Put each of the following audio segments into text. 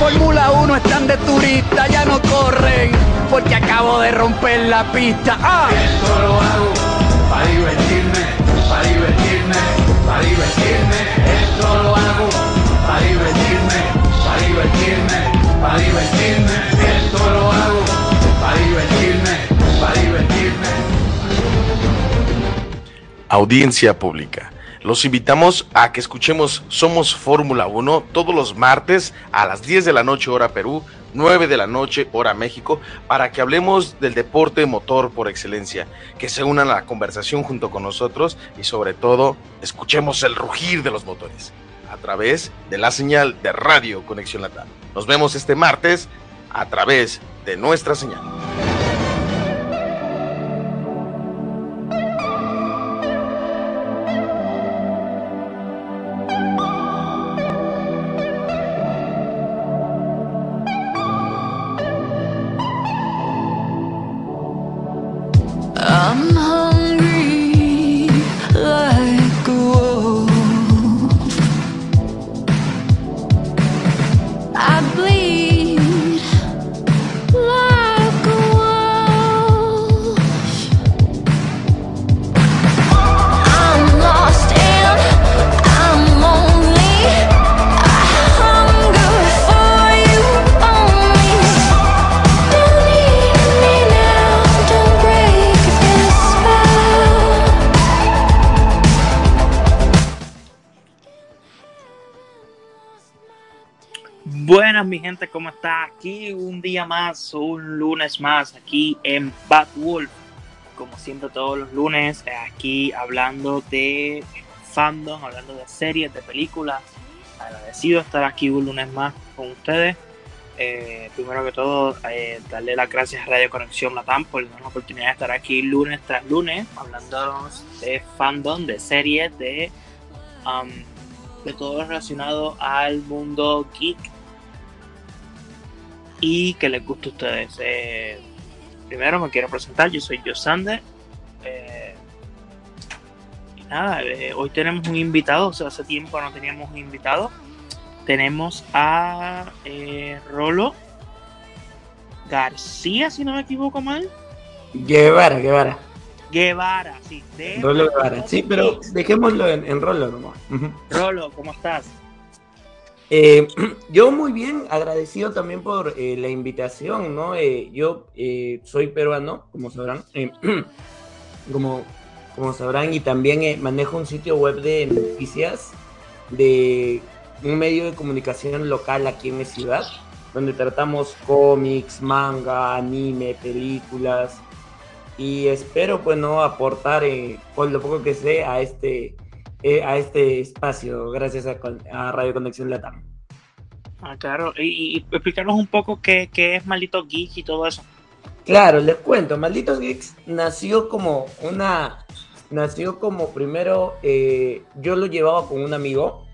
Fórmula 1 están de turista, ya no corren, porque acabo de romper la pista. ¡Ah! Esto lo hago para divertirme, para divertirme, para divertirme. Esto lo hago para divertirme, para divertirme, para divertirme. Esto lo hago para divertirme, para divertirme. Audiencia pública. Los invitamos a que escuchemos Somos Fórmula 1 todos los martes a las 10 de la noche hora Perú, 9 de la noche hora México, para que hablemos del deporte motor por excelencia, que se unan a la conversación junto con nosotros y sobre todo escuchemos el rugir de los motores a través de la señal de Radio Conexión Latam. Nos vemos este martes a través de nuestra señal. I'm hungry like a wolf. I bleed like a wolf. I'm lost and I'm lonely. I hunger for you only. Don't need me now, don't break this spell. Buenas mi gente, ¿cómo está? Aquí un día más, un lunes más, aquí en Bad Wolf. Como siempre todos los lunes, aquí hablando de fandom, hablando de series, de películas. Agradecido de estar aquí un lunes más con ustedes. Primero que todo, darle las gracias a Radio Conexión Latam por darnos la oportunidad de estar aquí lunes tras lunes, hablando de fandom, de series, de todo relacionado al mundo geek y que les guste a ustedes. Primero me quiero presentar, yo soy Josander. Y nada, hoy tenemos un invitado, o sea, hace tiempo no teníamos un invitado. Tenemos a Rolo García, si no me equivoco mal. Guevara. Guevara, sí. Rolo Guevara, sí, pero dejémoslo en Rolo nomás. Rolo, ¿cómo estás? Yo muy bien, agradecido también por la invitación, ¿no? Yo soy peruano, como sabrán, como sabrán, y también manejo un sitio web de noticias de un medio de comunicación local aquí en mi ciudad, donde tratamos cómics, manga, anime, películas, y espero, pues, no aportar con lo poco que sé a este espacio, gracias a Radio Conexión Latam. Ah, claro, y explicarnos un poco qué es Maldito Geek y todo eso. Claro, les cuento, Malditos Geeks nació como primero, yo lo llevaba con un amigo,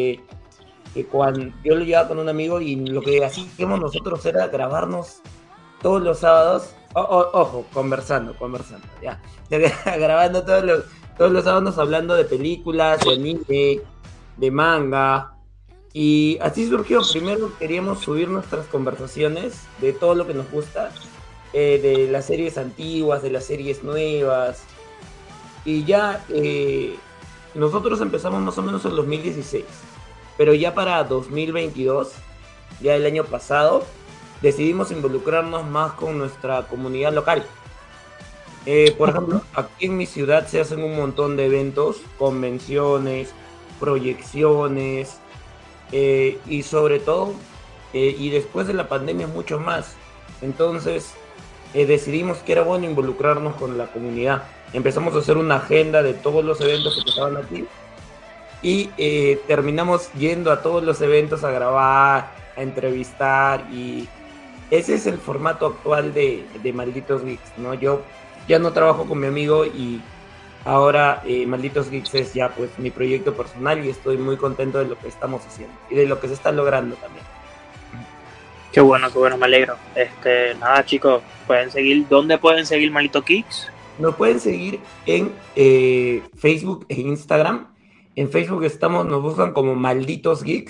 y lo que hacíamos nosotros era grabarnos todos los sábados, ojo, conversando, ya, grabando todos los sábados hablando de películas, de anime, de manga, y así surgió. Primero queríamos subir nuestras conversaciones de todo lo que nos gusta, de las series antiguas, de las series nuevas, y ya nosotros empezamos más o menos en 2016, pero ya para 2022, ya el año pasado, decidimos involucrarnos más con nuestra comunidad local. Por ejemplo, aquí en mi ciudad se hacen un montón de eventos, convenciones, proyecciones, y sobre todo, y después de la pandemia mucho más. Entonces decidimos que era bueno involucrarnos con la comunidad. Empezamos a hacer una agenda de todos los eventos que estaban aquí, y terminamos yendo a todos los eventos a grabar, a entrevistar, y ese es el formato actual de Malditos Geeks, ¿no? Yo ya no trabajo con mi amigo y ahora Malditos Geeks es ya, pues, mi proyecto personal, y estoy muy contento de lo que estamos haciendo y de lo que se está logrando también. Qué bueno, me alegro. Nada, chicos, ¿dónde pueden seguir Malditos Geeks? Nos pueden seguir en Facebook e Instagram. En Facebook nos buscan como Malditos Geeks,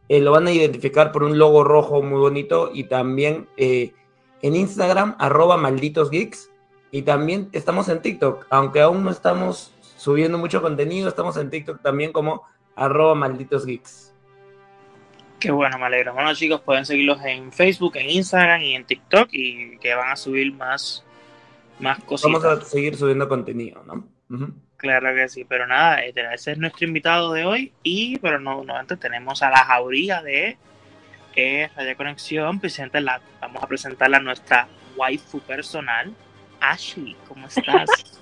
lo van a identificar por un logo rojo muy bonito y también en Instagram, @malditosgeeks, y también estamos en TikTok, aunque aún no estamos subiendo mucho contenido, estamos en TikTok también como @malditosgeeks. Qué bueno, me alegro. Bueno, chicos, pueden seguirlos en Facebook, en Instagram y en TikTok y que van a subir más Vamos cositas. a seguir subiendo contenido, ¿no? Ujú. Claro que sí, pero nada, ese es nuestro invitado de hoy pero no antes tenemos a la jauría de Radio Conexión. Vamos a presentarla a nuestra waifu personal, Ashley. ¿Cómo estás?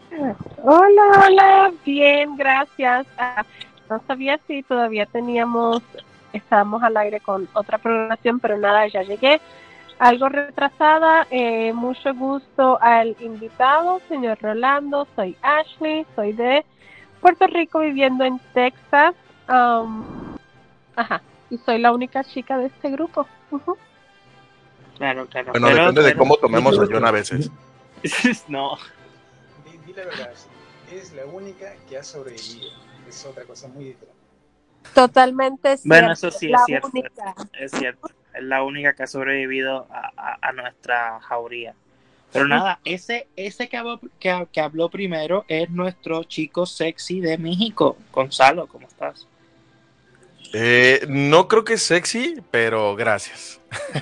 Hola, bien, gracias. No sabía si todavía estábamos al aire con otra programación, pero nada, ya llegué. Algo retrasada, mucho gusto al invitado, señor Rolando. Soy Ashley, soy de Puerto Rico viviendo en Texas. Y soy la única chica de este grupo. Uh-huh. Claro. Bueno, depende de cómo tomemos a John a veces. No. Di la verdad, eres la única que ha sobrevivido. Es otra cosa muy diferente. Totalmente cierto. Bueno, eso sí es la cierto. única. Es cierto. Es la única que ha sobrevivido a nuestra jauría. Pero nada, ese que habló primero es nuestro chico sexy de México. Gonzalo, ¿cómo estás? No creo que es sexy, pero gracias.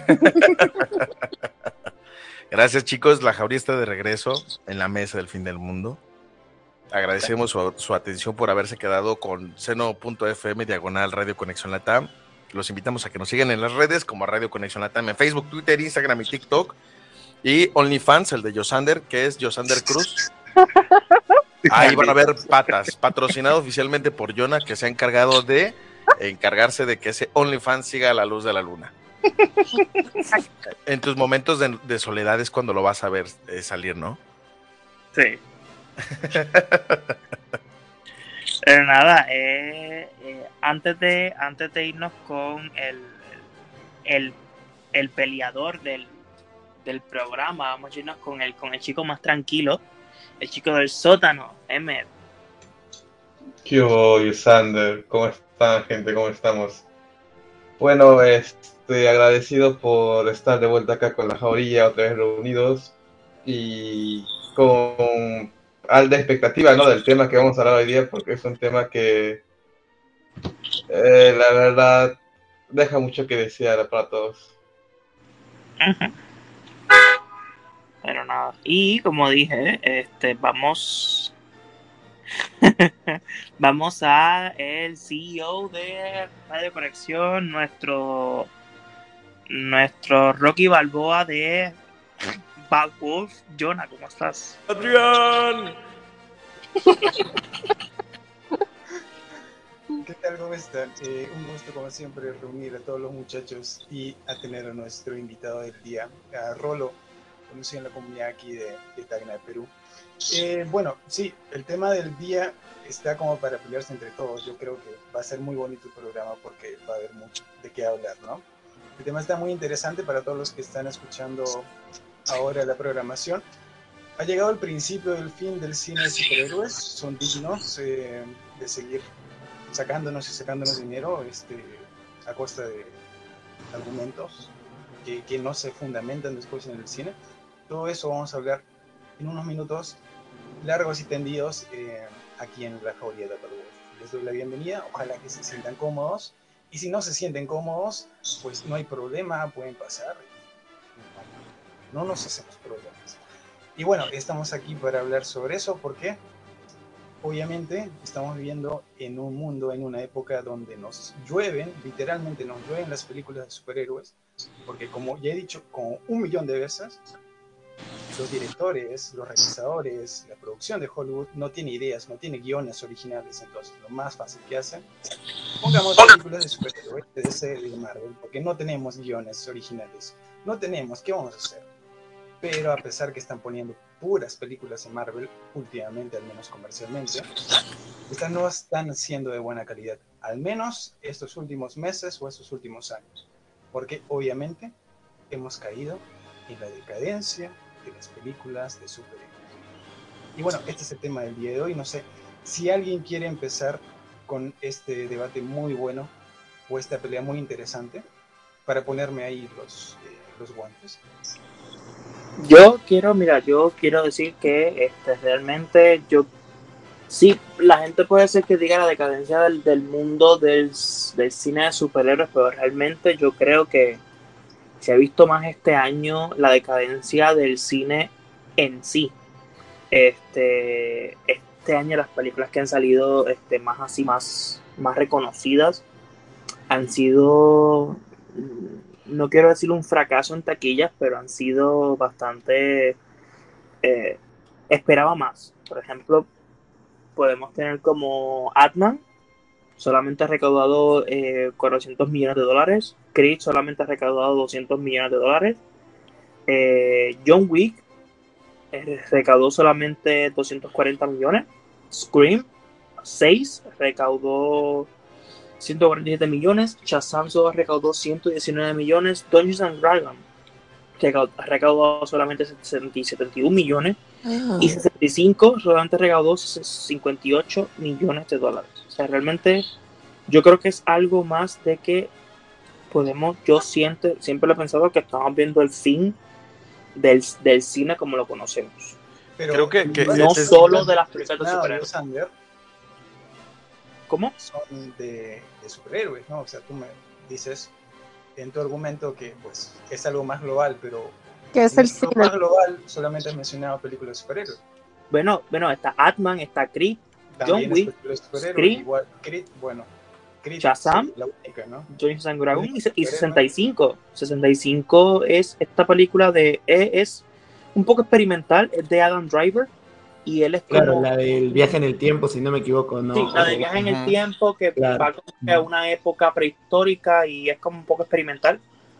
Gracias, chicos. La jauría está de regreso en la mesa del fin del mundo. Agradecemos su atención por haberse quedado con seno.fm /Radio Conexión Latam. Los invitamos a que nos sigan en las redes como Radio Conexión Latam en Facebook, Twitter, Instagram y TikTok. Y OnlyFans, el de Yosander, que es Yosander Cruz. Ahí van a ver patas, patrocinado oficialmente por Jonah, que se ha encargado de encargarse de que ese OnlyFans siga a la luz de la luna. En tus momentos de soledad es cuando lo vas a ver salir, ¿no? Sí. Pero nada, antes de irnos con el peleador del programa, vamos a irnos con el chico más tranquilo, el chico del sótano, Emmet. ¿Qué hubo, Sander? ¿Cómo están, gente? ¿Cómo estamos? Bueno, agradecido por estar de vuelta acá con la jauría, otra vez reunidos y con alta expectativa, ¿no? Del tema que vamos a hablar hoy día, porque es un tema que la verdad deja mucho que desear para todos. Pero nada, y como dije, vamos a el CEO de Radio Conexión, nuestro Rocky Balboa de Bad Wolf. Jonah, ¿cómo estás? ¡Adrián! ¿Qué tal? ¿Cómo están? Un gusto, como siempre, reunir a todos los muchachos y a tener a nuestro invitado del día, a Rolo, conocido en la comunidad aquí de Tacna, de Perú. Bueno, sí, el tema del día está como para pelearse entre todos. Yo creo que va a ser muy bonito el programa porque va a haber mucho de qué hablar, ¿no? El tema está muy interesante para todos los que están escuchando ahora la programación. Ha llegado el principio del fin del cine de superhéroes. Son dignos de seguir sacándonos dinero a costa de argumentos que no se fundamentan después en el cine. Todo eso vamos a hablar en unos minutos largos y tendidos aquí en la jauría de Bad Wolf. Les doy la bienvenida, ojalá que se sientan cómodos, y si no se sienten cómodos, pues no hay problema, pueden pasar, no nos hacemos problemas. Y bueno, estamos aquí para hablar sobre eso porque obviamente estamos viviendo en un mundo, en una época donde nos llueven, literalmente nos llueven las películas de superhéroes, porque como ya he dicho como 1.000.000 de veces, los directores, los realizadores, la producción de Hollywood no tiene ideas, no tiene guiones originales. Entonces lo más fácil que hacen, pongamos películas de superhéroes, de DC, de Marvel, porque no tenemos guiones originales, no tenemos, ¿qué vamos a hacer? Pero a pesar que están poniendo puras películas en Marvel últimamente, al menos comercialmente, estas no están siendo de buena calidad, al menos estos últimos meses o estos últimos años, porque obviamente hemos caído en la decadencia de las películas de superhéroes. Y bueno, este es el tema del día de hoy. No sé si alguien quiere empezar con este debate muy bueno o esta pelea muy interesante para ponerme ahí los guantes. Yo quiero decir que realmente sí, la gente puede ser que diga la decadencia del mundo del cine de superhéroes, pero realmente yo creo que se ha visto más este año la decadencia del cine en sí. Este año las películas que han salido más así, más reconocidas, han sido, no quiero decir un fracaso en taquillas, pero han sido bastante, esperaba más. Por ejemplo, podemos tener como Ant-Man, solamente ha recaudado $400 millones. Creed solamente ha recaudado $200 millones. John Wick recaudó solamente 240 millones. Scream 6 recaudó 147 millones. Shazam solo recaudó 119 millones. Dungeons and Dragons recaudó solamente 71 millones. Y 65 solamente recaudó 58 millones de dólares. O sea, realmente yo creo que es algo más de que siempre he pensado que estamos viendo el fin del cine como lo conocemos. Pero Creo que No solo de las películas de Nada, superhéroes. Sander, ¿Cómo? son de superhéroes, ¿no? O sea, tú me dices en tu argumento que pues es algo más global, pero Que es no el es algo cine. más global, solamente has mencionado películas de superhéroes. Bueno, está Ant-Man, está Creed, También John es Wick, películas de superhéroes, Scream, igual Creed, bueno, Creed Shazam, es la única, ¿no? Dungeons and Dragons y 65. 65 es esta película es un poco experimental, es de Adam Driver y él es Claro, como la del viaje en el tiempo, si no me equivoco, ¿no? sí, la de viaje en el Ujú. tiempo que Claro. va como que a una época prehistórica y es como un poco experimental,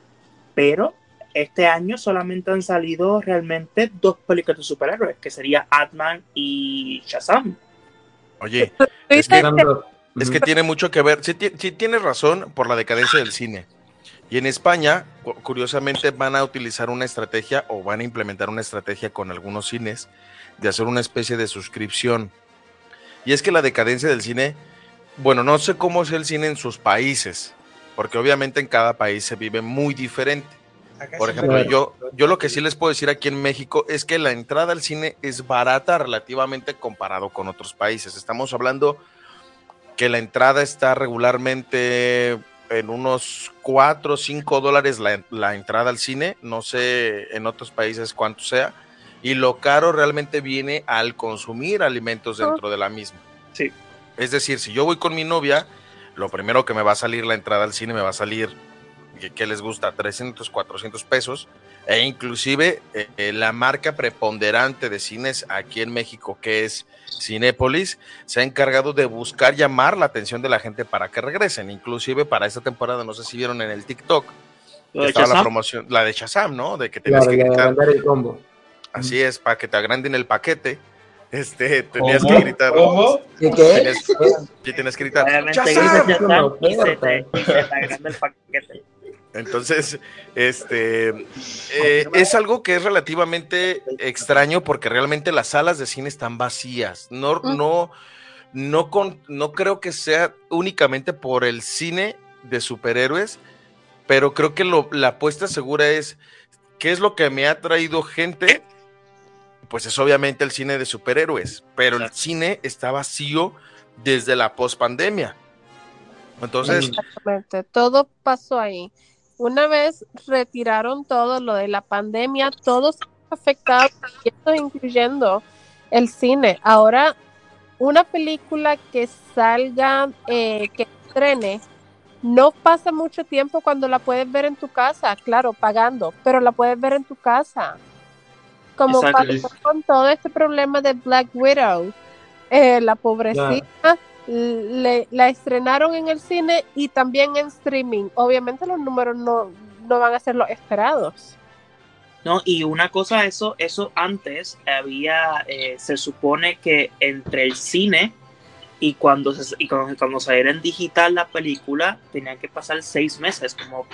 pero este año solamente han salido realmente 2 películas de superhéroes, que sería Ant-Man y Shazam. Oye, Tú es dices que, que es que tiene mucho que ver. Sí, sí tienes razón por la decadencia del cine. Y en España, curiosamente, van a utilizar una estrategia o van a implementar una estrategia con algunos cines de hacer una especie de suscripción. Y es que la decadencia del cine, bueno, no sé cómo es el cine en sus países, porque obviamente en cada país se vive muy diferente. Acá Por siempre- ejemplo, yo lo que sí les puedo decir aquí en México es que la entrada al cine es barata relativamente comparado con otros países. Estamos hablando que la entrada está regularmente en unos 4 o 5 dólares la entrada al cine, no sé en otros países cuánto sea, y lo caro realmente viene al consumir alimentos dentro de la misma. Sí. Es decir, si yo voy con mi novia, lo primero que me va a salir la entrada al cine me va a salir, ¿qué les gusta? 300, 400 pesos, e inclusive la marca preponderante de cines aquí en México, que es Cinépolis, se ha encargado de buscar llamar la atención de la gente para que regresen, inclusive para esta temporada, no sé si vieron en el TikTok, Lo que de estaba la Shazam, promoción, la de Shazam, ¿no? De que tenías Claro, que la de gritar, agrandar el combo. así es, para que te agranden el paquete, tenías ¿Cómo? que gritar, ¿Cómo? ¿Qué? tienes que gritar, obviamente ¡Shazam! dice Es una Shazam y se oferta. te agranda el paquete. Entonces, es algo que es relativamente extraño porque realmente las salas de cine están vacías. No creo que sea únicamente por el cine de superhéroes, pero creo que la apuesta segura es ¿qué es lo que me ha traído gente? Pues es obviamente el cine de superhéroes, pero el cine está vacío desde la pospandemia. Entonces, exactamente, todo pasó ahí. Una vez retiraron todo lo de la pandemia, todos afectados, y esto incluyendo el cine. Ahora, una película que salga, que estrene, no pasa mucho tiempo cuando la puedes ver en tu casa, claro, pagando, pero la puedes ver en tu casa. Como Exacto. pasó con todo este problema de Black Widow. La pobrecita la estrenaron en el cine y también en streaming. Obviamente los números no van a ser los esperados. No, y una cosa, eso antes había, se supone que entre el cine y cuando saliera en digital la película, tenían que pasar 6 meses como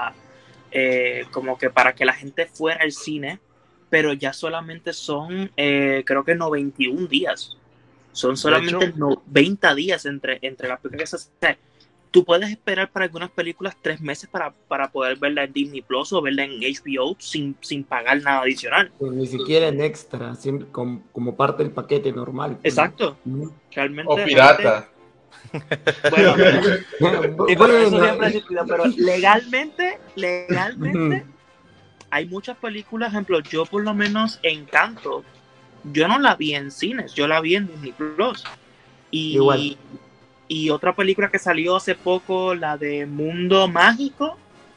que para que la gente fuera al cine, pero ya solamente son, creo que 91 días. Son solamente 90 días entre las películas que se hace. tú puedes esperar para algunas películas 3 meses para poder verla en Disney Plus o verla en HBO sin pagar nada adicional. Pues ni siquiera en extra, siempre como parte del paquete normal. Pues, Exacto. ¿no? Realmente. O pirata. Bueno, y pero eso Bueno, siempre ha existido, pero legalmente, hay muchas películas, ejemplo, yo por lo menos Encanto, yo no la vi en cines, yo la vi en Disney Plus. Igual. Y otra película que salió hace poco, la de Mundo Mágico,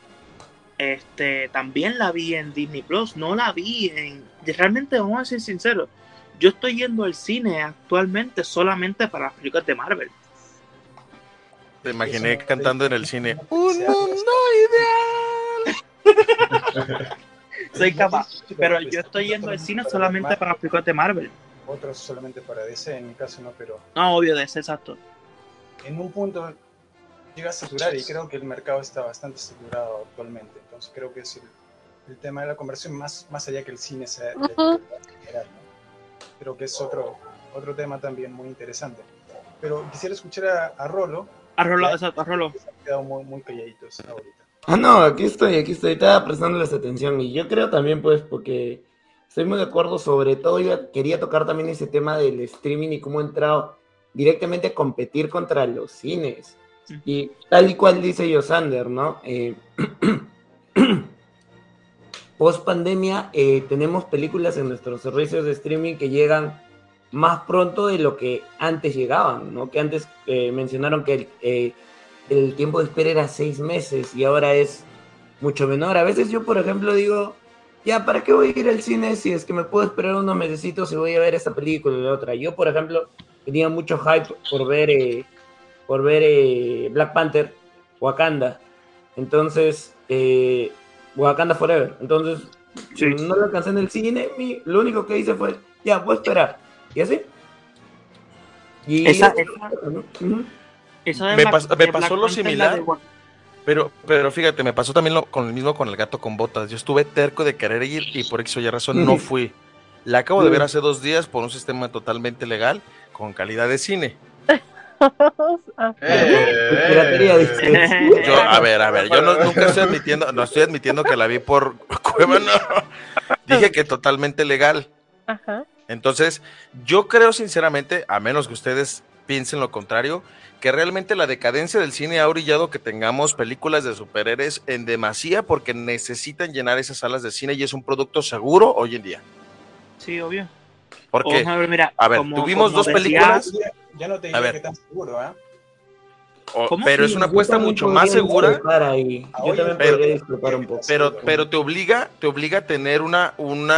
también la vi en Disney Plus, no la vi realmente, vamos a ser sinceros, yo estoy yendo al cine actualmente solamente para las películas de Marvel. Te imaginé Eso no cantando en te- el cine. no ¡Un sea- mundo ideal! Soy capaz, Sí, pero pues, yo estoy yendo al cine para solamente Marvel, para las películas de Marvel. Otros solamente para DC, en mi caso no, pero No, obvio, de ese exacto. en un punto llega a saturar y creo que el mercado está bastante saturado actualmente. Entonces creo que es el tema de la conversión más allá que el cine sea de general, ¿no? Creo que es otro tema también muy interesante. Pero quisiera escuchar a Rolo, A Rolo, Ya. exacto, a Rolo. que se han quedado muy calladitos ahorita. No, aquí estoy, estaba prestándoles atención y yo creo también pues porque estoy muy de acuerdo, sobre todo yo quería tocar también ese tema del streaming y cómo ha entrado directamente a competir contra los cines. Y tal y cual dice Yosander, ¿no? Post pandemia tenemos películas en nuestros servicios de streaming que llegan más pronto de lo que antes llegaban, ¿no? Que antes mencionaron que el tiempo de espera era 6 meses y ahora es mucho menor. A veces yo, por ejemplo, digo, ya, ¿para qué voy a ir al cine si es que me puedo esperar unos mesecitos y voy a ver esta película y la otra? Yo, por ejemplo, tenía mucho hype por ver Black Panther, Wakanda. Entonces, Wakanda Forever. Entonces, Sí. no lo alcancé en el cine. Lo único que hice fue, ya, voy a esperar. ¿Y así? Y Esa- ¿no? Ujú. Eso de Me Black- pas- me de pasó Black lo Panther, similar. la de Wa- Pero fíjate, me pasó también con el mismo con el gato con botas. Yo estuve terco de querer ir y por X o Y razón no fui. La acabo de ver hace 2 días por un sistema totalmente legal con calidad de cine. Ah, Piratería, dice. Yo, a ver, yo nunca estoy admitiendo, no estoy admitiendo que la vi por Cueva, no. Dije que totalmente legal. ajá. Entonces, yo creo sinceramente, a menos que ustedes piensen lo contrario, que realmente la decadencia del cine ha orillado que tengamos películas de superhéroes en demasía porque necesitan llenar esas salas de cine y es un producto seguro hoy en día. Sí, obvio. Porque, Vamos a ver, mira, a ver, como- tuvimos como dos decía- películas, Ya no te A diría ver. que tan seguro, ¿ah? ¿Cómo? pero es Sí, una yo apuesta también mucho más podría segura. discrepar ahí. Yo Oye, también pero- podría discrepar un poco. Pero te obliga a tener una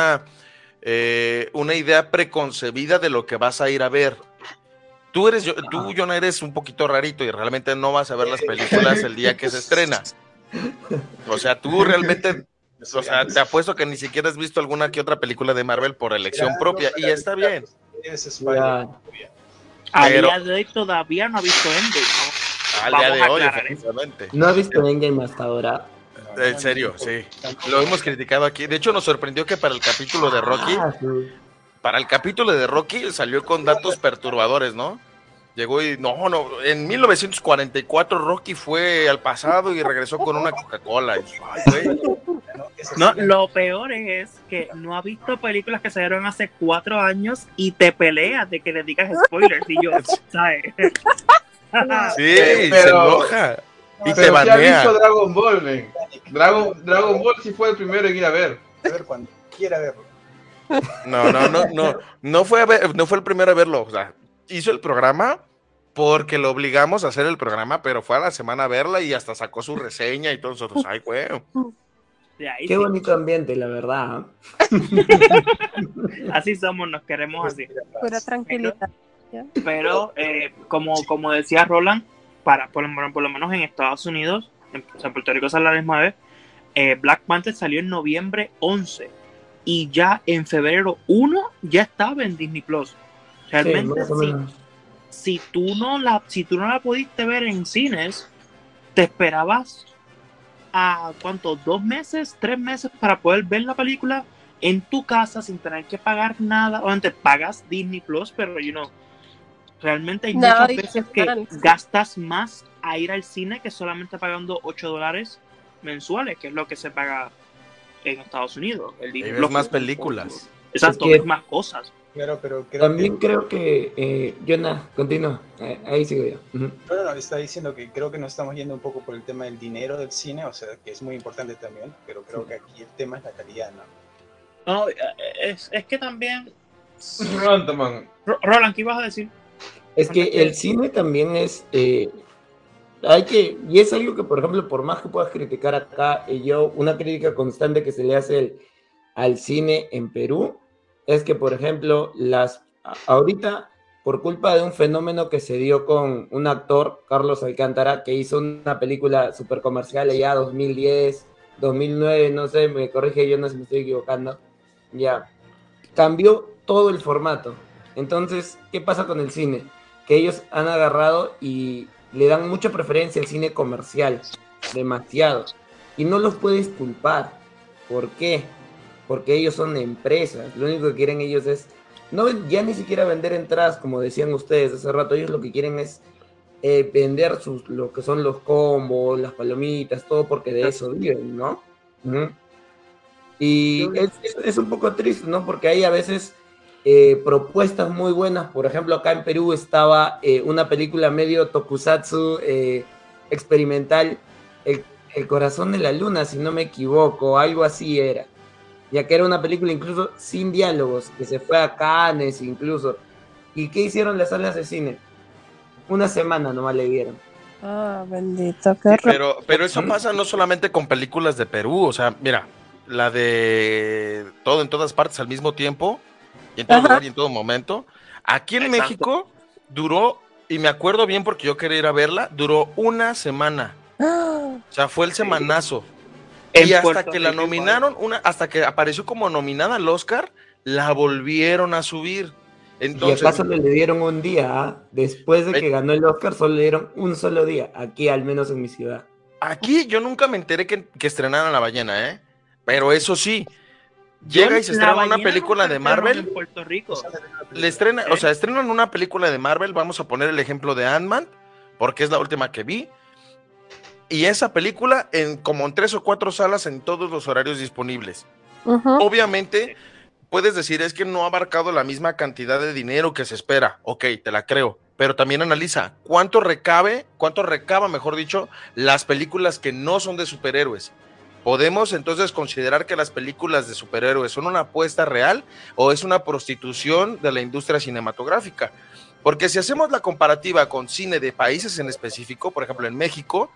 idea preconcebida de lo que vas a ir a ver. Tú, John, eres un poquito rarito y realmente no vas a ver las películas el día que se estrena. O sea, tú realmente, o sea, te apuesto que ni siquiera has visto alguna que otra película de Marvel por elección propia y está bien. Es Spider. Ya. A pero- día de hoy todavía no ha visto Endgame, ¿no? Al Vamos día de a hoy, aclarar eso. efectivamente. No he visto Endgame hasta ahora. En serio, sí. Lo hemos criticado aquí. De hecho, nos sorprendió que para el capítulo de Rocky, salió con datos perturbadores, ¿no? Llegó y en 1944 Rocky fue al pasado y regresó con una Coca-Cola. Y, ay, güey. No, lo peor es que no ha visto películas que salieron hace 4 años y te peleas de que le digas spoilers y yo, ¿sabes? Sí, se Pero- enoja. Y te Pero si ha banea. visto Dragon Ball, men. Dragon Ball sí fue el primero en ir a ver. A ver cuando quiera verlo. No fue el primero a verlo. O sea, hizo el programa porque lo obligamos a hacer el programa, pero fue a la semana a verla y hasta sacó su reseña y todos nosotros, ay, güey. De ahí Qué sí. bonito ambiente, la verdad. Así somos, nos queremos así. Pura tranquilidad. Pero como decía Roland, por lo menos en Estados Unidos, o sea, en Puerto Rico sale a la misma vez, Black Panther salió en noviembre 11 y ya en febrero 1 ya estaba en Disney Plus. Realmente, más o menos. si tú no la pudiste ver en cines, te esperabas a ¿cuánto? 2 meses, 3 meses para poder ver la película en tu casa sin tener que pagar nada. Obviamente pagas Disney Plus, pero realmente hay No, muchas y veces qué que mal. gastas más a ir al cine que solamente pagando $8 mensuales, que es lo que se paga en Estados Unidos. El Y dinero, ves lo más que- películas. Exacto, Es que- ves más cosas. Claro, pero creo También que... creo que, Jonah, continúa. Ahí sigo yo. Ujú. No, está diciendo que creo que nos estamos yendo un poco por el tema del dinero del cine, o sea, que es muy importante también, pero creo que aquí el tema es la calidad, ¿no? No, es que también... Ant-Man. Roland, ¿qué ibas a decir? Es que el cine también es, y es algo que, por ejemplo, por más que puedas criticar acá, una crítica constante que se le hace al cine en Perú, es que, por ejemplo, ahorita, por culpa de un fenómeno que se dio con un actor, Carlos Alcántara, que hizo una película súper comercial allá 2010, 2009, no sé, me corrige yo, no sé si me estoy equivocando, ya, cambió todo el formato. Entonces, ¿qué pasa con el cine? Que ellos han agarrado y le dan mucha preferencia al cine comercial, demasiado. Y no los puedes culpar. ¿Por qué? Porque ellos son empresas. Lo único que quieren ellos es, no, ya ni siquiera vender entradas, como decían ustedes hace rato. Ellos lo que quieren es vender lo que son los combos, las palomitas, todo, porque de eso viven, ¿no? Ujú. Y es un poco triste, ¿no? Porque hay a veces propuestas muy buenas. Por ejemplo, acá en Perú estaba una película medio tokusatsu experimental, el Corazón de la Luna, si no me equivoco, algo así era. Ya que era una película incluso sin diálogos, que se fue a Cannes incluso. ¿Y qué hicieron las salas de cine? Una semana nomás le dieron. Ah, bendito, qué Sí, horror. pero eso pasa no solamente con películas de Perú, o sea, mira, la de todo en todas partes al mismo tiempo, y en todo Ajá. lugar y en todo momento. Aquí en Exacto. México duró, y me acuerdo bien porque yo quería ir a verla, duró una semana. Ah, O sea, fue el semanazo. En Y hasta Puerto que la Rico igual. nominaron, hasta que apareció como nominada al Oscar, la volvieron a subir. ¿Y Entonces, acaso le dieron un día? ¿Ah? Después de que Ve- ganó el Oscar, solo le dieron un solo día, aquí al menos en mi ciudad. aquí yo nunca me enteré que estrenaran La Ballena, ¿eh? Pero eso sí, Yo llega y se la estrena una ballena película nunca de estrenaron Marvel. en Puerto Rico. Le estrena, o sea, estrenan una película de Marvel, vamos a poner el ejemplo de Ant-Man, porque es la última que vi. Y esa película como en 3 o 4 salas en todos los horarios disponibles. ujú. Obviamente, puedes decir es que no ha abarcado la misma cantidad de dinero que se espera. Ok, te la creo. Pero también analiza cuánto recaba, mejor dicho, las películas que no son de superhéroes. ¿Podemos entonces considerar que las películas de superhéroes son una apuesta real o es una prostitución de la industria cinematográfica? Porque si hacemos la comparativa con cine de países en específico, por ejemplo en México,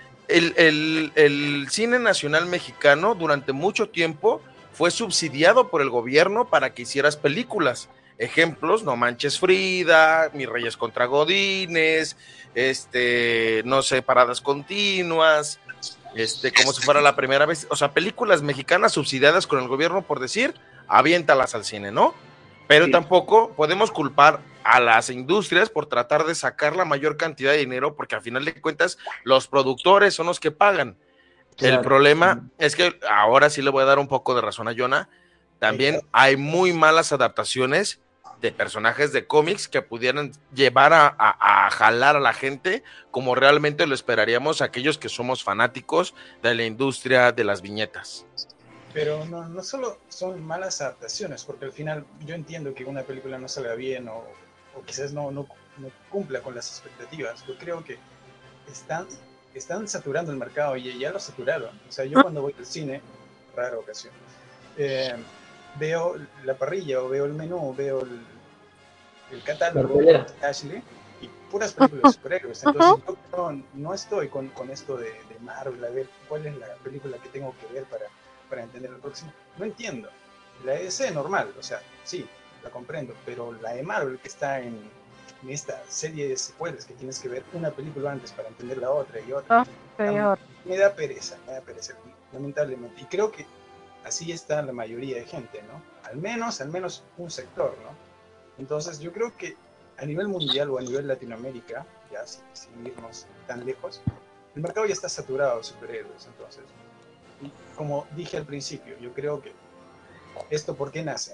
el cine nacional mexicano durante mucho tiempo fue subsidiado por el gobierno para que hicieras películas. Ejemplos, No Manches Frida, Mis Reyes contra Godines, no sé, Paradas Continuas, como si fuera la primera vez, o sea, películas mexicanas subsidiadas con el gobierno por decir, aviéntalas al cine, ¿no? Pero Sí. tampoco podemos culpar a las industrias por tratar de sacar la mayor cantidad de dinero, porque al final de cuentas los productores son los que pagan. Claro. El problema es que ahora sí le voy a dar un poco de razón a Jonah. También hay muy malas adaptaciones de personajes de cómics que pudieran llevar a jalar a la gente como realmente lo esperaríamos aquellos que somos fanáticos de la industria de las viñetas. Pero no solo son malas adaptaciones, porque al final yo entiendo que una película no salga bien o quizás no cumpla con las expectativas. Yo creo que están saturando el mercado y ya lo saturaron. O sea, yo cuando voy al cine, rara ocasión, veo la parrilla o veo el menú, veo el catálogo de Ashley y puras películas de superhéroes. Entonces yo no estoy con esto de Marvel, a ver cuál es la película que tengo que ver para entender el próximo. No entiendo. La DC normal, o sea, sí, la comprendo, pero la de Marvel que está en esta serie de secuelas que tienes que ver una película antes para entender la otra y otra. Peor. Me da pereza, lamentablemente. Y creo que así está la mayoría de gente, ¿no? Al menos un sector, ¿no? Entonces yo creo que a nivel mundial o a nivel Latinoamérica, ya sin irnos tan lejos, el mercado ya está saturado de superhéroes. Entonces, como dije al principio, yo creo que esto, ¿por qué nace?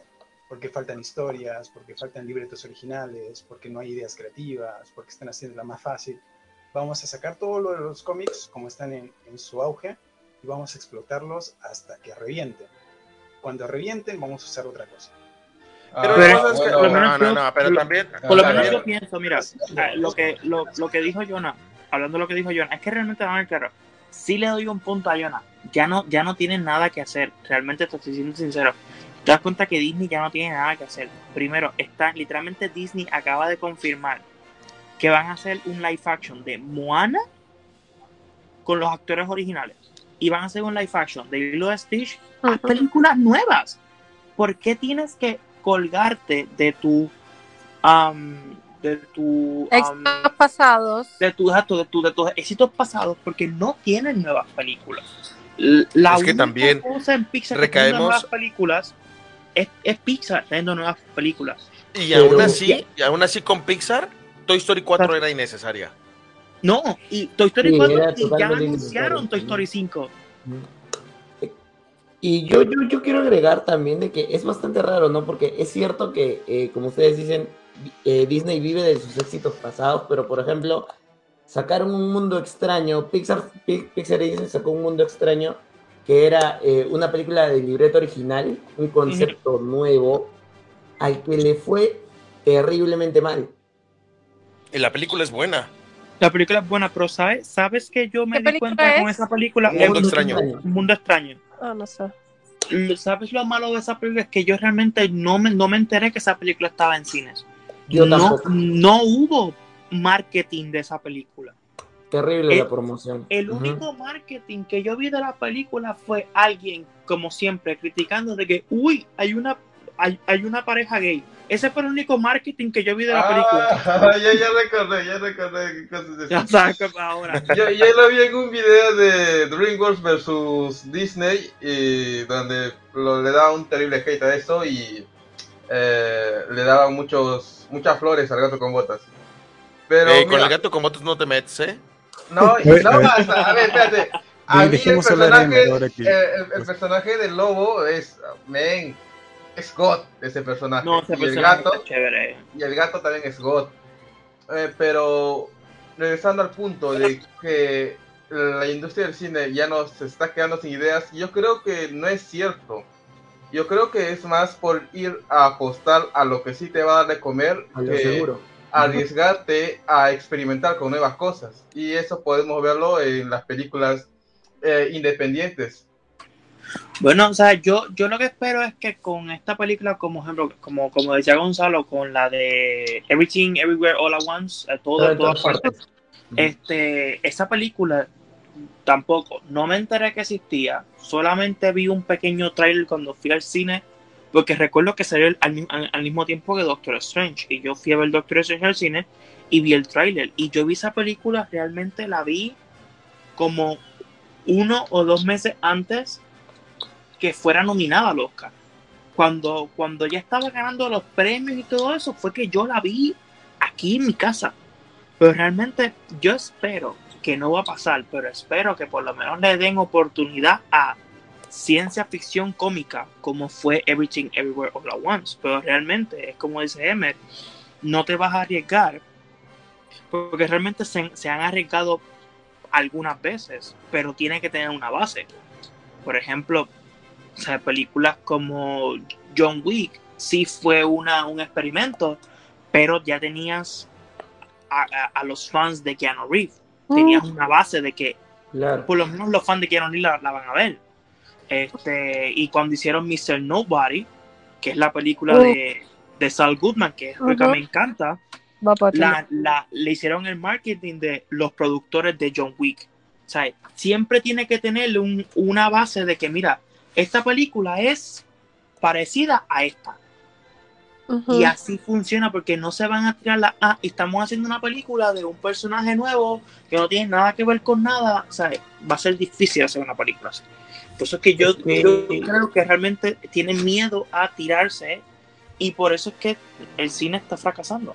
porque faltan historias, porque faltan libretos originales, porque no hay ideas creativas, porque están haciendo la más fácil. Vamos a sacar todo lo de los cómics como están en su auge y vamos a explotarlos hasta que revienten. Cuando revienten, vamos a hacer otra cosa. Pero Pero la cosa es que, por lo menos pero también, Por lo menos también- yo pienso, mira, lo que dijo Jonah, hablando de lo que dijo Jonah, es que realmente van a ver claro. Sí le doy un punto a Jonah. Ya no tienen nada que hacer. Realmente te estoy siendo sincero. Te das cuenta que Disney ya no tiene nada que hacer. Primero, literalmente Disney acaba de confirmar que van a hacer un live action de Moana con los actores originales. Y van a hacer un live action de Lilo y Stitch. Haz películas nuevas. ¿Por qué tienes que colgarte de tu Éxitos pasados. de tus éxitos pasados porque no tienen nuevas películas? La Es que única también cosa en Pixar que tiene recaemos- nuevas películas es Pixar teniendo nuevas películas. y Pero- aún así con Pixar, Toy Story 4 era innecesaria. No, y Toy Story Sí, 4 era y ya totalmente anunciaron innecesario. Toy Story 5. Y yo quiero agregar también de que es bastante raro, ¿no? Porque es cierto que, como ustedes dicen, Disney vive de sus éxitos pasados, pero por ejemplo, sacaron un mundo extraño, Pixar y Disney sacó un mundo extraño, que era una película de libreto original, un concepto nuevo, al que le fue terriblemente mal. Y la película es buena. La película es buena, pero ¿sabes que yo me ¿Qué di cuenta película con es? esa película? Un mundo extraño. Un mundo extraño. Ah, no sé. ¿Sabes lo malo de esa película? Es que yo realmente no me enteré que esa película estaba en cines. Yo no, tampoco. no hubo marketing de esa película. Terrible la promoción. El Ujú. único marketing que yo vi de la película fue alguien, como siempre, criticando de que, uy, hay una pareja gay. Ese fue el único marketing que yo vi de la película. Ya recordé qué cosas decir. Ya sabes que ahora. Yo lo vi en un video de DreamWorks versus Disney, y donde le daba un terrible hate a eso y le daban muchas flores al gato con botas. Pero Con mira, el gato con botas no te metes, ¿eh? no, no basta. A ver, espérate. A mí el Dejemos hablar a personaje, Emer aquí. el personaje del lobo es God, ese personaje. No, ese y el personaje gato, está chévere. y el gato también es God. Pero regresando al punto de que la industria del cine ya no se está quedando sin ideas, yo creo que no es cierto. Yo creo que es más por ir a apostar a lo que sí te va a dar de comer, A lo que seguro. arriesgarte a experimentar con nuevas cosas. Y eso podemos verlo en las películas independientes. Bueno, o sea, yo lo que espero es que con esta película, como ejemplo, como decía Gonzalo, con la de Everything Everywhere All at Once, todo en todas partes, esa película tampoco, no me enteré que existía, solamente vi un pequeño trailer cuando fui al cine, porque recuerdo que salió al mismo tiempo que Doctor Strange, y yo fui a ver Doctor Strange al cine y vi el trailer, y yo vi esa película, realmente la vi como 1 o 2 meses antes que fuera nominada al Oscar. Cuando ya estaba ganando los premios y todo eso, fue que yo la vi aquí en mi casa. Pero realmente yo espero que no va a pasar, pero espero que por lo menos le den oportunidad a ciencia ficción cómica como fue Everything Everywhere All at Once. Pero realmente es como dice Emer, no te vas a arriesgar, porque realmente se han arriesgado algunas veces, pero tiene que tener una base. Por ejemplo, o sea, películas como John Wick sí fue un experimento, pero ya tenías a los fans de Keanu Reeves. Tenías una base de que Claro. por lo menos los fans de Keanu Reeves la van a ver. Y cuando hicieron Mr. Nobody, que es la película de Saul Goodman, que es lo que me encanta, Va para atrás. le hicieron el marketing de los productores de John Wick. O sea, siempre tiene que tener una base de que, mira, esta película es parecida a esta. Y así funciona, porque no se van a tirar estamos haciendo una película de un personaje nuevo que no tiene nada que ver con nada. O sea, va a ser difícil hacer una película así. Por eso es que yo creo que realmente tienen miedo a tirarse, y por eso es que el cine está fracasando.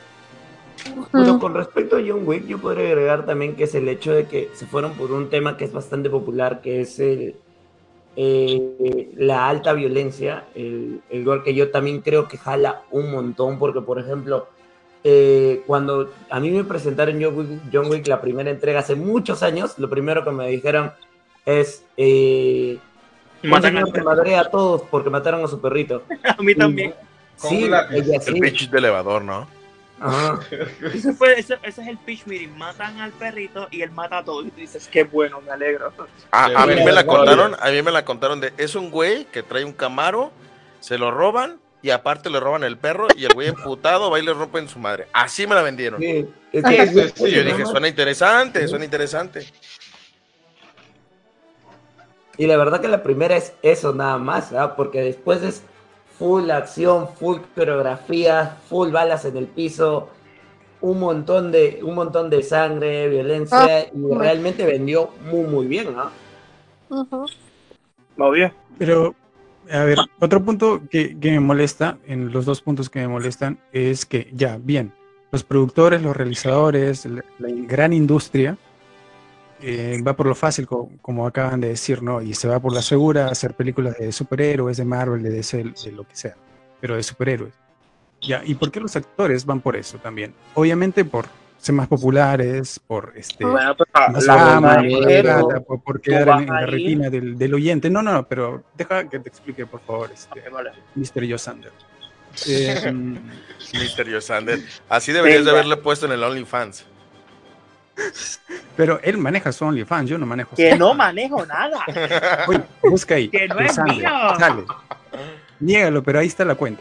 Bueno, con respecto a John Wick, yo podría agregar también que es el hecho de que se fueron por un tema que es bastante popular, que es la alta violencia, el gore, que yo también creo que jala un montón, porque por ejemplo, cuando a mí me presentaron John Wick, la primera entrega hace muchos años, lo primero que me dijeron es un Matan señor al que perro. madrea a todos porque mataron a su perrito. A mí también. Con Sí, un lápiz. ella El sí. pitch de elevador, ¿no? Ajá. Ese es el pitch meeting. Matan al perrito y él mata a todos. Y tú dices, qué bueno, me alegro. A mí Sí, me la la contaron, a mí me la contaron es un güey que trae un Camaro, se lo roban y aparte le roban el perro y el güey emputado va y le rompen su madre. Así me la vendieron. Sí, es Sí, que sí, sí. Y yo dije, nada más- suena interesante, suena interesante. Y la verdad que la primera es eso nada más, ¿ah? Porque después es full acción, full coreografía, full balas en el piso, un montón de sangre, violencia, y realmente vendió muy bien, ¿ah? Ujú. Obvio. Pero, a ver, otro punto que me molesta, en los dos puntos que me molestan, es que ya, bien, los productores, los realizadores, la gran industria, va por lo fácil, como acaban de decir, ¿no? Y se va por la segura a hacer películas de superhéroes, de Marvel, de DC, de lo que sea, pero de superhéroes. Ya, ¿y por qué los actores van por eso también? Obviamente por ser más populares, por Bueno, pues, más la fama, verdad por es que plata, por quedar vas en a la ir- retina del oyente. No, pero deja que te explique, por favor, Vale. Mr. Yosander. Mr. Yosander. Así deberías de Venga. haberle puesto en el OnlyFans. Pero él maneja su OnlyFans, yo no manejo su Que no OnlyFans. manejo nada. Oye, busca ahí. Que no es Yosander, mío. sale. Niégalo, pero ahí está la cuenta.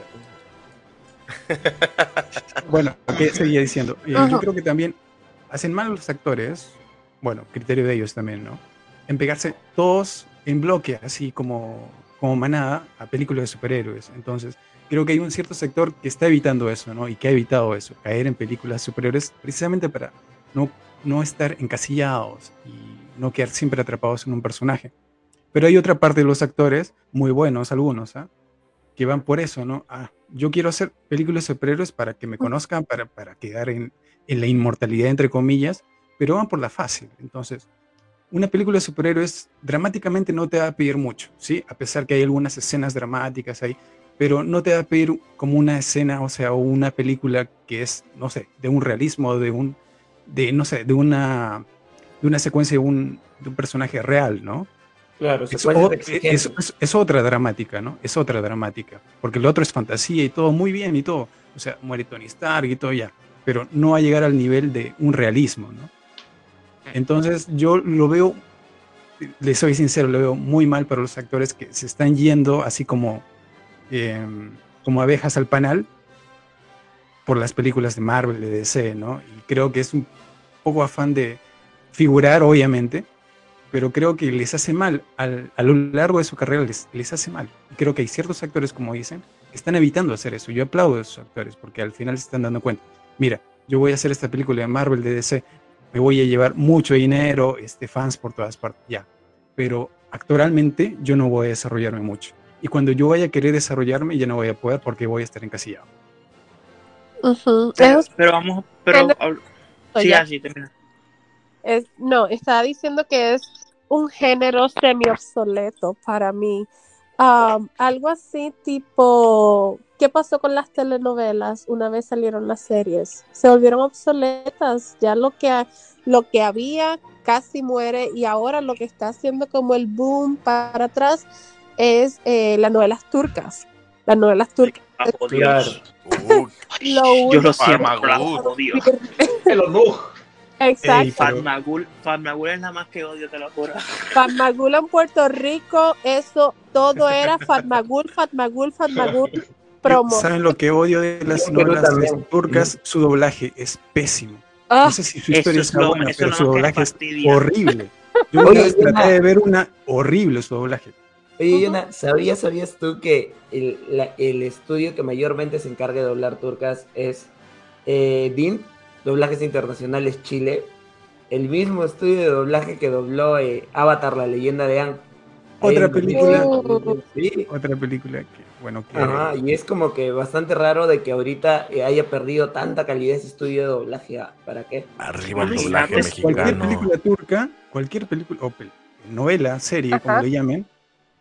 Bueno, ¿qué seguía diciendo? Yo creo que también hacen mal los actores, bueno, criterio de ellos también, ¿no? En pegarse todos en bloque, así como manada, a películas de superhéroes. Entonces, creo que hay un cierto sector que está evitando eso, ¿no? Y que ha evitado eso, caer en películas superiores, precisamente para no estar encasillados y no quedar siempre atrapados en un personaje. Pero hay otra parte de los actores, muy buenos algunos, ¿ah? Que van por eso, ¿no? Yo quiero hacer películas de superhéroes para que me conozcan, para quedar en la inmortalidad, entre comillas, pero van por la fácil. Entonces, una película de superhéroes dramáticamente no te va a pedir mucho, ¿sí? A pesar que hay algunas escenas dramáticas ahí, pero no te va a pedir como una escena, o sea, o una película que es, no sé, de un realismo, de una secuencia de un personaje real, ¿no? Claro, Es otra dramática, ¿no? Es otra dramática. Porque lo otro es fantasía y todo muy bien y todo. O sea, muere Tony Stark y todo ya. Pero no va a llegar al nivel de un realismo, ¿no? Entonces yo lo veo, les soy sincero, lo veo muy mal para los actores que se están yendo así como abejas al panal por las películas de Marvel, de DC, ¿no? Y creo que es un poco afán de figurar, obviamente, pero creo que les hace mal, a lo largo de su carrera les hace mal. Y creo que hay ciertos actores, como dicen, que están evitando hacer eso. Yo aplaudo a esos actores porque al final se están dando cuenta. Mira, yo voy a hacer esta película de Marvel, de DC, me voy a llevar mucho dinero, fans por todas partes, ya. Pero actualmente yo no voy a desarrollarme mucho. Y cuando yo vaya a querer desarrollarme, ya no voy a poder porque voy a estar encasillado. Ujú. Pero vamos, pero sí, ya. así termina. No, estaba diciendo que es un género semi-obsoleto para mí. Algo así tipo, ¿qué pasó con las telenovelas una vez salieron las series? Se volvieron obsoletas, ya lo que había casi muere y ahora lo que está haciendo como el boom para atrás es las novelas turcas. Las novelas turcas. Oh, Dios. Lo Yo lo siento, Farmagul. pero las odio. Exacto. Farmagul es la más que odio, te lo juro. Farmagul en Puerto Rico, eso todo era Farmagul, promo. ¿Saben lo que odio de las novelas turcas? Su doblaje es pésimo. Ah, No sé si su historia Eso es buena, eso pero no su nos doblaje es fastidia. horrible. Yo Oye, una vez traté de ver una horrible su doblaje. Oye, Yona, ¿sabías tú que el estudio que mayormente se encarga de doblar turcas es DIN, Doblajes Internacionales Chile? El mismo estudio de doblaje que dobló Avatar, la leyenda de Aang. Otra En película. 2005, sí. Otra película que, bueno, que Ajá, y es como que bastante raro de que ahorita haya perdido tanta calidad ese estudio de doblaje. ¿Para qué? Arriba el Pues, doblaje pues, cualquier mexicano. película turca, cualquier película, o novela, serie, como Ajá. le llamen,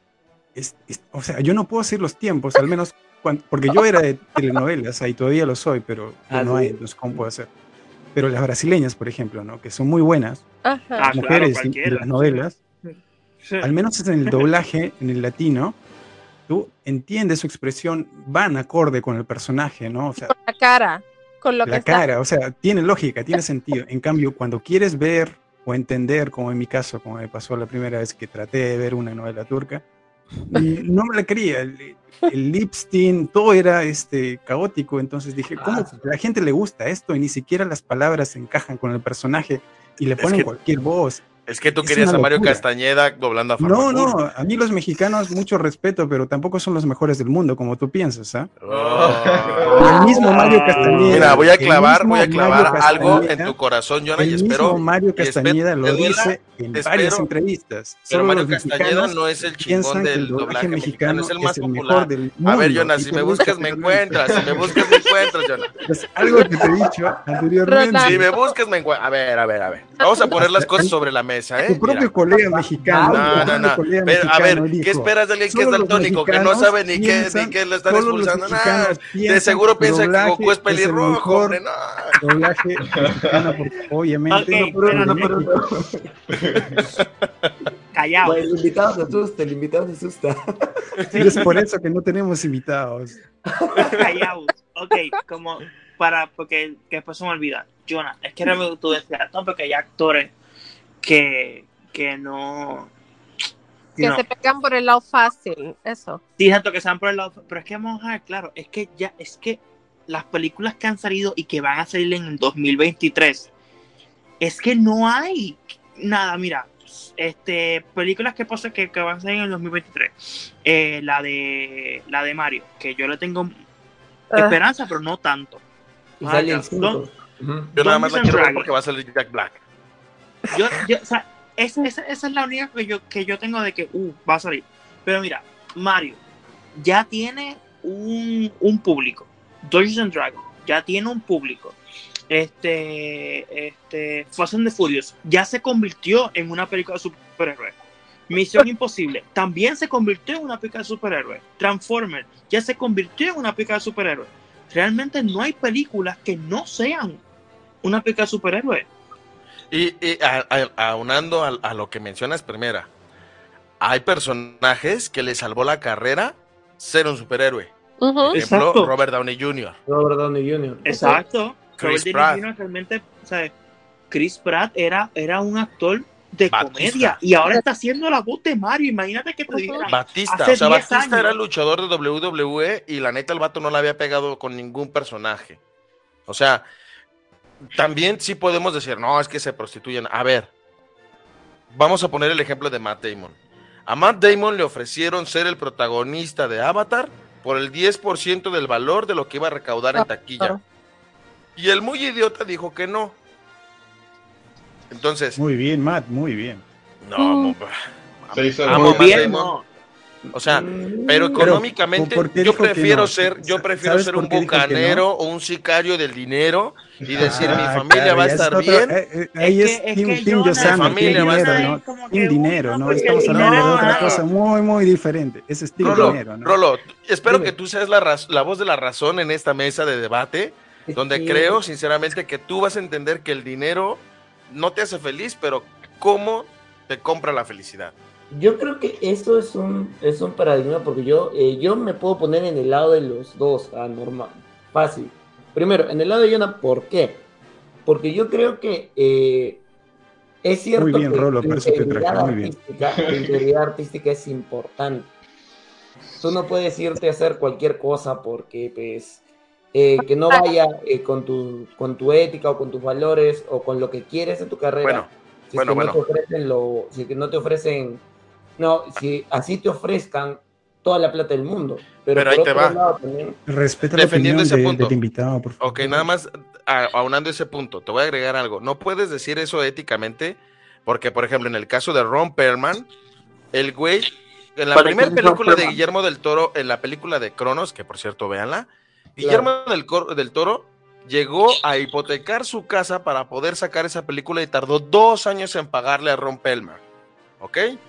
o sea, yo no puedo decir los tiempos, al menos porque yo era de telenovelas, ahí todavía lo soy, pero no hay, entonces ¿cómo puedo hacer? Pero las brasileñas, por ejemplo, ¿no? Que son muy buenas, Ajá. las mujeres claro, y las novelas, Sí. al menos en el doblaje, en el latino, tú entiendes su expresión, van acorde con el personaje, ¿no? O sea, La cara, con lo que la está. cara, o sea, tiene lógica, tiene sentido. En cambio, cuando quieres ver o entender, como en mi caso, como me pasó la primera vez que traté de ver una novela turca, no me la quería. El lip sync, todo era caótico. Entonces dije, ¿cómo a la gente le gusta esto? Y ni siquiera las palabras encajan con el personaje y le ponen cualquier voz. Es que tú Es querías una a Mario locura. Castañeda doblando a No, Farmacur. no, a mí los mexicanos, mucho respeto, pero tampoco son los mejores del mundo, como tú piensas, ¿ah? Oh. Y el mismo Mario Castañeda. Mira, voy a el clavar mismo Mario algo en Castañeda, tu corazón, Jonah, y el espero. mismo Mario y espero Castañeda que lo te duela, dice en espero, varias entrevistas. Pero Solo Mario los Castañeda mexicanos no es el chingón piensan que el del doblaje doblaje mexicano, mexicano es el más es el mejor popular. del mundo. A ver, Jonah, y si te me lo he buscas, dicho me anteriormente. encuentras. Si me buscas, me encuentras, Jonah. Es algo que te he dicho anteriormente. Si me buscas, me encuentras. A ver. Vamos a poner las cosas sobre la mesa, Tu ¿eh? propio Mira. colega mexicano, No. colega Pero, a ver, mexicano ¿qué dijo, esperas de alguien que es solo los daltónico, que no mexicanos sabe ni piensan- qué lo están solo los expulsando? mexicanos Nada. De piensan seguro que piensa que doblaje Goku es el pelirrojo, mejor hombre, no. doblaje mexicano, porque obviamente Ok, pero no, México. Callado. El invitado se asusta, el invitado se asusta. Y es por eso que no tenemos invitados. Callaos. Ok, como porque que después se me olvida. Jonah, es que realmente tú decías, no, porque hay actores que no. Que no. se pegan por el lado fácil, eso. Sí, exacto, que se van por el lado. Pero es que vamos a ver, claro, es que las películas que han salido y que van a salir en el 2023, es que no hay nada, mira. Películas que van a salir en el 2023. La de Mario, que yo le tengo esperanza, pero no tanto. Y sale el Don- 5. Yo nada más la Dungeons and quiero ver Dragons. porque va a salir Jack Black. O sea, esa es la única que yo tengo de que va a salir. Pero mira, Mario ya tiene un público. Dungeons and Dragons ya tiene un público. Fast and the Furious ya se convirtió en una película de superhéroes. Misión Imposible también se convirtió en una película de superhéroes. Transformers ya se convirtió en una película de superhéroes. Realmente no hay películas que no sean una película de superhéroes. Y aunando a lo que mencionas primera, hay personajes que le salvó la carrera ser un superhéroe. Ujú. Por ejemplo, Exacto. Robert Downey Jr. Robert Downey Jr. Exacto. Chris Robert Pratt. Downey Jr. realmente, o sea, Chris Pratt era un actor de Batista. comedia y ahora está haciendo la voz de Mario. Imagínate que te dijera. Batista, Hace o sea, 10 Batista años. era luchador de WWE y la neta el vato no le había pegado con ningún personaje. O sea, también sí podemos decir, no, es que se prostituyen. A ver, vamos a poner el ejemplo de Matt Damon. A Matt Damon le ofrecieron ser el protagonista de Avatar por el 10% del valor de lo que iba a recaudar en taquilla. Claro. Y el muy idiota dijo que no. Entonces, Muy bien, Matt, muy bien. no, Se hizo amo muy a Matt Bien, Damon. no. O sea, pero económicamente ¿por qué yo dijo que prefiero no? ser ¿Sabes un por qué dijo que no? bucanero o un sicario del dinero y decir mi Ah, familia claro, va a ya es estar otro- bien. ahí Es es que- es Team que Team Jonah, Yosander, mi familia Team va a dinero, estar ¿no? como que, Team dinero, no, ¿no? porque Estamos el hablando de dinero, otra ay. cosa muy, muy diferente. Ese es Team Rolo, dinero, ¿no? Rolo, espero Dime. que tú seas la voz de la razón en esta mesa de debate, donde Sí. creo sinceramente que tú vas a entender que el dinero no te hace feliz, pero cómo te compra la felicidad. Yo creo que eso es un paradigma porque yo me puedo poner en el lado de los dos, normal, fácil. Primero, en el lado de Jonah, ¿por qué? Porque yo creo que es cierto Muy bien, que Rolo, la para eso te traje, muy bien. la integridad artística es importante. Tú no puedes irte a hacer cualquier cosa porque, pues, que no vaya con tu ética o con tus valores o con lo que quieres en tu carrera. Si es que bueno. no te ofrecen si es que no te ofrecen, no, si así te ofrezcan toda la plata del mundo. Pero ahí por te otro va. lado también, Respeta la Defendiendo opinión ese punto. del invitado, por favor. Ok, nada más aunando ese punto, te voy a agregar algo. No puedes decir eso éticamente, porque, por ejemplo, en el caso de Ron Perlman, el güey, en la ¿Para primera quién es Ron película de Perlman? Guillermo del Toro, en la película de Cronos, que por cierto, véanla, Guillermo del Toro llegó a hipotecar su casa para poder sacar esa película y tardó 2 años en pagarle a Ron Perlman, ¿ok?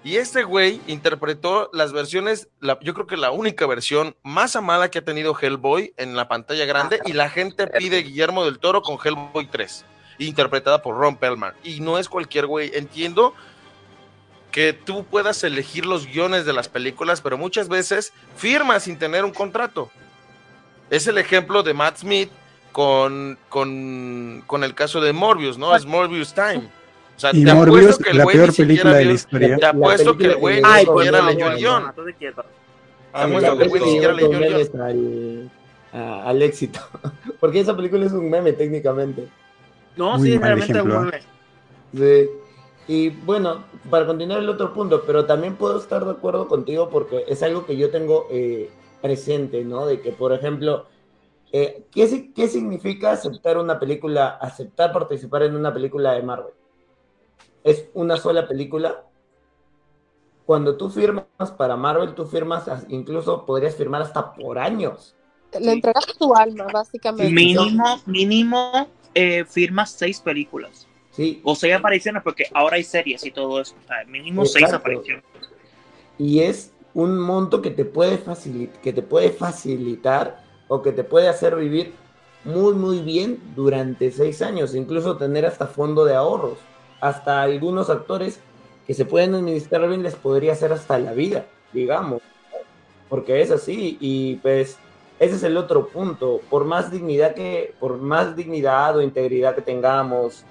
Y este güey interpretó las versiones, yo creo que la única versión más amada que ha tenido Hellboy en la pantalla grande, y la gente pide Guillermo del Toro con Hellboy 3, interpretada por Ron Perlman. Y no es cualquier güey, entiendo que tú puedas elegir los guiones de las películas, pero muchas veces firmas sin tener un contrato. Es el ejemplo de Matt Smith con el caso de Morbius, ¿no? Es Morbius Time. O sea, Y te Morbius, apuesto que el la güey peor ni siquiera película de la vio- historia. Te apuesto que el güey ni siquiera leyó el guión. A mí Ah, me bueno, La el güey ni gustó. siquiera leyó el guión. memes al éxito. Porque esa película es un meme técnicamente. No, Muy sí, mal realmente es ejemplo, un ¿eh? meme. Sí. Y bueno, para continuar el otro punto, pero también puedo estar de acuerdo contigo porque es algo que yo tengo presente, ¿no? De que, por ejemplo, ¿qué significa aceptar una película, aceptar participar en una película de Marvel? ¿Es una sola película? Cuando tú firmas para Marvel, tú firmas, incluso podrías firmar hasta por años. Le entregas tu alma, básicamente. Mínimo firmas 6 películas. Sí. O 6 apariciones, porque ahora hay series y todo eso. O sea, mínimo 6 Exacto. apariciones. Y es un monto que te puede facilitar o que te puede hacer vivir muy, muy bien durante 6 años, incluso tener hasta fondo de ahorros. Hasta algunos actores que se pueden administrar bien les podría hacer hasta la vida, digamos, porque es así. Y pues ese es el otro punto. Por más dignidad o integridad que tengamos,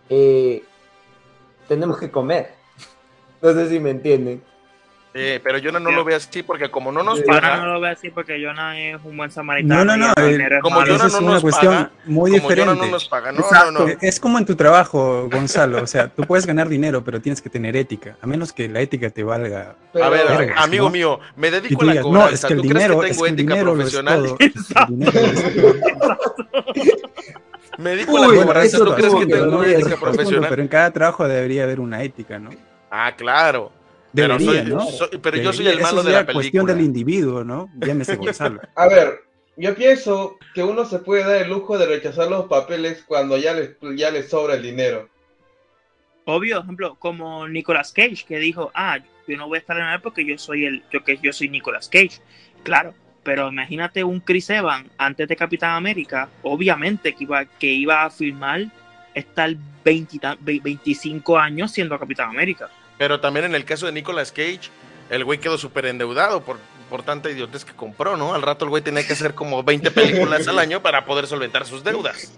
tenemos que comer. No sé si me entienden. Pero yo no lo veo así porque como no nos Jonah paga, no lo ve así porque Jonah es un buen samaritano. No, y el dinero es como malo. Esa Jonah es no una nos cuestión paga, muy como Jonah diferente. no nos paga, no, Exacto. no. Es como en tu trabajo, Gonzalo. O sea, tú puedes ganar dinero, pero tienes que tener ética. A menos que la ética te valga. A ver, vergas, amigo ¿no? mío, me Y dedico tú a la digas, no, cobranza. es que el ¿Tú crees dinero, que es tengo que el ética dinero lo es profesional? todo. El dinero lo es todo. Me dedico a la Uy, cobranza. eso ¿Tú crees tuvo que que tengo doler. ética profesional? Pero en cada trabajo debería haber una ética, ¿no? Ah, claro. Pero, Debería, ¿no? pero yo soy Debería. el malo Eso de la sería cuestión película. del individuo, ¿no? Llámese Gonzalo. A ver, yo pienso que uno se puede dar el lujo de rechazar los papeles cuando ya le sobra el dinero. Obvio, ejemplo, como Nicolas Cage, que dijo, yo no voy a estar en él porque yo soy Nicolas Cage. Claro, pero imagínate un Chris Evans antes de Capitán América, obviamente que iba a filmar estar 25 años siendo Capitán América. Pero también en el caso de Nicolas Cage, el güey quedó súper endeudado por tanta idiotez que compró, ¿no? Al rato el güey tenía que hacer como 20 películas al año para poder solventar sus deudas.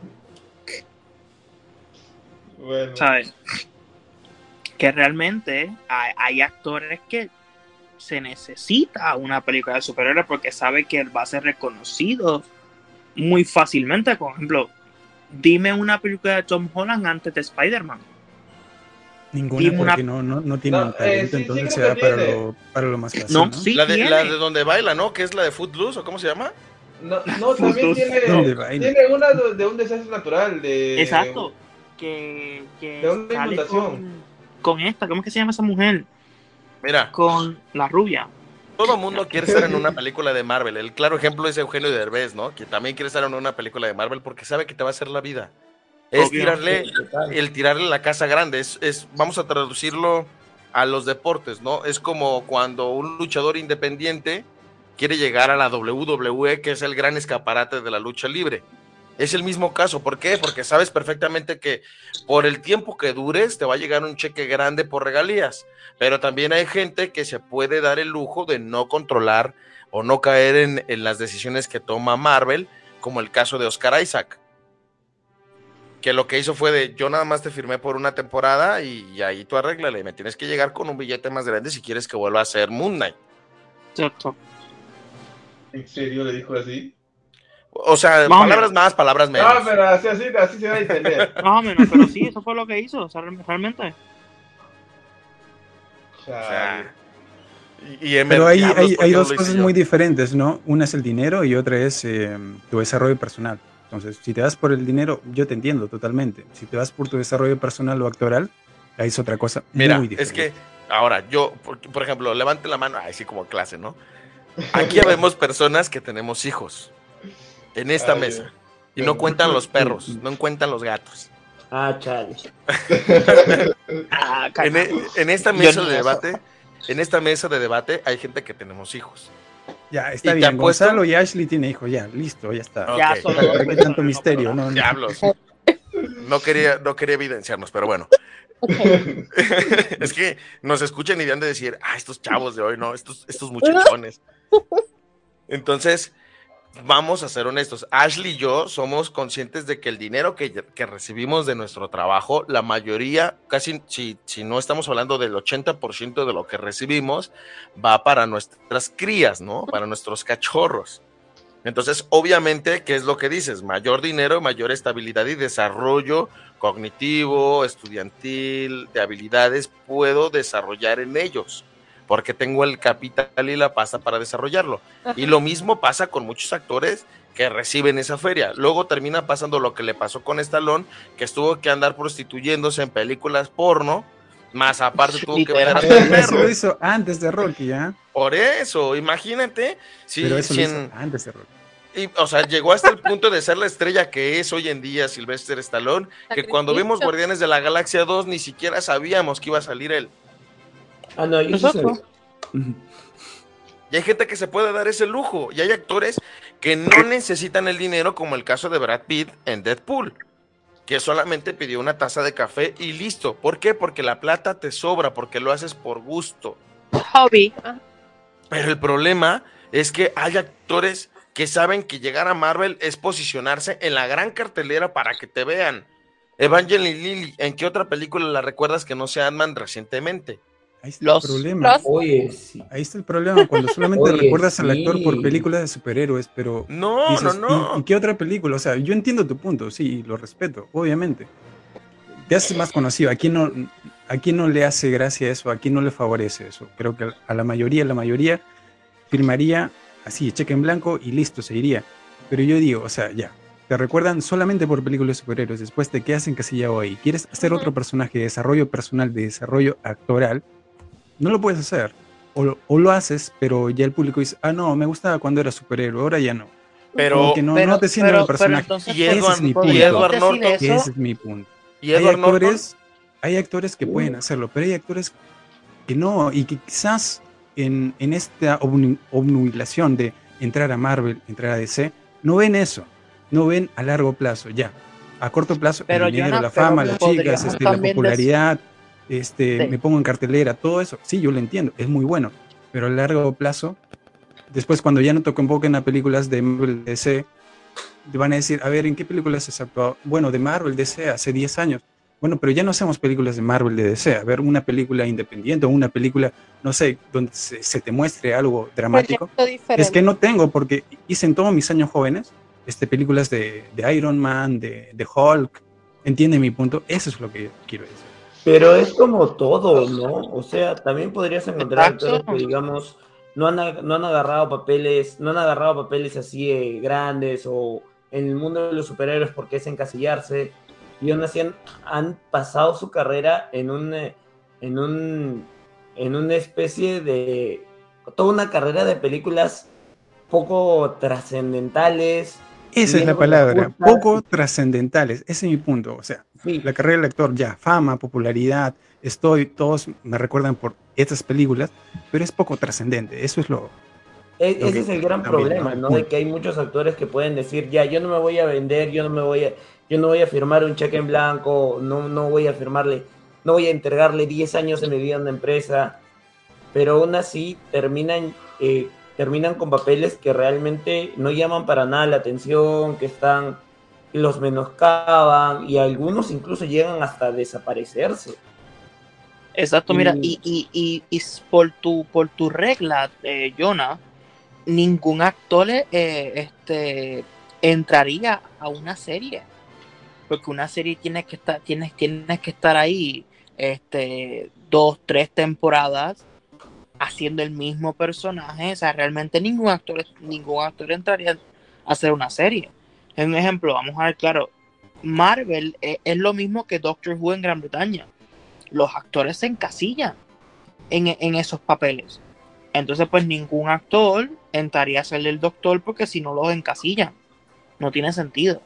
Bueno. ¿Sabes? Que realmente hay actores que se necesita una película de superhéroes porque sabe que él va a ser reconocido muy fácilmente. Por ejemplo, dime una película de Tom Holland antes de Spider-Man. Ninguna, Dime una- porque no tiene No, un talento, sí, entonces sí se creo da que para tiene. lo más fácil, No, ¿no? sí. La de tiene. donde baila, ¿no? Que es la de Footloose, ¿o cómo se llama? No, también ¿Dónde va? tiene una de un desastre natural. Exacto. Que De una sale inundación. con esta, ¿cómo es que se llama esa mujer? Mira, Con la rubia. todo mundo quiere estar en una película de Marvel. El claro ejemplo es Eugenio Derbez, ¿no? Que también quiere estar en una película de Marvel porque sabe que te va a hacer la vida. Es Obvio. tirarle la casa grande. Vamos a traducirlo a los deportes, ¿no? Es como cuando un luchador independiente quiere llegar a la WWE, que es el gran escaparate de la lucha libre. Es el mismo caso. ¿Por qué? Porque sabes perfectamente que por el tiempo que dures te va a llegar un cheque grande por regalías. Pero también hay gente que se puede dar el lujo de no controlar o no caer en las decisiones que toma Marvel, como el caso de Oscar Isaac, que lo que hizo fue de, yo nada más te firmé por una temporada y ahí tú arréglale, me tienes que llegar con un billete más grande si quieres que vuelva a ser Moon Knight. Exacto. ¿En serio le dijo así? O sea, Más o palabras menos. más, palabras menos. No, pero así se da a entender. Más o menos, pero sí, eso fue lo que hizo, o sea, realmente. O sea, y en Pero diablos, ¿por hay qué no dos lo hice cosas yo? muy diferentes, ¿no? Una es el dinero y otra es tu desarrollo personal. Entonces, si te vas por el dinero, yo te entiendo totalmente. Si te vas por tu desarrollo personal o actoral, ahí es otra cosa Mira, muy diferente. es que ahora yo, por ejemplo, levante la mano, así como clase, ¿no? Aquí vemos personas que tenemos hijos en esta Ay, mesa y no cuentan los perros, no cuentan los gatos. Ah, chale. En esta mesa de debate en esta mesa de debate hay gente que tenemos hijos. Ya, está ¿Y te bien. apuesto? Gonzalo y Ashley tienen hijos, ya, listo, ya está. Ya Ok. solo dos ¿Para qué personas, tanto no, misterio? pero- No, no. Diablos. No quería evidenciarnos, pero bueno. Es que nos escuchan y han de decir, estos chavos de hoy, no, estos muchachones. Entonces, vamos a ser honestos. Ashley y yo somos conscientes de que el dinero que recibimos de nuestro trabajo, la mayoría, casi si no estamos hablando del 80% de lo que recibimos, va para nuestras crías, ¿no? Para nuestros cachorros. Entonces, obviamente, ¿qué es lo que dices? Mayor dinero, mayor estabilidad y desarrollo cognitivo, estudiantil, de habilidades, puedo desarrollar en ellos, porque tengo el capital y la pasta para desarrollarlo. Y lo mismo pasa con muchos actores que reciben esa feria. Luego termina pasando lo que le pasó con Stallone, que estuvo que andar prostituyéndose en películas porno, más aparte tuvo que vender a su Eso perro. lo hizo antes de Rocky, ¿ya? Por eso, imagínate, Pero eso lo hizo en- antes de Rocky. o sea, llegó hasta el punto de ser la estrella que es hoy en día Sylvester Stallone, que cuando vimos Guardianes de la Galaxia 2 ni siquiera sabíamos que iba a salir él. Ah, no, yo sí Nosotros. sabía. Y hay gente que se puede dar ese lujo, y hay actores que no necesitan el dinero, como el caso de Brad Pitt en Deadpool, que solamente pidió una taza de café y listo. ¿Por qué? Porque la plata te sobra, porque lo haces por gusto. Hobby. Pero el problema es que hay actores que saben que llegar a Marvel es posicionarse en la gran cartelera para que te vean. Evangeline Lilly, ¿en qué otra película la recuerdas que no sea Ant-Man recientemente? Ahí está Los- el problema. Oye, sí. Ahí está el problema, cuando solamente Oye, recuerdas al actor por sí. películas de superhéroes, pero No, dices, no. ¿y qué otra película? O sea, yo entiendo tu punto, sí, lo respeto, obviamente. Te haces más conocido. ¿A quién no le hace gracia eso? ¿A quién no le favorece eso? Creo que a la mayoría firmaría así, cheque en blanco y listo, se iría. Pero yo digo, o sea, ya, te recuerdan solamente por películas de superhéroes, después te quedas encasillado ahí. ¿Quieres hacer otro personaje de desarrollo personal, de desarrollo actoral? No lo puedes hacer. O lo haces, pero ya el público dice, no, me gustaba cuando era superhéroe, ahora ya no. Pero, Como que no te sienten el personaje. entonces, Y Ese Edward- es mi y punto. Edward Norton. Ese es mi punto. ¿y Edward Norton? Hay actores que pueden hacerlo, pero hay actores que no, y que quizás en esta obnubilación de entrar a Marvel, entrar a DC, no ven eso, no ven a largo plazo, ya. A corto plazo, Pero, el dinero, Jonah, la pero fama, las podríamos chicas, la también popularidad, Sí. me pongo en cartelera, todo eso, sí, yo lo entiendo, es muy bueno, pero a largo plazo, después cuando ya no te convoquen a películas de Marvel, DC, te van a decir, a ver, ¿en qué películas has actuado? Bueno, de Marvel, DC, hace 10 años. Bueno, pero ya no hacemos películas de Marvel, de DC. A ver, una película independiente o una película, no sé, donde se te muestre algo dramático. Proyecto diferente. Es que no tengo, porque hice en todos mis años jóvenes películas de Iron Man, de Hulk. ¿Entiende mi punto? Eso es lo que quiero decir. Pero es como todo, ¿no? O sea, también podrías encontrar Exacto. actores que, digamos, no han agarrado papeles así grandes o en el mundo de los superhéroes porque es encasillarse y aún así han pasado su carrera en una especie de toda una carrera de películas poco trascendentales. Esa es la viendo palabra, justas. poco trascendentales. Ese es mi punto. O sea, Sí. la carrera del actor, ya, fama, popularidad, todos me recuerdan por estas películas, pero es poco trascendente. Eso es lo Ese que es el gran también, problema, ¿no? ¿no? De que hay muchos actores que pueden decir, ya, yo no me voy a vender, yo no voy a firmar un cheque en blanco, no voy a firmarle, no voy a entregarle 10 años de mi vida a una empresa, pero aún así terminan con papeles que realmente no llaman para nada la atención, que los menoscaban y algunos incluso llegan hasta a desaparecerse. Exacto, mira, y por tu regla, Jonah, ningún actor entraría a una serie. Porque una serie tienes que estar ahí 2, 3 temporadas haciendo el mismo personaje. O sea, realmente ningún actor entraría a hacer una serie. Un ejemplo, vamos a ver, claro, Marvel es lo mismo que Doctor Who en Gran Bretaña. Los actores se encasillan en esos papeles. Entonces, pues ningún actor entraría a ser el doctor porque si no los encasillan. No tiene sentido.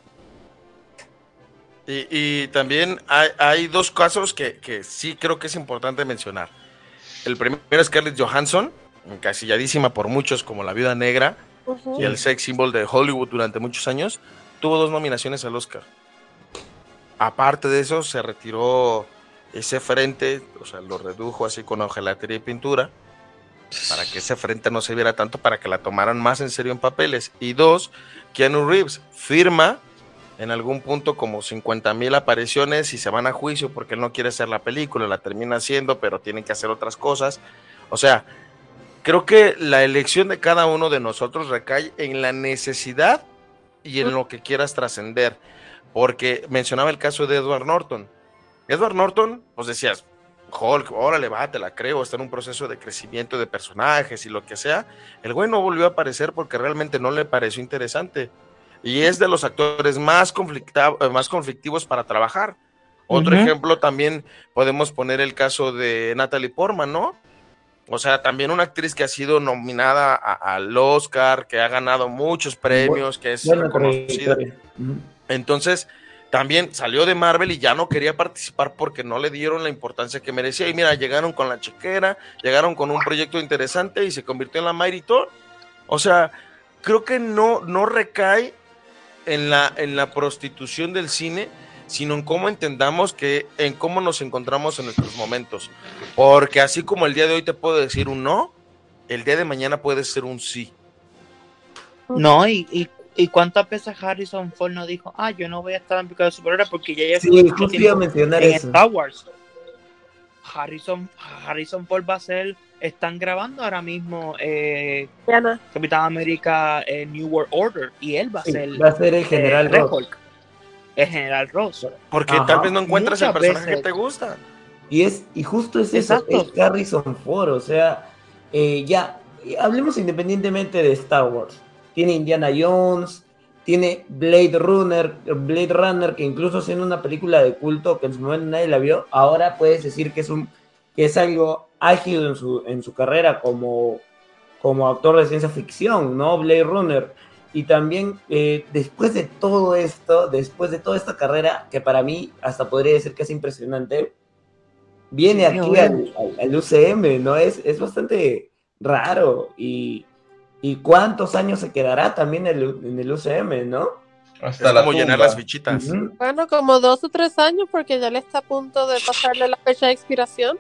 Y también hay dos casos que sí creo que es importante mencionar. El primero es Scarlett Johansson, encasilladísima por muchos como la Viuda Negra y el sex symbol de Hollywood durante muchos años, tuvo 2 nominaciones al Oscar. Aparte de eso, se retiró ese frente, o sea, lo redujo así con hojalatería y pintura, para que ese frente no se viera tanto, para que la tomaran más en serio en papeles. Y 2, Keanu Reeves firma en algún punto como 50,000 apariciones y se van a juicio porque él no quiere hacer la película, la termina haciendo, pero tienen que hacer otras cosas. O sea, creo que la elección de cada uno de nosotros recae en la necesidad y en lo que quieras trascender, porque mencionaba el caso de Edward Norton. Edward Norton, pues decías, Hulk, órale, va, te la creo, está en un proceso de crecimiento de personajes y lo que sea. El güey no volvió a aparecer porque realmente no le pareció interesante. Y es de los actores más conflictivos para trabajar. Otro ejemplo también podemos poner el caso de Natalie Portman, ¿no? O sea, también una actriz que ha sido nominada al Oscar, que ha ganado muchos premios, que es reconocida. Entonces, también salió de Marvel y ya no quería participar porque no le dieron la importancia que merecía. Y mira, llegaron con La Chequera, llegaron con un proyecto interesante y se convirtió en la Mighty Thor. O sea, creo que no recae en la prostitución del cine, sino en cómo entendamos en cómo nos encontramos en nuestros momentos. Porque así como el día de hoy te puedo decir un no, el día de mañana puede ser un sí. No, y cuántas veces Harrison Ford no dijo, yo no voy a estar en película de superhéroes porque ya Sí, justo iba a mencionar en eso. Star Wars. Harrison Ford va a ser, están grabando ahora mismo Capitán América New World Order y él va a ser el General Ross. Hulk, el General Ross. Porque tal vez no encuentras el personaje que te gusta. Y justo es eso, es Harrison Ford, o sea, ya, hablemos independientemente de Star Wars. Tiene Indiana Jones, tiene Blade Runner, que incluso siendo una película de culto que en su momento nadie la vio, ahora puedes decir que es algo ágil en su carrera como actor de ciencia ficción, ¿no? Blade Runner. Y también después de todo esto, después de toda esta carrera, que para mí hasta podría decir que es impresionante, viene aquí al UCM, ¿no? Es bastante raro ¿Y cuántos años se quedará también en el UCM, no? Hasta como llenar las fichitas. Bueno, como 2 o 3 años, porque ya le está a punto de pasarle la fecha de expiración.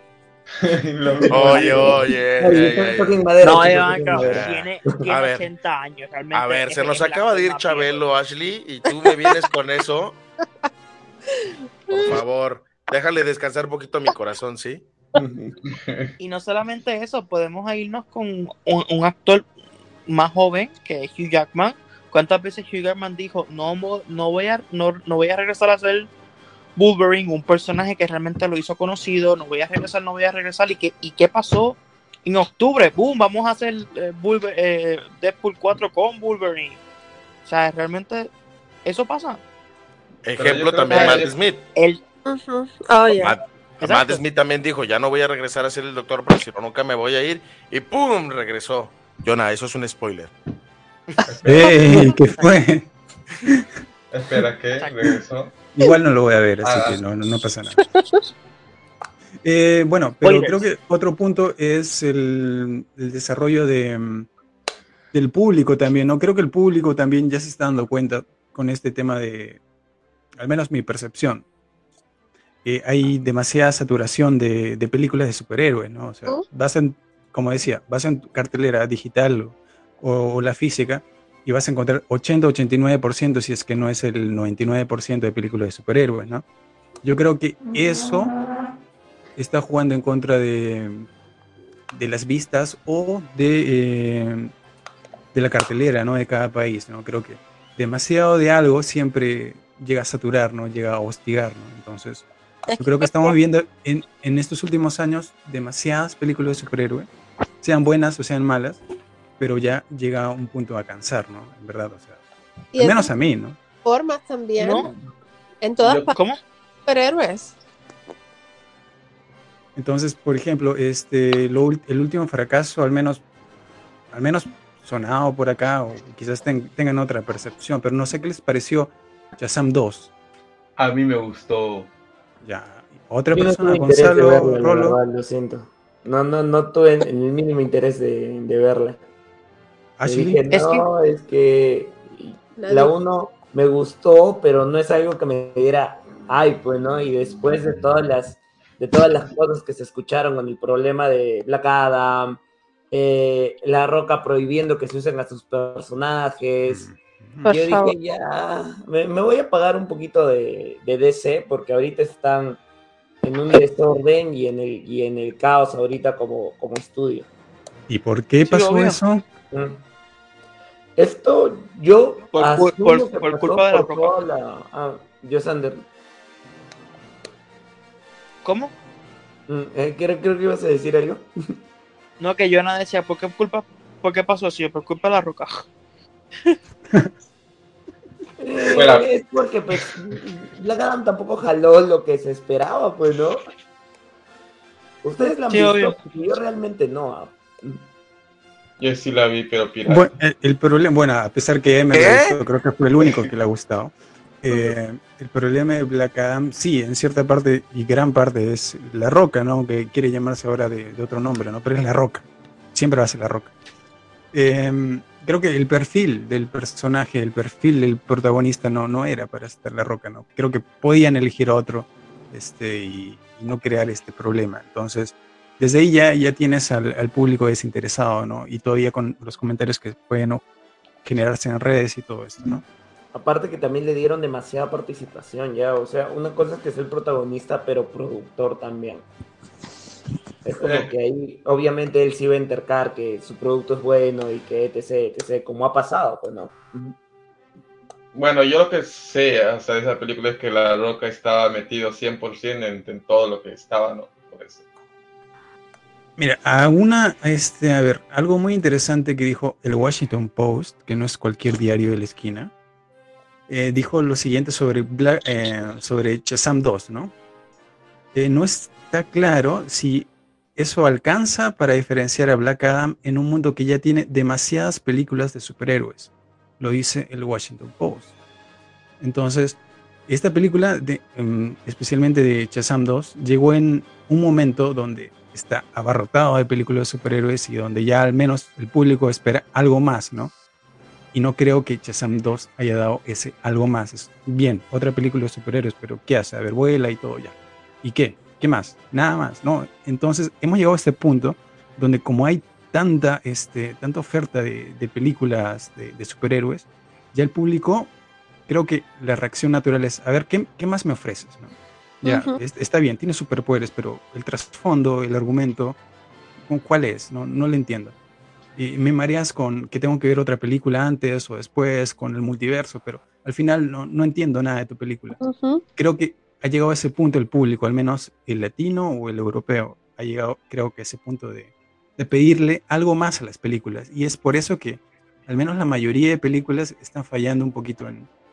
Oye. No, tiene 80 años. Realmente a ver, se nos acaba de ir Chabelo, Ashley, y tú me vienes con eso. Por favor, déjale descansar un poquito a mi corazón, ¿sí? Y no solamente eso, podemos irnos con un actor más joven que es Hugh Jackman. ¿Cuántas veces Hugh Jackman dijo no voy a regresar a ser Wolverine, un personaje que realmente lo hizo conocido, no voy a regresar? ¿Y qué pasó? En octubre, boom, vamos a hacer Deadpool 4 con Wolverine. O sea, realmente eso pasa. Ejemplo también Matt Smith. Matt Smith también dijo, ya no voy a regresar a ser el doctor, pero si no, nunca me voy a ir. Y ¡pum! Regresó. Jonah, eso es un spoiler. ¡Ey! ¿Qué fue? Espera, ¿qué? ¿Regresó? Igual no lo voy a ver, así que no pasa nada. Bueno, pero creo que otro punto es el desarrollo del público también, ¿no? Creo que el público también ya se está dando cuenta con este tema de, al menos mi percepción, hay demasiada saturación de películas de superhéroes, ¿no? O sea, como decía, vas en cartelera digital o la física y vas a encontrar 80-89%, si es que no es el 99% de películas de superhéroes, ¿no? Yo creo que eso está jugando en contra de las vistas o de la cartelera, ¿no? De cada país, ¿no? Creo que demasiado de algo siempre llega a saturar, ¿no? Llega a hostigar, ¿no? Entonces, yo creo que estamos viendo en estos últimos años demasiadas películas de superhéroes, sean buenas o sean malas, pero ya llega a un punto a cansar, ¿no? En verdad, o sea, al menos a mí, ¿no? Formas también. ¿No? En todas partes. ¿Cómo? Superhéroes. Entonces, por ejemplo, el último fracaso, al menos sonado por acá, o quizás tengan otra percepción, pero no sé qué les pareció Shazam 2. A mí me gustó. Ya. Otra persona, Gonzalo, Rolo. Lo siento. No tuve el mínimo interés de verla. Y Ashley, dije, Es que, no, es que la Nadie. 1 me gustó, pero no es algo que me diera, ay, pues, ¿no? Y después de todas las cosas que se escucharon con el problema de Black Adam, La Roca prohibiendo que se usen a sus personajes, Por yo favor. dije, ya, me voy a pagar un poquito de DC, porque ahorita están en un desorden y en el caos ahorita como estudio. ¿y por qué sí, pasó obvio, eso? Mm. Esto yo asumo que por pasó culpa de La por Roca. toda la... Josander, ¿Cómo? creo que ibas a decir algo. No, que yo nada decía, ¿por qué pasó así? Por culpa de La Roca. Fuera. Es porque pues Black Adam tampoco jaló lo que se esperaba, pues, ¿no? ¿Ustedes la han Sí, visto? obvio. Porque yo realmente no. Yo sí la vi, pero pirata. Bueno, el problema, bueno, a pesar que Emer le ¿Qué? gustó, creo que fue el único que le ha gustado. El problema de Black Adam, sí, en cierta parte y gran parte es La Roca, ¿no? Que quiere llamarse ahora de otro nombre, ¿no? Pero es La Roca. Siempre va a ser La Roca. Creo que el perfil del personaje, el perfil del protagonista no era para estar La Roca, ¿no? Creo que podían elegir a otro y no crear este problema. Entonces, desde ahí ya tienes al público desinteresado, ¿no? Y todavía con los comentarios que pueden generarse en redes y todo esto, ¿no? Aparte que también le dieron demasiada participación ya, o sea, una cosa es que es el protagonista, pero productor también. Es como que ahí, obviamente él sí va a entercar que su producto es bueno y que etc, como ha pasado, pues no. Bueno, yo lo que sé, o sea, de esa película es que La Roca estaba metido 100% en todo lo que estaba, ¿no? Por eso. Mira, a ver, algo muy interesante que dijo el Washington Post, que no es cualquier diario de la esquina, dijo lo siguiente sobre Shazam 2, ¿no? No está claro si eso alcanza para diferenciar a Black Adam en un mundo que ya tiene demasiadas películas de superhéroes. Lo dice el Washington Post. Entonces, esta película, especialmente de Shazam 2, llegó en un momento donde está abarrotado de películas de superhéroes y donde ya al menos el público espera algo más, ¿no? Y no creo que Shazam 2 haya dado ese algo más. Es bien, otra película de superhéroes, pero ¿qué hace? A ver, vuela y todo ya. ¿Y qué? ¿Qué más? Nada más, ¿no? Entonces hemos llegado a este punto donde como hay tanta oferta de películas de superhéroes, ya el público, creo que la reacción natural es, a ver, ¿qué más me ofreces? ¿no? Ya, Ujú. está bien, tiene superpoderes, pero el trasfondo, el argumento, ¿cuál es? No lo entiendo. Y me mareas con que tengo que ver otra película antes o después, con el multiverso, pero al final no entiendo nada de tu película. Ujú. Creo que ha llegado a ese punto el público, al menos el latino o el europeo, ha llegado, creo que a ese punto de pedirle algo más a las películas. Y es por eso que al menos la mayoría de películas están fallando un poquito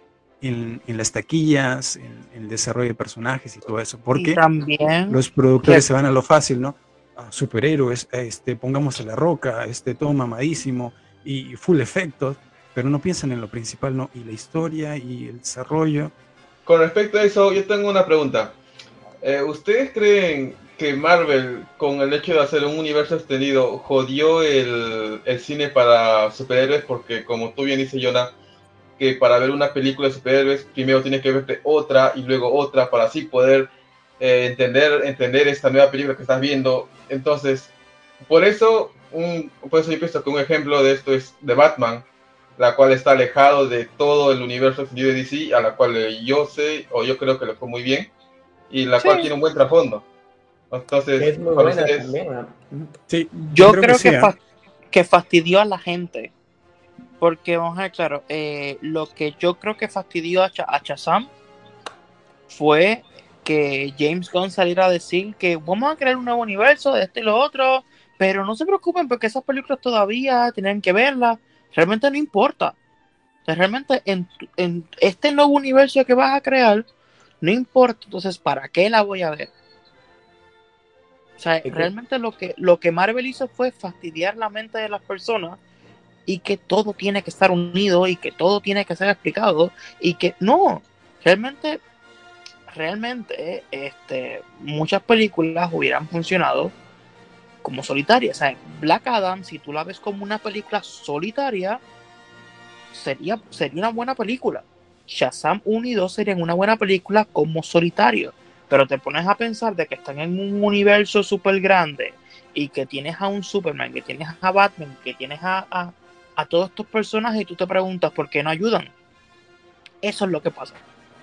en las taquillas, en el desarrollo de personajes y todo eso, Y porque también, los productores se van a lo fácil, ¿no? Superhéroes, pongamos a La Roca, todo mamadísimo y full efectos, pero no piensan en lo principal, ¿no? Y la historia y el desarrollo. Con respecto a eso, yo tengo una pregunta. ¿Ustedes creen que Marvel, con el hecho de hacer un universo extendido, jodió el cine para superhéroes? Porque como tú bien dices, Jonah, que para ver una película de superhéroes, primero tienes que verte otra y luego otra para así poder entender esta nueva película que estás viendo. Entonces, por eso yo pienso que un ejemplo de esto es de Batman, la cual está alejado de todo el universo extendido de DC, a la cual yo sé, o yo creo que le fue muy bien, y la cual sí, tiene un buen trasfondo. Que Entonces, es muy para buena ustedes, también. Sí, yo creo creo sí, ¿eh? que fastidió a la gente. Porque vamos a ver, claro, lo que yo creo que fastidió a Shazam fue que James Gunn saliera a decir que vamos a crear un nuevo universo de esto y lo otro, pero no se preocupen porque esas películas todavía tienen que verlas. Realmente no importa. O sea, realmente en este nuevo universo que vas a crear, no importa. Entonces, ¿para qué la voy a ver? O sea, realmente lo que Marvel hizo fue fastidiar la mente de las personas y que todo tiene que estar unido y que todo tiene que ser explicado y que no, realmente muchas películas hubieran funcionado como solitaria. O sea, Black Adam, si tú la ves como una película solitaria, sería una buena película. Shazam 1 y 2 serían una buena película como solitario. Pero te pones a pensar de que están en un universo súper grande y que tienes a un Superman, que tienes a Batman, que tienes a todos estos personajes y tú te preguntas por qué no ayudan. Eso es lo que pasa.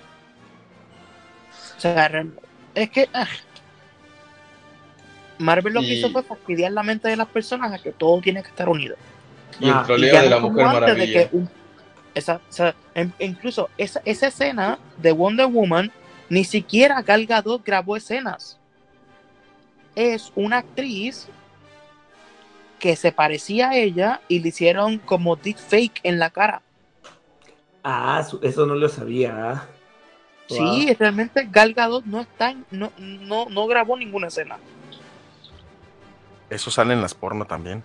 O sea, es que Marvel lo que hizo fue fastidiar la mente de las personas a que todo tiene que estar unido. Y el Y troleo ya de no la es como Mujer antes de Maravilla. que incluso esa escena de Wonder Woman, ni siquiera Gal Gadot grabó escenas. Es una actriz que se parecía a ella y le hicieron como deepfake en la cara. Eso no lo sabía. Sí, realmente Gal Gadot no grabó ninguna escena. Eso sale en las porno también.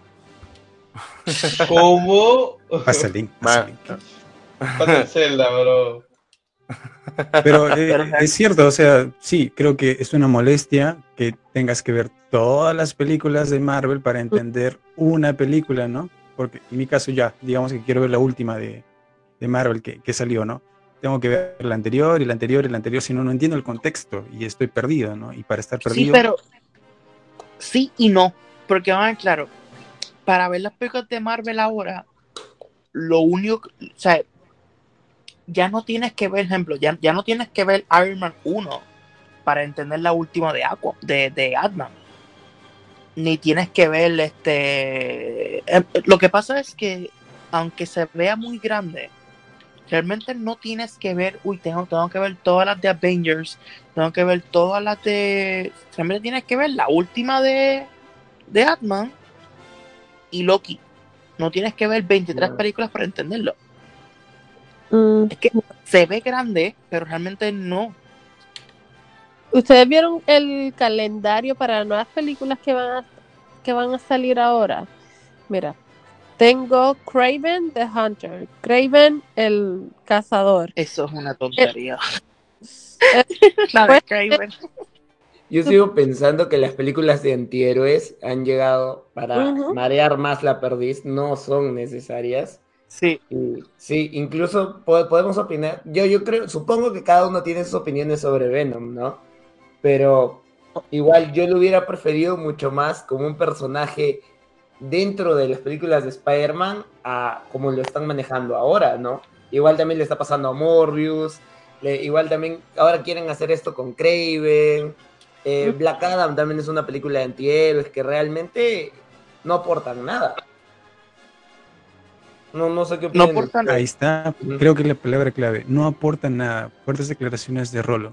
¿Cómo? Pasa el link. Pasa el Zelda, bro. Pero es cierto, o sea, sí, creo que es una molestia que tengas que ver todas las películas de Marvel para entender una película, ¿no? Porque en mi caso ya, digamos que quiero ver la última de Marvel que salió, ¿no? Tengo que ver la anterior y la anterior y la anterior, si no, no entiendo el contexto y estoy perdido, ¿no? Y para estar perdido... Sí, pero sí y no, porque claro, para ver las películas de Marvel ahora, lo único, o sea, ya no tienes que ver, ejemplo, ya no tienes que ver Iron Man 1 para entender la última de Ant-Man. Ni tienes que ver lo que pasa es que aunque se vea muy grande, realmente no tienes que ver, tengo que ver todas las de Avengers, tengo que ver todas las de... Realmente tienes que ver la última de Ant-Man y Loki. No tienes que ver 23 películas para entenderlo. Es que se ve grande, pero realmente no. ¿Ustedes vieron el calendario para las nuevas películas que van a salir ahora? Mira, tengo Kraven the Hunter, Kraven el cazador. Eso es una tontería. La de Kraven. Yo sigo pensando que las películas de antihéroes han llegado para marear más la perdiz, no son necesarias. Sí. Sí, incluso podemos opinar. Yo creo, supongo que cada uno tiene sus opiniones sobre Venom, ¿no? Pero igual yo lo hubiera preferido mucho más como un personaje dentro de las películas de Spider-Man a como lo están manejando ahora, ¿no? Igual también le está pasando a Morbius, igual también ahora quieren hacer esto con Kraven. Black Adam también es una película de antihéroes que realmente no aportan nada. No sé qué opinan. No aportan nada. Ahí está, creo que la palabra clave, no aportan nada. Fuertes declaraciones de Rolo.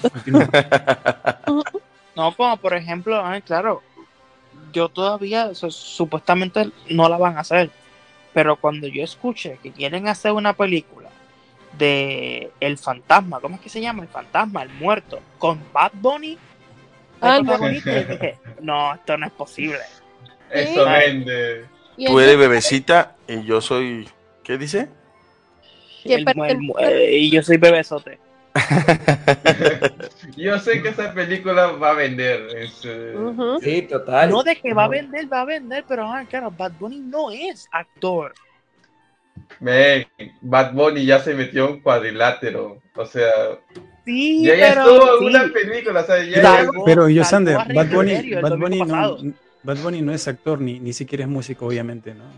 No, como por ejemplo, claro, yo todavía, supuestamente no la van a hacer, pero cuando yo escuché que quieren hacer una película de El Fantasma, ¿cómo es que se llama? El Fantasma, el muerto, con Bad Bunny, protagonista, yo dije, no, esto no es posible. Eso vende. Tú eres bebecita y yo soy... ¿Qué dice? Y yo soy bebesote. Yo sé que esa película va a vender. Sí, total. No de que va a vender, pero claro, Bad Bunny no es actor. Bad Bunny ya se metió en cuadrilátero. O sea, sí, ya pero, estuvo en una película. O sea, pero Yosander, Bad Bunny no es actor ni siquiera es músico, obviamente, ¿no?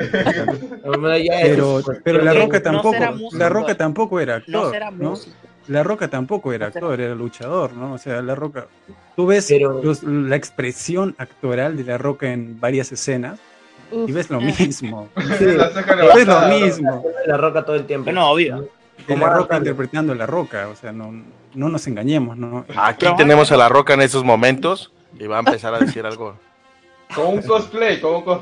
pero La Roca tampoco, La Roca tampoco era actor, ¿no? La Roca tampoco era actor, era luchador, ¿no? O sea, La Roca, tú ves la expresión actoral de La Roca en varias escenas y ves lo mismo. Ves lo mismo. La Roca todo el tiempo. Bueno, obvio. La Roca interpretando a La Roca, o sea, no nos engañemos, ¿no? Aquí tenemos a La Roca en estos momentos y va a empezar a decir algo. Con un cosplay.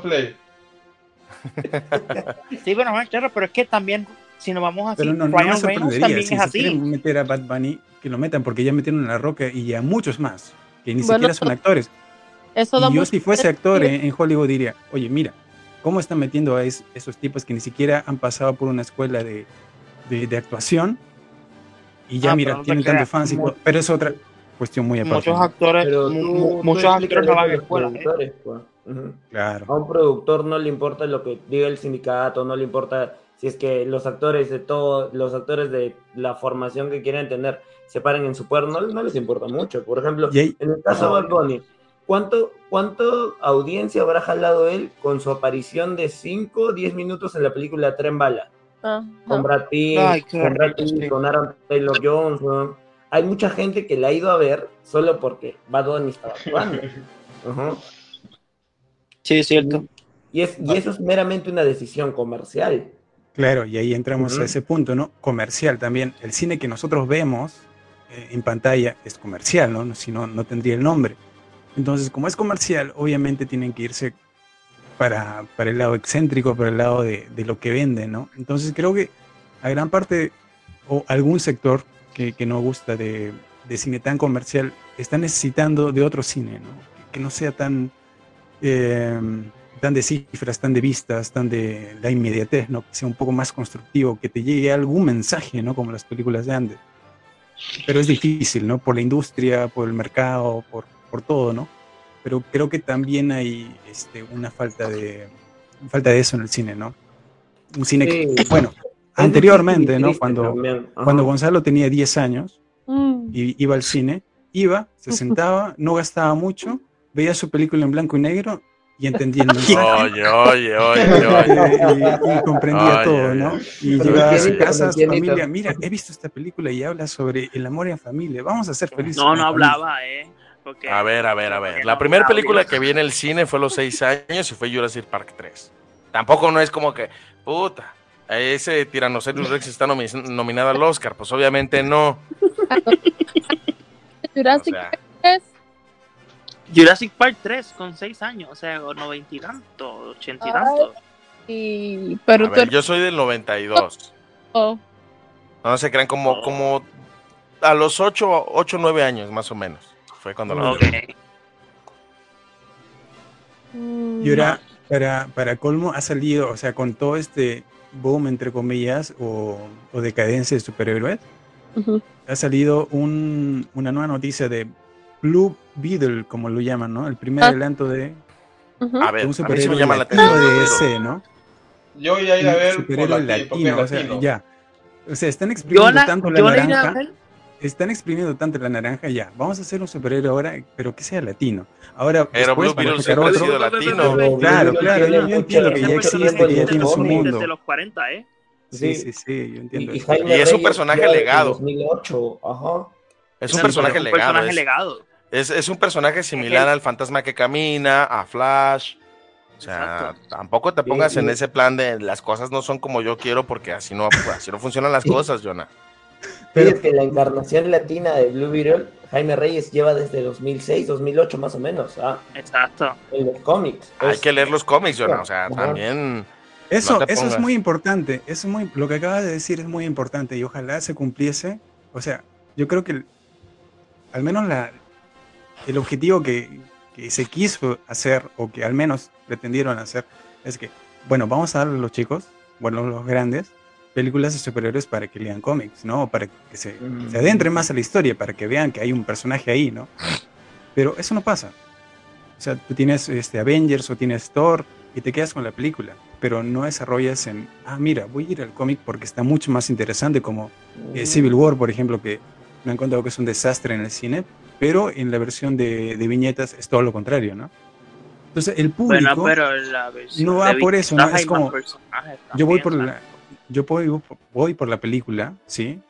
Sí, bueno, claro, pero es que también, si nos vamos así, pero no Ryan me Reynolds sorprendería también si es se así. quieren meter a Bad Bunny, que lo metan, porque ya metieron a La Roca y a muchos más, que ni siquiera son actores. Y yo si fuese actor en Hollywood diría, oye, mira, ¿cómo están metiendo a esos tipos que ni siquiera han pasado por una escuela de actuación? Y ya, mira, tienen tantos fans, pero es otra cuestión muy aparte. Muchos actores no van a escuela. Ujú. Claro. A un productor no le importa lo que diga el sindicato, no le importa si es que los actores los actores de la formación que quieren tener se paren en su poder, no les importa mucho. Por ejemplo, Y ahí, en el caso de Bad Bunny, ¿cuánto audiencia habrá jalado él con su aparición de 5 o 10 minutos en la película Tren Bala? Con Brad Pitt, Ay, qué con Brad rico, Pitt, sí. con Aaron Taylor Johnson. Hay mucha gente que la ha ido a ver solo porque Bad Bunny estaba actuando. Ujú. Sí, es cierto. Y eso es meramente una decisión comercial. claro, y ahí entramos a Ujú. ese punto, ¿no? Comercial también. El cine que nosotros vemos en pantalla es comercial, ¿no? Si no, no tendría el nombre. Entonces, como es comercial, obviamente tienen que irse para el lado excéntrico, para el lado de lo que venden, ¿no? Entonces creo que a gran parte o algún sector que no gusta de cine tan comercial está necesitando de otro cine, ¿no? Que no sea eh, tan de cifras, tan de vistas, tan de la inmediatez, ¿no? Que sea un poco más constructivo, que te llegue algún mensaje, ¿no? Como las películas de antes. Pero es difícil, ¿no? Por la industria, por el mercado, por todo, ¿no? Pero creo que también hay una falta de eso en el cine, ¿no? Un cine que, Sí, bueno, es difícil y anteriormente, ¿no? triste también. Ajá. Cuando Gonzalo tenía 10 años Mm. y iba al cine, se sentaba, no gastaba mucho, veía su película en blanco y negro y entendía el mensaje y comprendía todo, ¿no? Y Con el llegaba a su pianito, con casa, el a su pianito. familia, mira, he visto esta película y habla sobre el amor en familia, vamos a ser felices. No, en no familia. hablaba, porque A ver. porque La no primera había película audio. que vi en el cine fue a los 6 años y fue Jurassic Park 3. Tampoco no es como que, puta, ese Tyrannosaurus Rex está nominado al Oscar. Pues obviamente no. Jurassic O sea. Park 3, Jurassic Park 3 con 6 años, o sea, o 90 y tanto, 80 y tanto. pero A ver, yo soy del 92. Oh, No se crean como a los 8 o 9 años más o menos. Fue cuando lo vi. Ok. Y ahora, para colmo, ha salido, o sea, con todo este boom, entre comillas, o decadencia de superhéroes, ujú. ha salido una nueva noticia de Blue Beetle, como lo llaman, ¿no? El primer adelanto de Ujú. A ver, un a mí sí superhéroe me llama la latino atención. de pero- DC, ¿no? Yo voy a ir a Un ver por superhéroe latino, porque latino, es o sea, latino. ya. O sea, están exprimiendo tanto la yo la iré a naranja. ver. Están exprimiendo tanto la naranja, ya. Vamos a hacer un superhéroe ahora, pero que sea latino. Ahora, Pero después Blue van a Beetle sacar siempre ha otro. sido latino. Pero Claro, Blue claro, tiene yo entiendo que Ese ya personaje existe, que ya viene tiene su desde mundo. los 40, ¿eh? Sí, Sí. sí, sí, yo entiendo Y eso. Jaime Y es un Reyes personaje ya desde legado. 2008, ajá. Es un personaje un legado. personaje legado. Es un personaje similar el- al fantasma que camina, a Flash. O sea, Exacto. tampoco te pongas en y- ese plan de las cosas no son como yo quiero porque así no funcionan las cosas, Jonah. Fíjate que la encarnación latina de Blue Beetle, Jaime Reyes lleva desde 2006, 2008 más o menos, Exacto. en los cómics. Hay que leer los cómics, Jonah. O sea, Ajá. también. Eso, No te eso es pongas. muy importante. Lo que acabas de decir es muy importante y ojalá se cumpliese. O sea, yo creo que al menos el objetivo que se quiso hacer o que al menos pretendieron hacer es que, bueno, vamos a darle a los chicos, bueno, los grandes, películas de superhéroes para que lean cómics, ¿no? Para que se adentren más a la historia, para que vean que hay un personaje ahí, ¿no? Pero eso no pasa. O sea, tú tienes Avengers o tienes Thor y te quedas con la película, pero no desarrollas mira, voy a ir al cómic porque está mucho más interesante, como Civil War, por ejemplo, que me han contado que es un desastre en el cine, pero en la versión de viñetas es todo lo contrario, ¿no? Entonces, el público Bueno, pero la versión no va de por eso, ¿no? Viñetas Es hay más como, personajes yo voy también, por ¿sabes? voy por la película, ¿sí?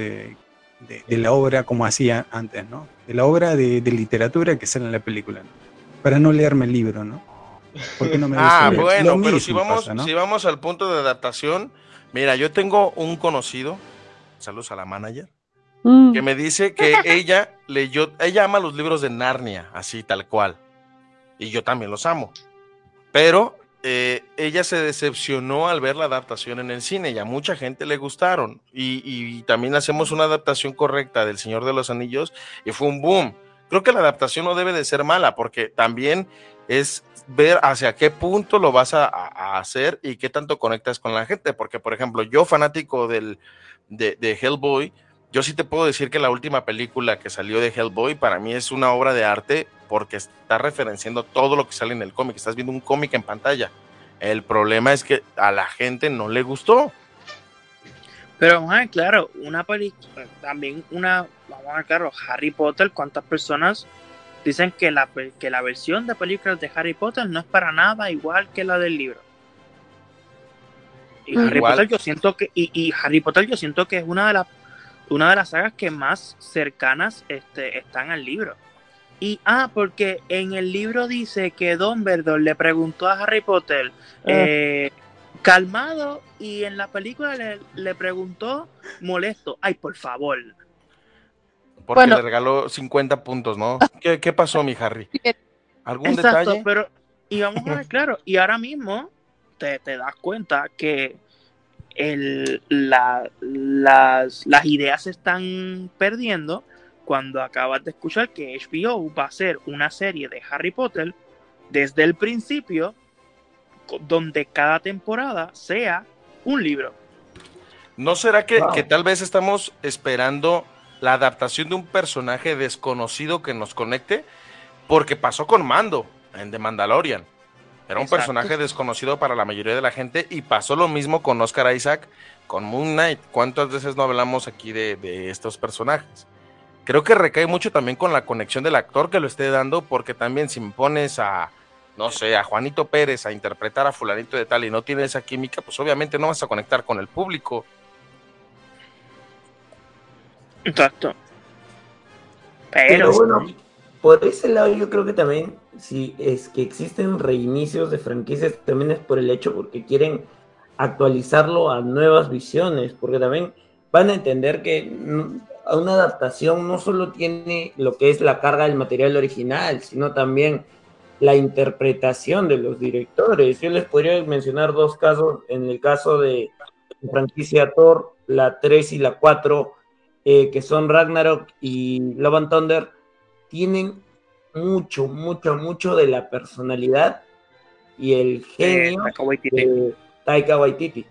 De la obra como hacía antes, ¿no? De la obra de literatura que sale en la película, ¿no? Para no leerme el libro, ¿no? Porque no me gusta leer. Bueno, Lo pero mismo pasa, ¿no? si vamos al punto de adaptación, mira, yo tengo un conocido, saludos a la manager, que me dice que ella ama los libros de Narnia, así tal cual, y yo también los amo, pero ella se decepcionó al ver la adaptación en el cine y a mucha gente le gustaron, y también hacemos una adaptación correcta del Señor de los Anillos y fue un boom. Creo que la adaptación no debe de ser mala, porque también es ver hacia qué punto lo vas a hacer y qué tanto conectas con la gente, porque por ejemplo, yo fanático de Hellboy, yo sí te puedo decir que la última película que salió de Hellboy para mí es una obra de arte porque está referenciando todo lo que sale en el cómic. Estás viendo un cómic en pantalla. El problema es que a la gente no le gustó. Pero vamos a ver, claro, una película, también vamos a ver, claro, Harry Potter, ¿cuántas personas dicen que la versión de películas de Harry Potter no es para nada igual que la del libro? Y Harry Igual. Potter yo siento que, y Harry Potter yo siento que es una de las sagas que más cercanas están al libro. Y porque en el libro dice que Dumbledore le preguntó a Harry Potter calmado, y en la película le preguntó molesto. Ay, por favor. Porque Bueno. le regaló 50 puntos, ¿no? ¿Qué pasó, mi Harry? ¿Algún Exacto, detalle? pero y vamos a ver, claro, y ahora mismo te das cuenta que las ideas se están perdiendo cuando acabas de escuchar que HBO va a hacer una serie de Harry Potter desde el principio, donde cada temporada sea un libro. ¿No será que tal vez estamos esperando la adaptación de un personaje desconocido que nos conecte? Porque pasó con Mando en The Mandalorian. Era un Exacto. personaje desconocido para la mayoría de la gente, y pasó lo mismo con Oscar Isaac, con Moon Knight. ¿Cuántas veces no hablamos aquí de estos personajes? Creo que recae mucho también con la conexión del actor que lo esté dando, porque también si me pones a, no sé, a Juanito Pérez a interpretar a fulanito de tal y no tiene esa química, pues obviamente no vas a conectar con el público. Exacto. Pero bueno, por ese lado yo creo que también, si es que existen reinicios de franquicias, también es por el hecho porque quieren actualizarlo a nuevas visiones, porque también van a entender que a una adaptación no solo tiene lo que es la carga del material original, sino también la interpretación de los directores. Yo les podría mencionar dos casos. En el caso de la franquicia Thor, la 3 y la 4, que son Ragnarok y Love and Thunder, tienen mucho de la personalidad y el genio de Taika Waititi.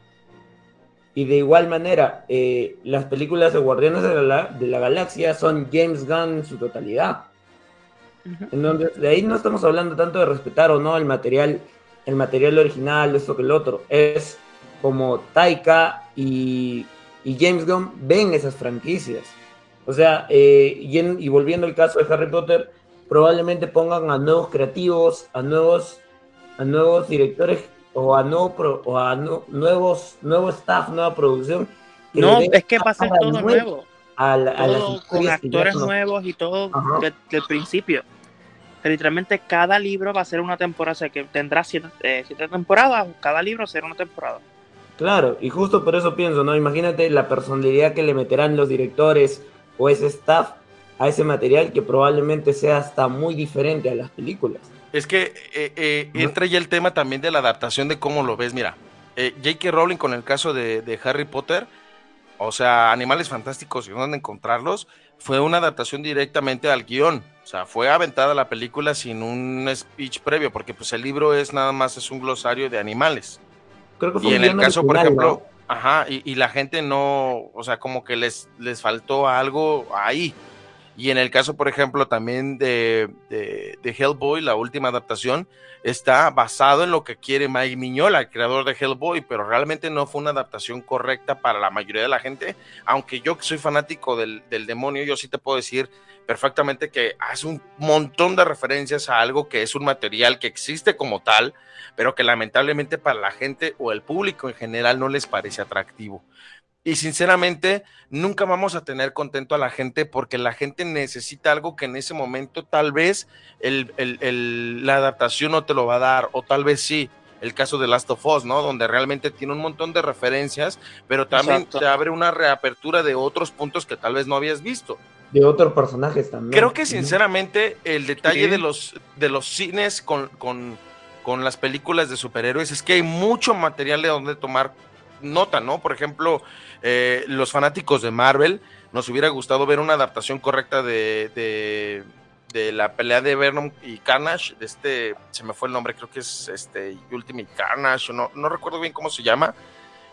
Y de igual manera, las películas de Guardianes de la Galaxia son James Gunn en su totalidad. Entonces, de ahí no estamos hablando tanto de respetar o no el material original, esto que el otro. Es como Taika y James Gunn ven esas franquicias. O sea, y volviendo al caso de Harry Potter, probablemente pongan a nuevos creativos, a nuevos directores o a nuevo staff, nueva producción. No, es que va a ser todo nuevo. Todo con actores nuevos y todo desde el principio. Literalmente cada libro va a ser una temporada, o sea que tendrá 7 temporadas, cada libro será una temporada. Claro, y justo por eso pienso, ¿no? Imagínate la personalidad que le meterán los directores o ese staff a ese material, que probablemente sea hasta muy diferente a las películas. Es que entra ya el tema también de la adaptación de cómo lo ves. Mira, J.K. Rowling con el caso de Harry Potter, o sea, Animales Fantásticos y dónde encontrarlos, fue una adaptación directamente al guión. O sea, fue aventada la película sin un speech previo, porque pues el libro es nada más es un glosario de animales. Creo que fue Y un en el guión caso, por original, ejemplo, ¿no? y la gente no, o sea, como que les faltó algo ahí. Y en el caso, por ejemplo, también de Hellboy, la última adaptación, está basado en lo que quiere Mike Mignola, el creador de Hellboy, pero realmente no fue una adaptación correcta para la mayoría de la gente. Aunque yo que soy fanático del demonio, yo sí te puedo decir perfectamente que hace un montón de referencias a algo que es un material que existe como tal, pero que lamentablemente para la gente o el público en general no les parece atractivo. Y sinceramente nunca vamos a tener contento a la gente, porque la gente necesita algo que en ese momento tal vez la adaptación no te lo va a dar, o tal vez sí. El caso de Last of Us, ¿no? Donde realmente tiene un montón de referencias, pero también te abre una reapertura de otros puntos que tal vez no habías visto. De otros personajes también. Creo que sinceramente el detalle de los cines con las películas de superhéroes es que hay mucho material de donde tomar nota, ¿no? Por ejemplo, los fanáticos de Marvel, nos hubiera gustado ver una adaptación correcta de la pelea de Venom y Carnage, se me fue el nombre, creo que es Ultimate Carnage, no recuerdo bien cómo se llama,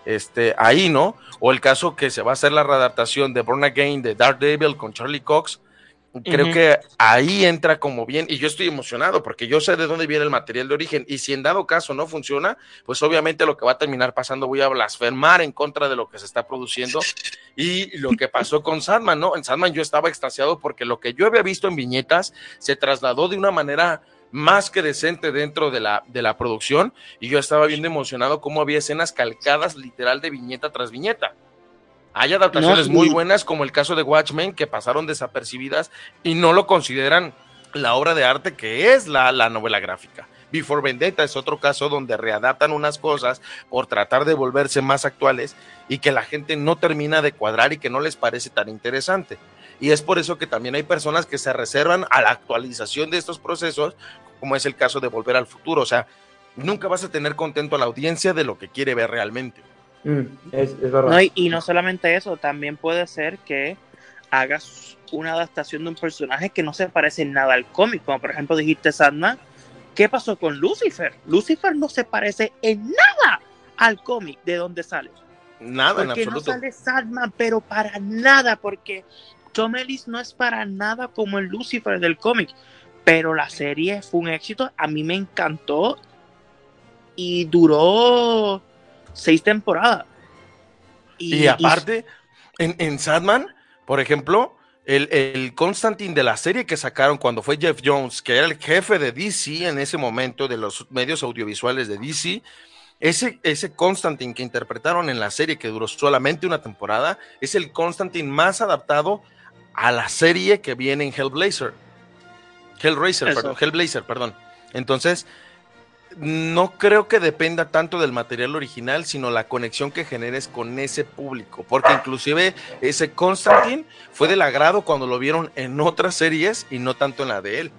ahí, ¿no? O el caso que se va a hacer la readaptación de Born Again de Daredevil con Charlie Cox. Creo que ahí entra como bien, y yo estoy emocionado porque yo sé de dónde viene el material de origen, y si en dado caso no funciona, pues obviamente lo que va a terminar pasando, voy a blasfemar en contra de lo que se está produciendo, y lo que pasó con Sandman, ¿no? En Sandman yo estaba extasiado porque lo que yo había visto en viñetas se trasladó de una manera más que decente dentro de la producción, y yo estaba bien emocionado cómo había escenas calcadas literal de viñeta tras viñeta. Hay adaptaciones muy buenas, como el caso de Watchmen, que pasaron desapercibidas y no lo consideran la obra de arte que es la novela gráfica. Before Vendetta es otro caso donde readaptan unas cosas por tratar de volverse más actuales y que la gente no termina de cuadrar y que no les parece tan interesante. Y es por eso que también hay personas que se reservan a la actualización de estos procesos, como es el caso de Volver al Futuro. O sea, nunca vas a tener contento a la audiencia de lo que quiere ver realmente. Es verdad. No, y no solamente eso, también puede ser que hagas una adaptación de un personaje que no se parece en nada al cómic, como por ejemplo dijiste Sandman. ¿Qué pasó con Lucifer? Lucifer no se parece en nada al cómic de donde sale. Nada, en porque absoluto. No sale Sandman, pero para nada, porque Tom Ellis no es para nada como el Lucifer del cómic, pero la serie fue un éxito, a mí me encantó y duró 6 temporadas. Y aparte, en Sandman, por ejemplo, el Constantine de la serie que sacaron cuando fue Jeff Jones, que era el jefe de DC en ese momento, de los medios audiovisuales de DC, ese Constantine que interpretaron en la serie, que duró solamente una temporada, es el Constantine más adaptado a la serie que viene en Hellblazer, perdón. Entonces, no creo que dependa tanto del material original, sino la conexión que generes con ese público, porque inclusive ese Constantine fue del agrado cuando lo vieron en otras series y no tanto en la de él.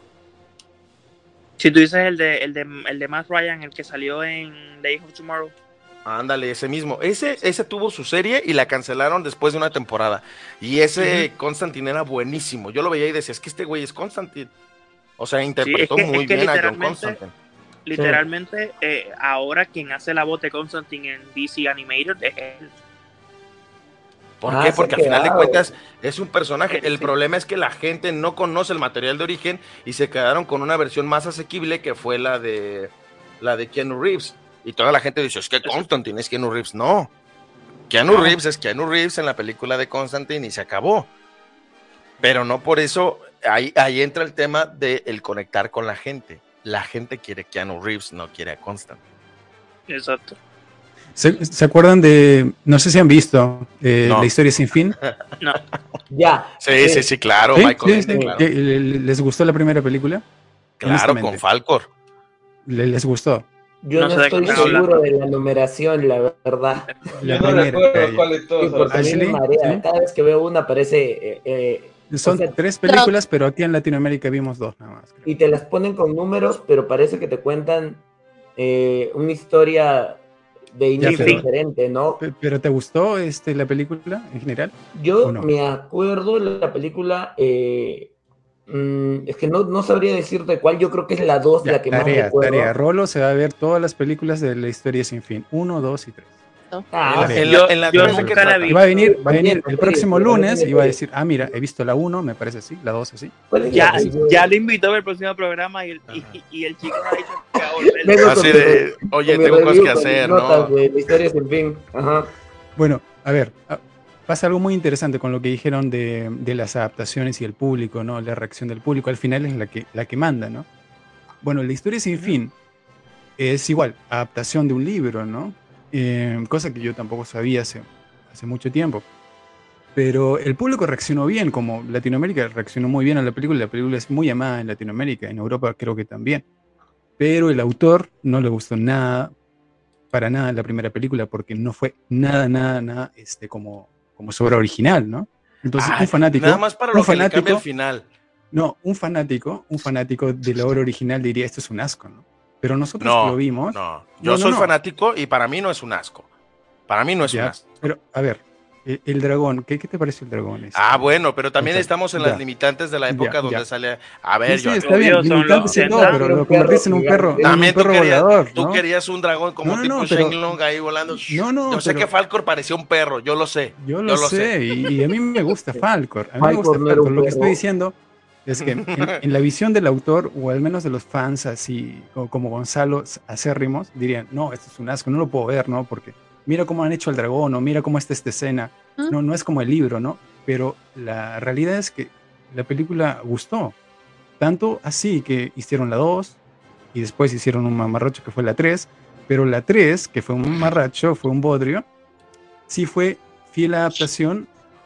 Si tú dices el de Matt Ryan, el que salió en Day of Tomorrow. Ándale, ese mismo. Ese tuvo su serie y la cancelaron después de una temporada. Y ese Constantine era buenísimo. Yo lo veía y decía, es que este güey es Constantine. O sea, interpretó muy bien a John Constantine. Literalmente, ahora quien hace la voz de Constantine en DC Animated es él. ¿Por qué? Porque al final de cuentas es un personaje. El problema es que la gente no conoce el material de origen y se quedaron con una versión más asequible que fue la de Keanu Reeves. Y toda la gente dice, es que Constantine es Keanu Reeves. No. Keanu Reeves es Keanu Reeves en la película de Constantine y se acabó. Pero no por eso, ahí entra el tema del conectar con la gente. La gente quiere Keanu Reeves, no quiere a Constantine. Exacto. ¿Se acuerdan de, no sé si han visto, La Historia Sin Fin? No. Ya. Sí, claro. ¿Sí? Michael, Sí. claro. ¿Les gustó la primera película? Claro, con Falcor. ¿Les gustó? Yo no estoy seguro de la numeración, la verdad. La primera. ¿Cuál de todos? Porque a mí me marea. ¿sí? Cada vez que veo una parece... Son 3 películas, pero aquí en Latinoamérica vimos 2 nada más. Y te las ponen con números, pero parece que te cuentan una historia de inicio diferente, ¿no? ¿Pero te gustó la película en general? Yo no? me acuerdo la película... es que no sabría decirte cuál, yo creo que es la 2 la que más recuerdo. Tarea, Rolo se va a ver todas las películas de La Historia Sin Fin, 1, 2 y 3. Yo nunca la vi. Va a venir el próximo lunes y va a decir, mira, he visto la 1, me parece así, la 2 así. Ya le invitó al próximo programa y el chico ha dicho que va a volver. Así de, oye, tengo cosas que hacer, ¿no? De La Historia Sin Fin. Ajá. Bueno, a ver, pasa algo muy interesante con lo que dijeron de las adaptaciones y el público, ¿no? La reacción del público al final es la que manda, ¿no? Bueno, La Historia Sin Fin es igual, adaptación de un libro, ¿no? Cosa que yo tampoco sabía hace mucho tiempo. Pero el público reaccionó bien, como Latinoamérica reaccionó muy bien a la película es muy amada en Latinoamérica, en Europa creo que también. Pero el autor no le gustó nada, para nada la primera película, porque no fue nada como su obra original, ¿no? Entonces un fanático... Nada más para lo que le cambia al final. No, un fanático de la obra original diría, esto es un asco, ¿no? Pero nosotros lo vimos. No, yo soy fanático y para mí no es un asco. Para mí no es un asco. Pero, a ver, el dragón, ¿qué te pareció el dragón? Bueno, pero también O sea, estamos en ya. las limitantes de la época donde Ya. sale. A ver, Sí, yo está bien, Obvio, son limitantes y los todo, 80. pero lo convertiste en un perro, en También un perro volador, tú ¿no? querías un dragón como No, tipo no, pero- Shenlong ahí volando. No, Yo sé pero- que Falcor parecía un perro, yo lo sé. Yo lo sé, y a mí me gusta Falcor. A mí me gusta Falcor no era un Falcor. Lo que estoy perro. diciendo es que en la visión del autor, o al menos de los fans así, como Gonzalo acérrimos, dirían, no, esto es un asco, no lo puedo ver, ¿no? Porque mira cómo han hecho al dragón, o mira cómo está esta escena. No es como el libro, ¿no? Pero la realidad es que la película gustó. Tanto así que hicieron la 2 y después hicieron un mamarracho que fue la 3, pero la 3, que fue un mamarracho, fue un bodrio, sí fue fiel adaptación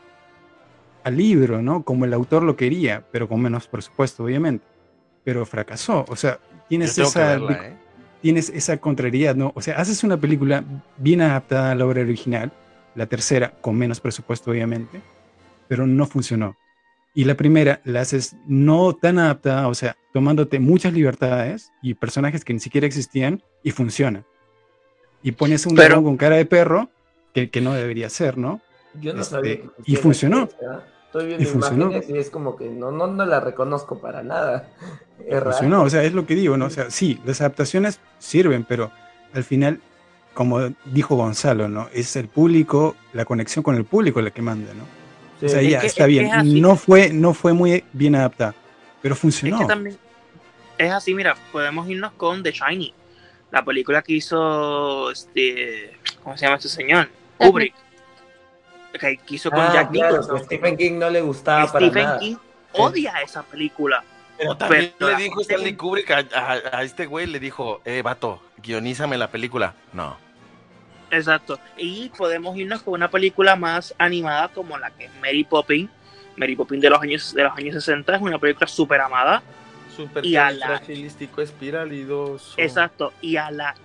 al libro, ¿no? Como el autor lo quería, pero con menos presupuesto, obviamente. Pero fracasó. O sea, tienes Yo tengo que esa, verla, ¿eh? tienes esa contrariedad, ¿no? O sea, haces una película bien adaptada a la obra original, la tercera con menos presupuesto, obviamente, pero no funcionó. Y la primera la haces no tan adaptada, o sea, tomándote muchas libertades y personajes que ni siquiera existían y funciona. Y pones un Pero- dragón con cara de perro que no debería ser, ¿no? Yo no sabía que Y funcionó. Estoy viendo Y funcionó. imágenes y es como que no la reconozco para nada. Es Funcionó, raro. o sea, es lo que digo, ¿no? O sea, sí, las adaptaciones sirven, pero al final, como dijo Gonzalo, ¿no? Es el público, la conexión con el público la que manda, ¿no? Sí. O sea, Es ya, que- está es que bien. es así. No fue muy bien adaptada, pero Es funcionó. que también es así, mira, podemos irnos con The Shining, la película que hizo ¿cómo se llama este señor? Kubrick. Que hizo con Jack claro, Nicholson. que Stephen King no le gustaba para Stephen nada. King odia esa película. Pero también Pero le la dijo gente- Stanley Kubrick a este güey, le dijo, vato, guionízame la película. No. Exacto. Y podemos irnos con una película más animada como la que es Mary Poppins. Mary Poppins de los años 60 es una película súper amada. Súper Y a la- fragilístico espiralidoso. Exacto. Y a la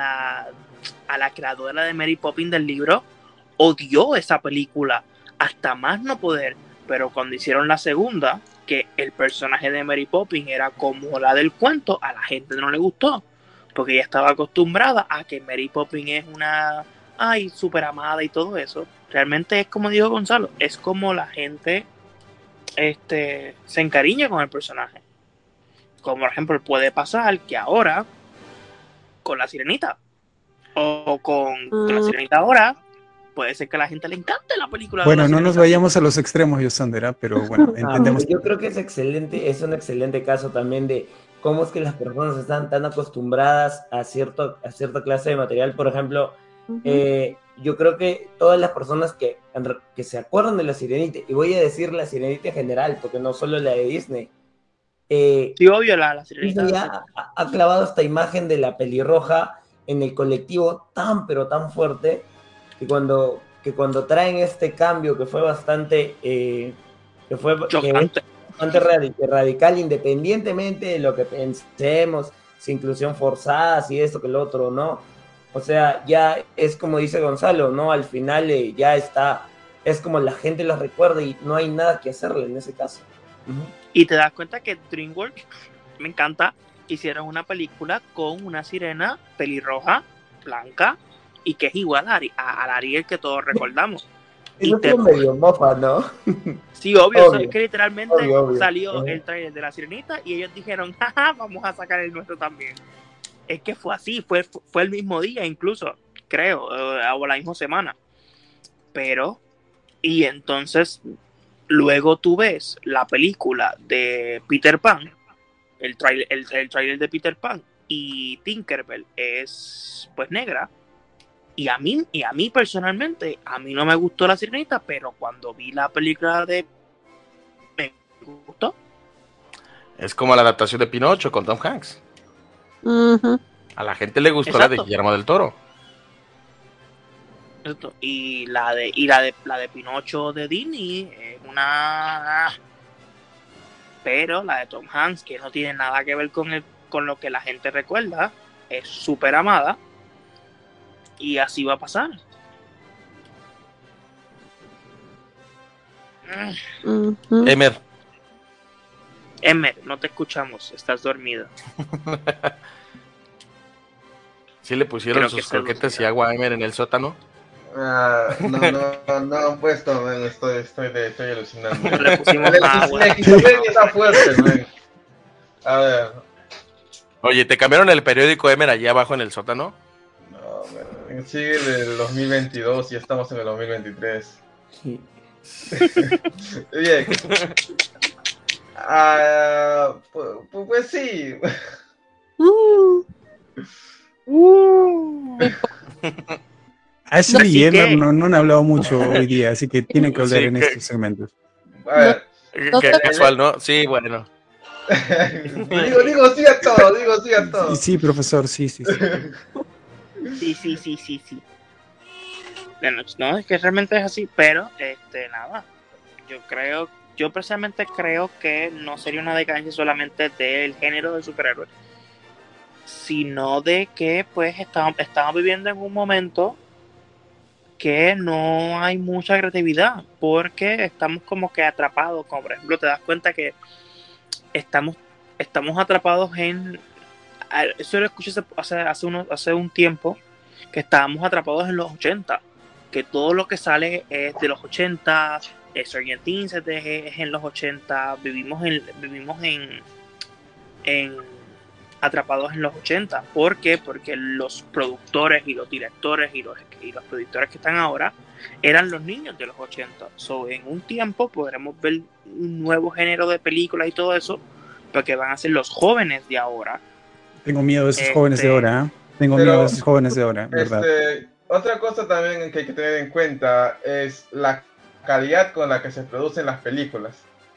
creadora de Mary Poppins del libro odió esa película hasta más no poder. Pero cuando hicieron la segunda, que el personaje de Mary Poppins era como la del cuento, a la gente no le gustó. Porque ella estaba acostumbrada a que Mary Poppins es una súper amada y todo eso. Realmente es como dijo Gonzalo, es como la gente se encariña con el personaje. Como por ejemplo puede pasar que ahora con la Sirenita o con la Sirenita ahora puede ser que a la gente le encante la película. de Bueno, la no nos Sirenita. vayamos a los extremos, Yosandera, pero bueno, entendemos. Yo creo que es excelente, es un excelente caso también de cómo es que las personas están tan acostumbradas a cierta clase de material. Por ejemplo, yo creo que todas las personas que se acuerdan de la Sirenita, y voy a decir la Sirenita en general, porque no solo la de Disney, Sí, obvio, la Sirenita. Disney ha clavado esta imagen de la pelirroja en el colectivo tan pero tan fuerte que cuando traen este cambio que fue bastante Chocante. Radical, independientemente de lo que pensemos, si inclusión forzada, si esto que lo otro, ¿no? O sea, ya es como dice Gonzalo, ¿no? Al final ya está, es como la gente lo recuerda y no hay nada que hacerle en ese caso. Y te das cuenta que DreamWorks, me encanta, hicieron una película con una sirena pelirroja, blanca, y que es igual a la Ariel que todos recordamos. Y Eso te- fue medio mofa, ¿no? Sí, obvio, Obvio. es que literalmente Obvio. salió Ajá. el trailer de la Sirenita y ellos dijeron, jaja, vamos a sacar el nuestro también. Es que fue así, fue el mismo día incluso, creo, o la misma semana. Pero, y entonces, luego tú ves la película de Peter Pan, el trailer de Peter Pan, y Tinkerbell es pues negra. Y a mí personalmente, a mí no me gustó la Sirenita, pero cuando vi la película me gustó. Es como la adaptación de Pinocho con Tom Hanks. Ujú. A la gente le gustó la de Exacto. Guillermo del Toro. Exacto. Y la de Pinocho de Disney es una, pero la de Tom Hanks, que no tiene nada que ver con lo que la gente recuerda, es súper amada. Y así va a pasar. Ujú. Emer, Emer, no te escuchamos, estás dormida. ¿sí le pusieron Creo que sus se croquetas y lucirá. agua a Emer en el sótano? No han puesto, man, estoy alucinando. Le pusimos agua. El XP está fuerte, man. A ver. Oye, ¿te cambiaron el periódico Emer allá abajo en el sótano? No, man, sigue del 2022 y ya estamos en el 2023. Sí. Bien. Pues sí. Ashley y Así Emer que- no han hablado mucho hoy día, así que tienen que hablar Sí, en que- estos segmentos. A ver. Qué casual, ¿no? Sí, bueno. digo sí a todo. Sí, profesor, sí. Sí. Bueno, no, es que realmente es así, pero nada. Yo personalmente creo que no sería una decadencia solamente del género de superhéroes, sino de que pues estamos viviendo en un momento que no hay mucha creatividad, porque estamos como que atrapados, como por ejemplo te das cuenta que estamos atrapados en... Eso lo escuché hace un tiempo, que estábamos atrapados en los 80, que todo lo que sale es de los 80, Stranger Things es en los 80, vivimos atrapados en los 80. ¿Por qué? Porque los productores y los directores y los productores que están ahora eran los niños de los 80. So, en un tiempo podremos ver un nuevo género de películas y todo eso, porque van a ser los jóvenes de ahora. Tengo miedo de esos jóvenes de ahora, ¿eh? Tengo Pero, miedo de esos jóvenes de ahora, ¿verdad? Otra cosa también que hay que tener en cuenta es la calidad con la que se producen las películas.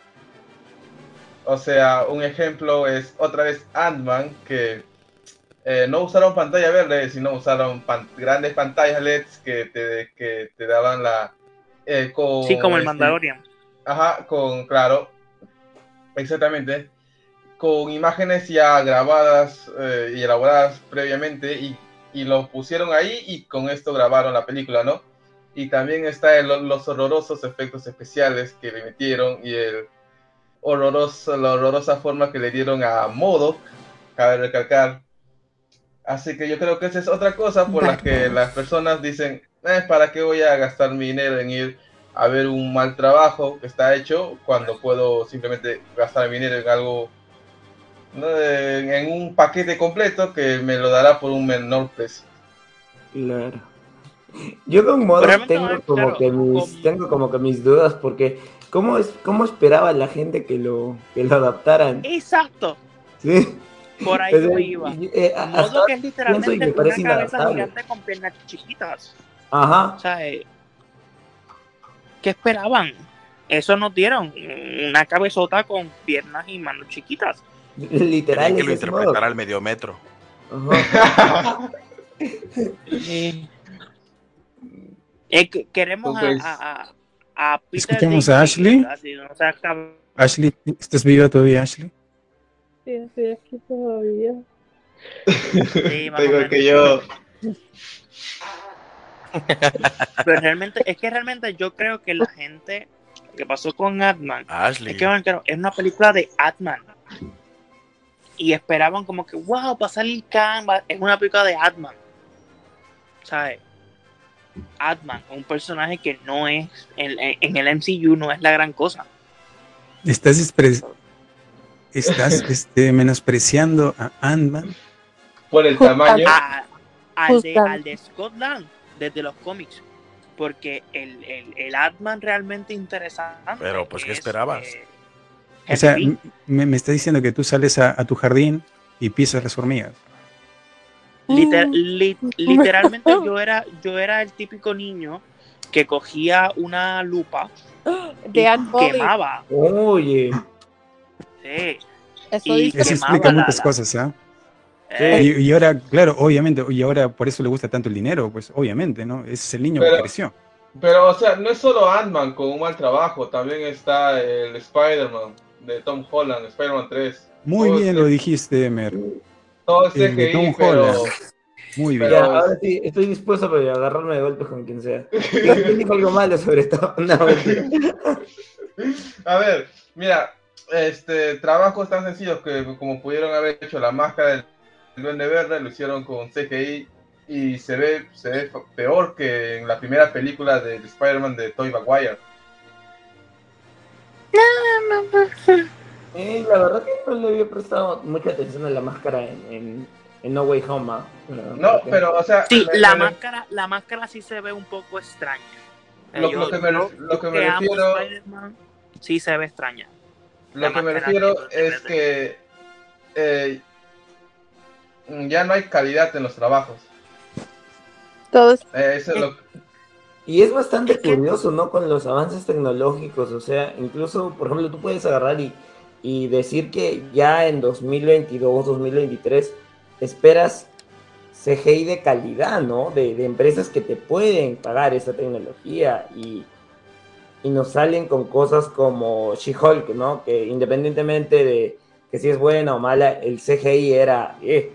O sea, un ejemplo es otra vez Ant-Man, que no usaron pantalla verde, sino usaron grandes pantallas LEDs que te daban la... Sí, como el Mandalorian. Ajá, claro, exactamente, con imágenes ya grabadas y elaboradas previamente y lo pusieron ahí y con esto grabaron la película, ¿no? Y también está los horrorosos efectos especiales que le metieron y la horrorosa forma que le dieron a MODOK, cabe recalcar. Así que yo creo que esa es otra cosa por la que las personas dicen, ¿para qué voy a gastar mi dinero en ir a ver un mal trabajo que está hecho cuando puedo simplemente gastar mi dinero en algo, ¿no? En un paquete completo que me lo dará por un menor precio? Claro. Yo con modo Realmente tengo no, como claro, que tengo como que mis dudas porque ¿cómo esperaba la gente que lo adaptaran? Exacto. Sí. Por ahí O sea, no iba. hasta Modo que es pienso y me literalmente parece una cabeza inadaptable. gigante con piernas chiquitas. Ajá. O sea, ¿qué esperaban? Eso nos dieron una cabezota con piernas y manos chiquitas. Literal. Querían que lo es ese interpretara modo. al medio metro. Ajá. Queremos Pues, a Peter Escuchamos Dinklage, a Ashley. ¿verdad? Sí, o sea, Ashley, ¿estás viva todavía, Ashley? Sí, estoy aquí todavía. sí, más o Tengo menos. que yo... Pero realmente yo creo que la gente, lo que pasó con Ant-Man, Ashley. es que bueno, claro, es una película de Ant-Man. Y esperaban como que, wow, va a salir Kang, es una película de Ant-Man. ¿Sabes? Ant-Man, un personaje que no es, en el MCU no es la gran cosa. ¿Estás menospreciando a Ant-Man? Por el tamaño. Al de Scott Lang, desde los cómics. Porque el Ant-Man realmente interesante. Pero, pues, ¿qué esperabas? O sea, me está diciendo que tú sales a tu jardín y pisas las hormigas. Literalmente yo era el típico niño que cogía una lupa De y Ant Bully. quemaba. Oye. Sí. Eso Y dice. Eso explica muchas cosas, ¿ah? Y ahora, claro, obviamente, y ahora por eso le gusta tanto el dinero, pues obviamente, ¿no? Ese es el niño que creció. Pero, o sea, no es solo Ant-Man con un mal trabajo, también está el Spider-Man de Tom Holland, Spider-Man 3. Muy bien lo dijiste, Emer. Todo es El de CGI, Tom pero... Holland. Muy bien. Ya, ahora sí, estoy dispuesto a agarrarme de golpes con quien sea. ¿Quién dijo algo malo sobre esto? No, mentira. A ver, mira, trabajos tan sencillos que como pudieron haber hecho la máscara del Duende Verde, lo hicieron con CGI y se ve peor que en la primera película de Spider-Man de Tobey Maguire. La verdad que no le había prestado mucha atención a la máscara en No Way Home. No, pero, o sea... Sí, la máscara sí se ve un poco extraña. Lo que me refiero... Spider-Man, sí se ve extraña. Lo que me refiero es que ya no hay calidad en los trabajos. Todos. Eso es lo que... Y es bastante curioso, ¿no? Con los avances tecnológicos, o sea, incluso, por ejemplo, tú puedes agarrar y decir que ya en 2022, 2023, esperas CGI de calidad, ¿no? De empresas que te pueden pagar esa tecnología y nos salen con cosas como She-Hulk, ¿no? Que independientemente de que si es buena o mala, el CGI era...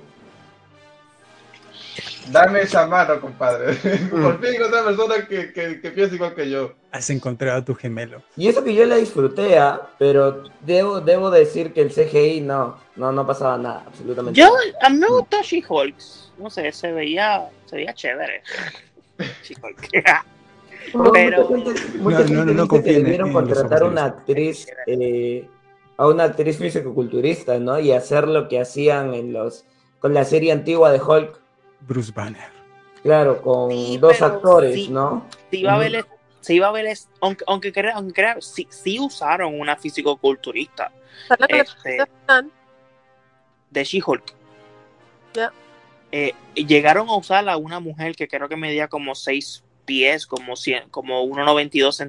Dame esa mano, compadre. Por fin otra persona que piensa igual que yo. Has encontrado a tu gemelo. Y eso que yo la disfruté, pero debo decir que el CGI no pasaba nada, absolutamente nada. A mí me gustó She-Hulk. No sé, se veía chévere. She-Hulk. Pero mucha gente dice que debieron contratar a una actriz, fisicoculturista, ¿no? Y hacer lo que hacían con la serie antigua de Hulk. Bruce Banner. Claro, con dos actores, ¿no? Se iba a ver, aunque crea, sí usaron una fisicoculturista de She-Hulk. Llegaron a usar a una mujer que creo que medía como 6 pies, como 1.92,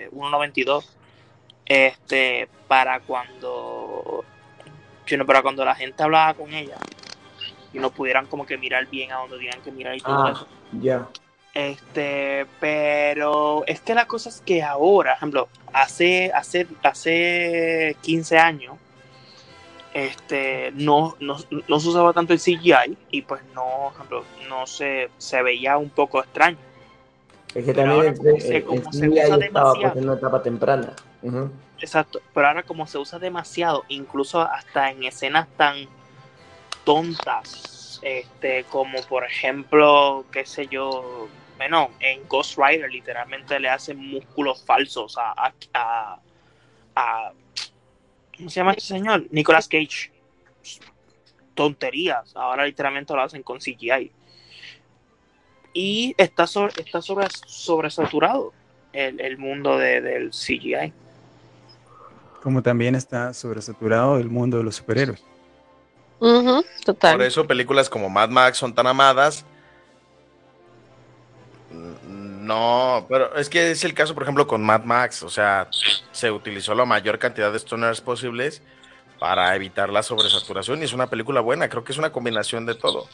1.92, para cuando la gente hablaba con ella y no pudieran como que mirar bien a donde tenían que mirar y todo eso. Ya. Pero es que la cosa es que ahora, por ejemplo, hace 15 años, no se usaba tanto el CGI y pues no se veía un poco extraño. Es que también se usa demasiado en una etapa temprana. Exacto, pero ahora como se usa demasiado, incluso hasta en escenas tan tontas, como por ejemplo, qué sé yo, bueno, en Ghost Rider literalmente le hacen músculos falsos a ¿cómo se llama este señor? Nicolas Cage. Tonterías, ahora literalmente lo hacen con CGI. Y está sobresaturado el mundo del CGI. Como también está sobresaturado el mundo de los superhéroes. Total. Por eso películas como Mad Max son tan amadas. No, pero es que es el caso, por ejemplo, con Mad Max. O sea, se utilizó la mayor cantidad de stoners posibles para evitar la sobresaturación. Y es una película buena, creo que es una combinación de todo.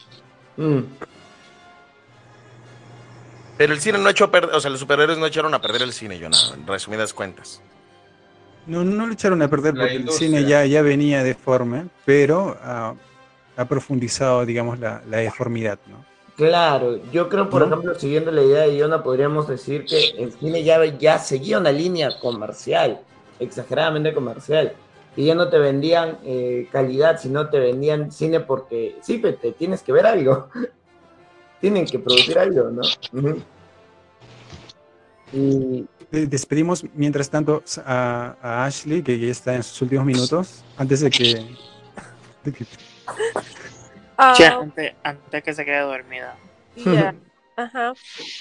Pero el cine no echó a perder, o sea, los superhéroes no echaron a perder el cine, Jonah, en resumidas cuentas. No lo echaron a perder porque el cine ya venía deforme, pero ha profundizado, digamos, la deformidad, ¿no? Claro, yo creo, por ejemplo, siguiendo la idea de Yona, podríamos decir que el cine ya seguía una línea comercial, exageradamente comercial, y ya no te vendían calidad, sino te vendían cine porque sí, te tienes que ver algo, tienen que producir algo, ¿no? Y despedimos mientras tanto a Ashley, que ya está en sus últimos minutos, antes de que... Antes que se quede dormida. Yeah. Ajá.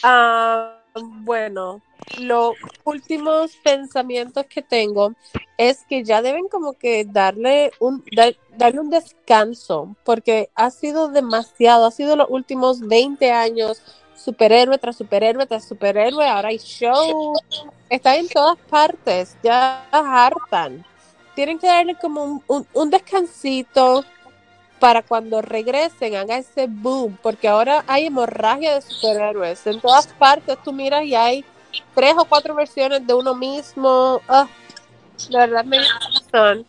Bueno, los últimos pensamientos que tengo es que ya deben como que darle un descanso, porque ha sido los últimos 20 años, superhéroe tras superhéroe tras superhéroe, ahora hay show, está en todas partes, ya hartan. Tienen que darle como un descansito para cuando regresen haga ese boom, porque ahora hay hemorragia de superhéroes en todas partes. Tú miras y hay 3 o 4 versiones de uno mismo. De verdad me gustan.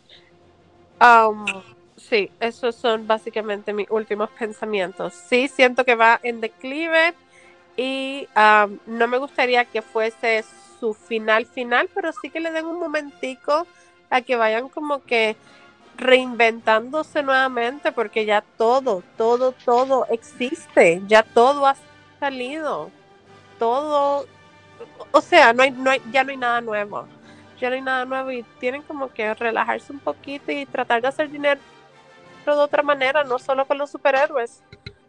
Sí, esos son básicamente mis últimos pensamientos. Sí, siento que va en declive y no me gustaría que fuese su final, pero sí que le den un momentico a que vayan como que reinventándose nuevamente porque ya todo existe, ya todo ha salido, todo, o sea, ya no hay nada nuevo, ya no hay nada nuevo y tienen como que relajarse un poquito y tratar de hacer dinero de otra manera, no solo con los superhéroes.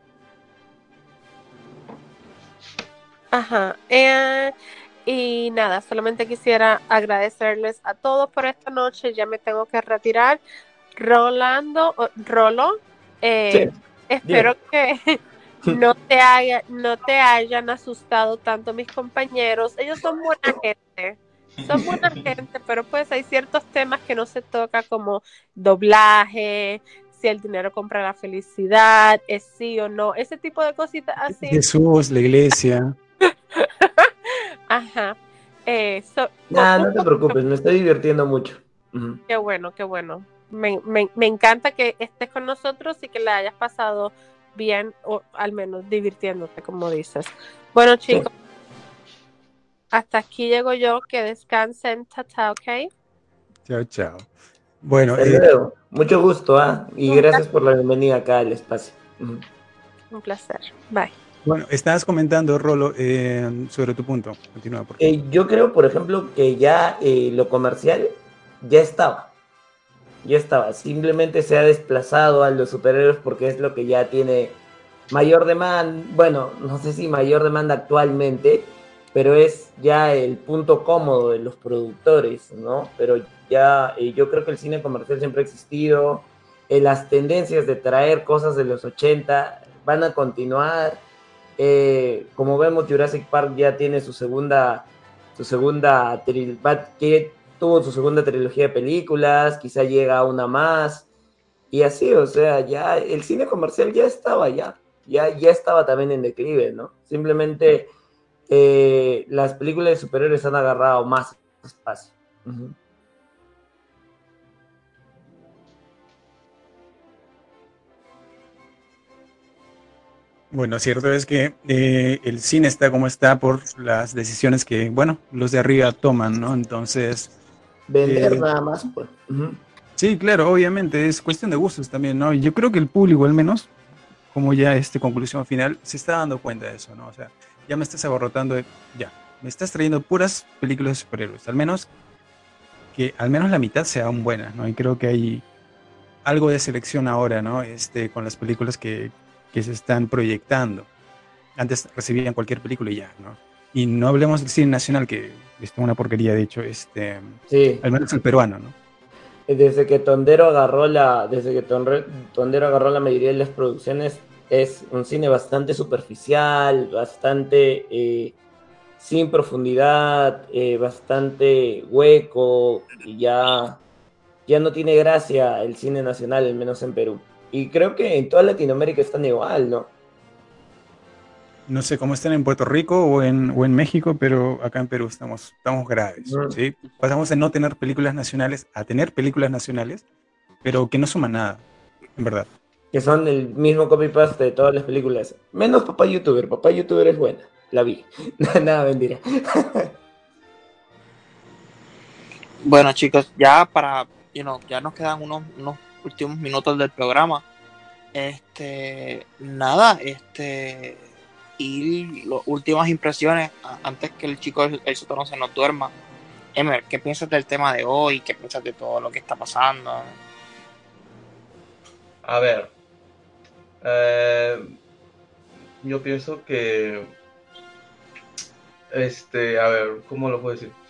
Ajá. Y nada, solamente quisiera agradecerles a todos por esta noche. Ya me tengo que retirar. Rolo, Sí, espero que no te hayan asustado tanto mis compañeros. Ellos son buena gente. Son buena gente, pero pues hay ciertos temas que no se toca como doblaje, si el dinero compra la felicidad, es sí o no, ese tipo de cositas así. Jesús, la iglesia. Ajá. Nah, no te preocupes, me estoy divirtiendo mucho. Ujú. Qué bueno, qué bueno. Me encanta que estés con nosotros y que la hayas pasado bien, o al menos divirtiéndote, como dices. Bueno, chicos, hasta aquí llego yo. Que descansen, tata, ¿ok? Chao, chao. Bueno, Hasta luego. Mucho gusto, ¿ah? Y Un gracias por la bienvenida acá al espacio. Ujú. Un placer. Bye. bueno, estabas comentando, Rolo, sobre tu punto. Continúa, por favor. Yo creo, por ejemplo, que ya lo comercial ya estaba. Ya estaba. Simplemente se ha desplazado a los superhéroes porque es lo que ya tiene mayor demanda. Bueno, no sé si mayor demanda actualmente, pero es ya el punto cómodo de los productores, ¿no? Pero ya yo creo que el cine comercial siempre ha existido. Las tendencias de traer cosas de los 80 van a continuar. Como vemos, Jurassic Park ya tiene que tuvo su segunda trilogía de películas, quizá llega a una más, y así, o sea, ya el cine comercial ya estaba, ya estaba también en declive, ¿no? Simplemente las películas de superhéroes han agarrado más espacio. Ujú. Bueno, cierto es que el cine está como está por las decisiones que, bueno, los de arriba toman, ¿no? Entonces, Vender nada más, pues. Ujú. sí, claro, obviamente, es cuestión de gustos también, ¿no? Yo creo que el público, al menos, como ya conclusión final, se está dando cuenta de eso, ¿no? O sea, ya me estás abarrotando, ya, me estás trayendo puras películas de superhéroes, al menos la mitad sean buenas, ¿no? Y creo que hay algo de selección ahora, ¿no? Con las películas que se están proyectando. Antes recibían cualquier película y ya, ¿no? Y no hablemos del cine nacional, que es una porquería, de hecho, Sí. al menos el peruano, ¿no? Desde que Tondero agarró la mayoría de las producciones, es un cine bastante superficial, bastante sin profundidad, bastante hueco, y ya no tiene gracia el cine nacional, al menos en Perú. Y creo que en toda Latinoamérica están igual, ¿no? No sé cómo están en Puerto Rico o en México, pero acá en Perú estamos graves, ¿sí? Pasamos de no tener películas nacionales a tener películas nacionales, pero que no suman nada, en verdad. Que son el mismo copy-paste de todas las películas. Menos Papá YouTuber. Papá YouTuber es buena. La vi. Nada, mentira. Bueno, chicos, ya ya nos quedan unos últimos minutos del programa. Nada, y las últimas impresiones antes que el chico el sótano se nos duerma. Emer, ¿qué piensas del tema de hoy? ¿Qué piensas de todo lo que está pasando? A ver, yo pienso que, a ver, ¿cómo lo puedo decir?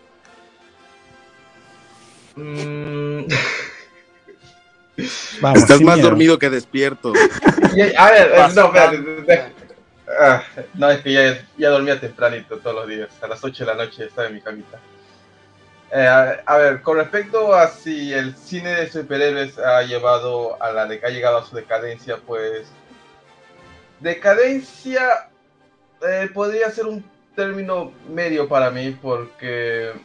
Vamos, Estás sin más miedo. dormido que despierto. A ver, no, espérate. No, es que ya dormía tempranito todos los días. A las 8 de la noche estaba en mi camita. A ver, con respecto a si el cine de superhéroes ha llegado a su decadencia, pues decadencia podría ser un término medio para mí, porque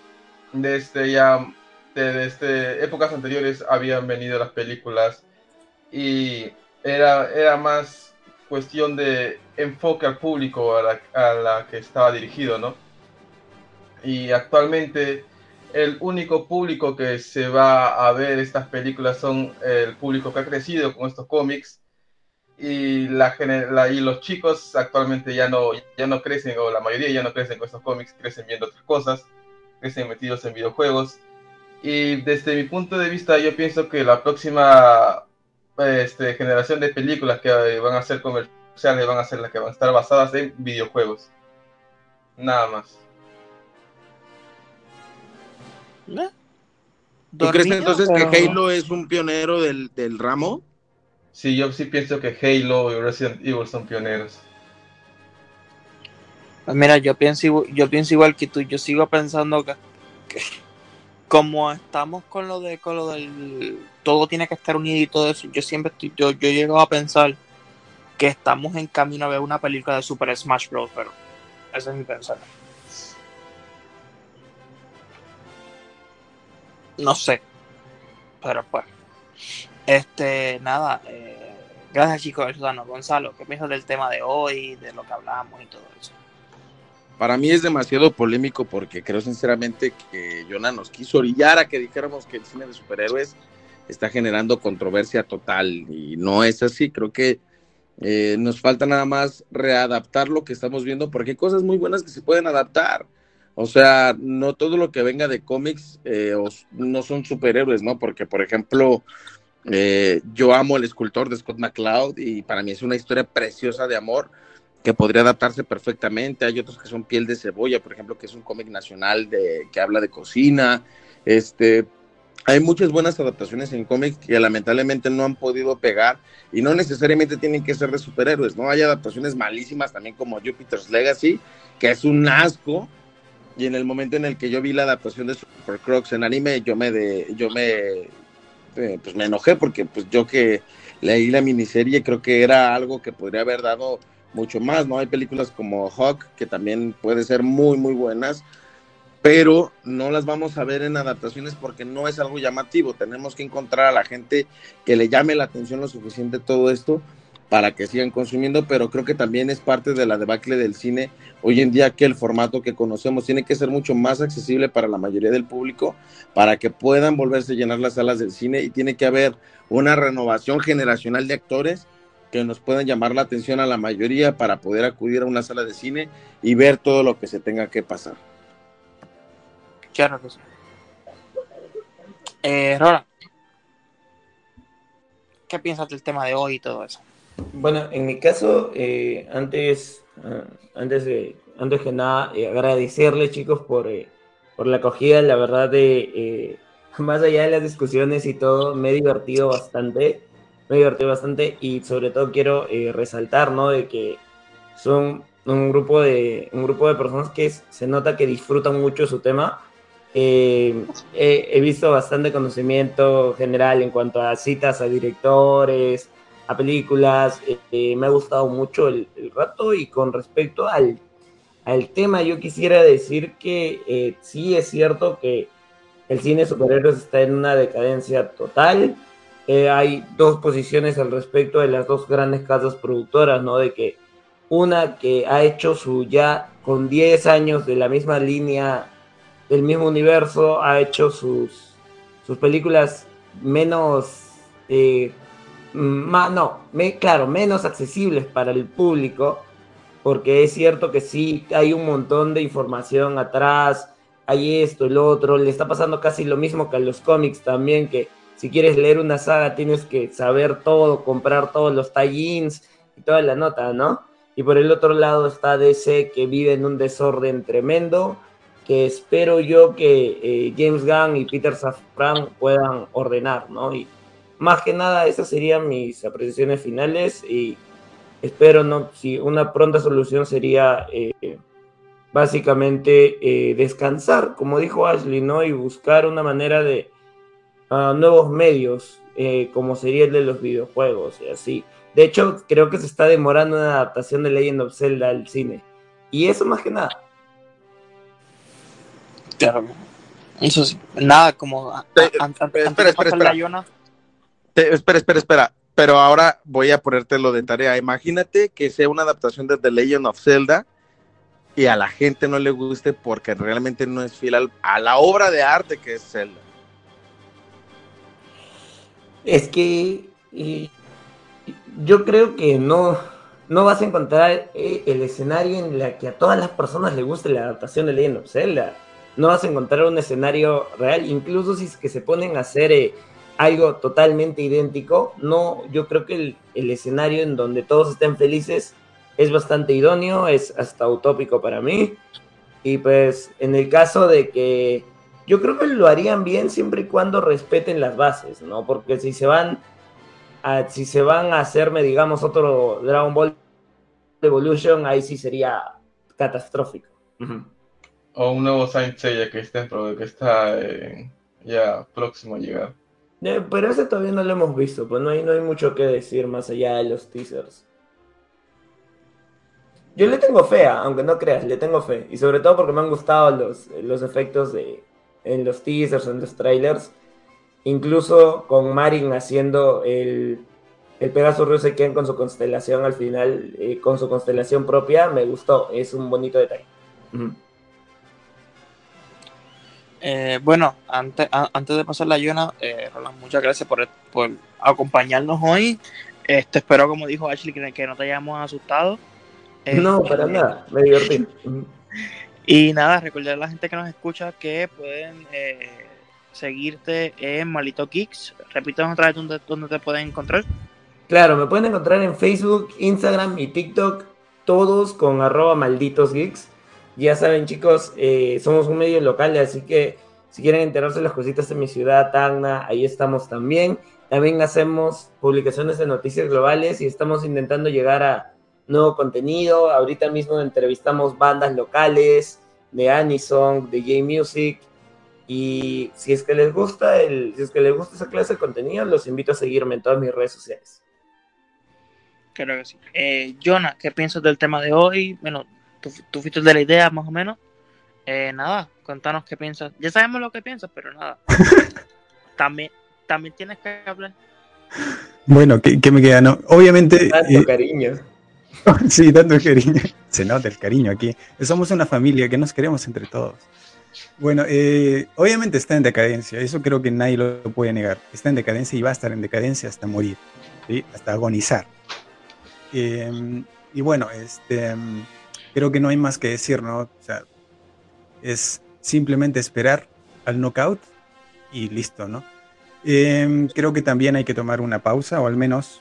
desde épocas anteriores habían venido las películas y era más cuestión de enfoque al público a la que estaba dirigido, ¿no? Y actualmente el único público que se va a ver estas películas son el público que ha crecido con estos cómics, y y los chicos actualmente ya no crecen, o la mayoría ya no crecen con estos cómics, crecen viendo otras cosas, crecen metidos en videojuegos. Y desde mi punto de vista, yo pienso que la próxima generación de películas que van a ser comerciales van a ser las que van a estar basadas en videojuegos. Nada más. ¿Tú crees entonces que pero- Halo es un pionero del ramo? Sí, yo sí pienso que Halo y Resident Evil son pioneros. Pues mira, yo pienso igual que tú. Yo sigo pensando que como estamos con lo del todo tiene que estar unido y todo eso, yo he llegado a pensar que estamos en camino a ver una película de Super Smash Bros. Pero ese es mi pensar. No sé, pero pues nada, gracias chicos, Gonzalo, ¿qué piensas del tema de hoy, de lo que hablamos y todo eso? Para mí es demasiado polémico porque creo sinceramente que Jonah nos quiso orillar a que dijéramos que el cine de superhéroes está generando controversia total y no es así. Creo que nos falta nada más readaptar lo que estamos viendo porque hay cosas muy buenas que se pueden adaptar. O sea, no todo lo que venga de cómics no son superhéroes, ¿no? Porque, por ejemplo, yo amo El escultor de Scott McCloud y para mí es una historia preciosa de amor que podría adaptarse perfectamente. Hay otros que son Piel de cebolla, por ejemplo, que es un cómic nacional que habla de cocina. Hay muchas buenas adaptaciones en cómics que lamentablemente no han podido pegar y no necesariamente tienen que ser de superhéroes, ¿no? Hay adaptaciones malísimas también como Jupiter's Legacy, que es un asco, y en el momento en el que yo vi la adaptación de Super Crocs en anime, pues me enojé porque pues yo que leí la miniserie creo que era algo que podría haber dado mucho más, ¿no? Hay películas como Hawk que también pueden ser muy, muy buenas, pero no las vamos a ver en adaptaciones porque no es algo llamativo. Tenemos que encontrar a la gente que le llame la atención lo suficiente todo esto para que sigan consumiendo, pero creo que también es parte de la debacle del cine hoy en día, que el formato que conocemos tiene que ser mucho más accesible para la mayoría del público, para que puedan volverse a llenar las salas del cine, y tiene que haber una renovación generacional de actores que nos puedan llamar la atención a la mayoría para poder acudir a una sala de cine y ver todo lo que se tenga que pasar. Claro que sí. Rora, ¿qué piensas del tema de hoy y todo eso? Bueno, en mi caso, antes que nada, agradecerle, chicos, por la acogida. La verdad, más allá de las discusiones y todo, me he divertido bastante, y sobre todo quiero resaltar, ¿no? De que son un grupo de personas que se nota que disfrutan mucho su tema. He visto bastante conocimiento general en cuanto a citas a directores, a películas. Me ha gustado mucho el rato. Y con respecto al tema, yo quisiera decir que sí es cierto que el cine de superhéroes está en una decadencia total. Hay dos posiciones al respecto de las dos grandes casas productoras, ¿no? De que una que ha hecho ya con 10 años de la misma línea, del mismo universo, ha hecho sus películas menos, menos accesibles para el público, porque es cierto que sí hay un montón de información atrás, hay esto, el otro. Le está pasando casi lo mismo que a los cómics también, que si quieres leer una saga tienes que saber todo, comprar todos los tie-ins y toda la nota, ¿no? Y por el otro lado está DC, que vive en un desorden tremendo, que espero yo que James Gunn y Peter Safran puedan ordenar, ¿no? Y más que nada esas serían mis apreciaciones finales, y espero, ¿no? Si una pronta solución sería básicamente descansar, como dijo Ashley, ¿no? Y buscar una manera de nuevos medios, como sería el de los videojuegos y así. De hecho, creo que se está demorando una adaptación de Legend of Zelda al cine. Y eso más que nada. Claro. Eso sí. Nada, como Espera. Pero ahora voy a ponértelo de tarea. Imagínate que sea una adaptación de The Legend of Zelda y a la gente no le guste porque realmente no es fiel a la obra de arte que es Zelda. Es que yo creo que no vas a encontrar el escenario en el que a todas las personas les guste la adaptación de Legend of Zelda. No vas a encontrar un escenario real, incluso si es que se ponen a hacer algo totalmente idéntico. No, yo creo que el escenario en donde todos estén felices es bastante idóneo, es hasta utópico para mí. Y pues en el caso de que yo creo que lo harían bien siempre y cuando respeten las bases, ¿no? Porque si se van a hacerme, digamos, otro Dragon Ball Evolution, ahí sí sería catastrófico. Uh-huh. O un nuevo Saint Seiya que está ya próximo a llegar. Pero ese todavía no lo hemos visto, pues no hay mucho que decir más allá de los teasers. Yo le tengo fe, aunque no creas, le tengo fe. Y sobre todo porque me han gustado los efectos en los teasers, en los trailers. Incluso con Marin haciendo el Pegasus Ryuseken con su constelación al final, con su constelación propia, me gustó. Es un bonito detalle. Uh-huh. Bueno, antes de pasar la Yona, Roland, muchas gracias por acompañarnos hoy. Espero, como dijo Ashley, que no te hayamos asustado. No, para nada, me divertí. Y nada, recordar a la gente que nos escucha que pueden seguirte en Malito Geeks. Repítanos otra vez dónde te pueden encontrar. Claro, me pueden encontrar en Facebook, Instagram y TikTok, todos con @malditosgeeks. Ya saben, chicos, somos un medio local, así que si quieren enterarse de las cositas de mi ciudad, Tacna, ahí estamos también. También hacemos publicaciones de noticias globales y estamos intentando llegar a nuevo contenido. Ahorita mismo entrevistamos bandas locales de Anisong, de J-Music, y si es que les gusta esa clase de contenido, los invito a seguirme en todas mis redes sociales. Creo que sí. Jonah, ¿qué piensas del tema de hoy? Bueno, tú fuiste de la idea más o menos. Nada, contanos qué piensas. Ya sabemos lo que piensas, pero nada. También tienes que hablar. Bueno, ¿qué me queda? No, obviamente. Tanto cariño. Sí, tanto cariño. Se nota el cariño aquí. Somos una familia que nos queremos entre todos. Bueno, obviamente está en decadencia. Eso creo que nadie lo puede negar. Está en decadencia y va a estar en decadencia hasta morir, ¿sí? Hasta agonizar. Y bueno, creo que no hay más que decir, ¿no? O sea, es simplemente esperar al knockout y listo, ¿no? Creo que también hay que tomar una pausa, o al menos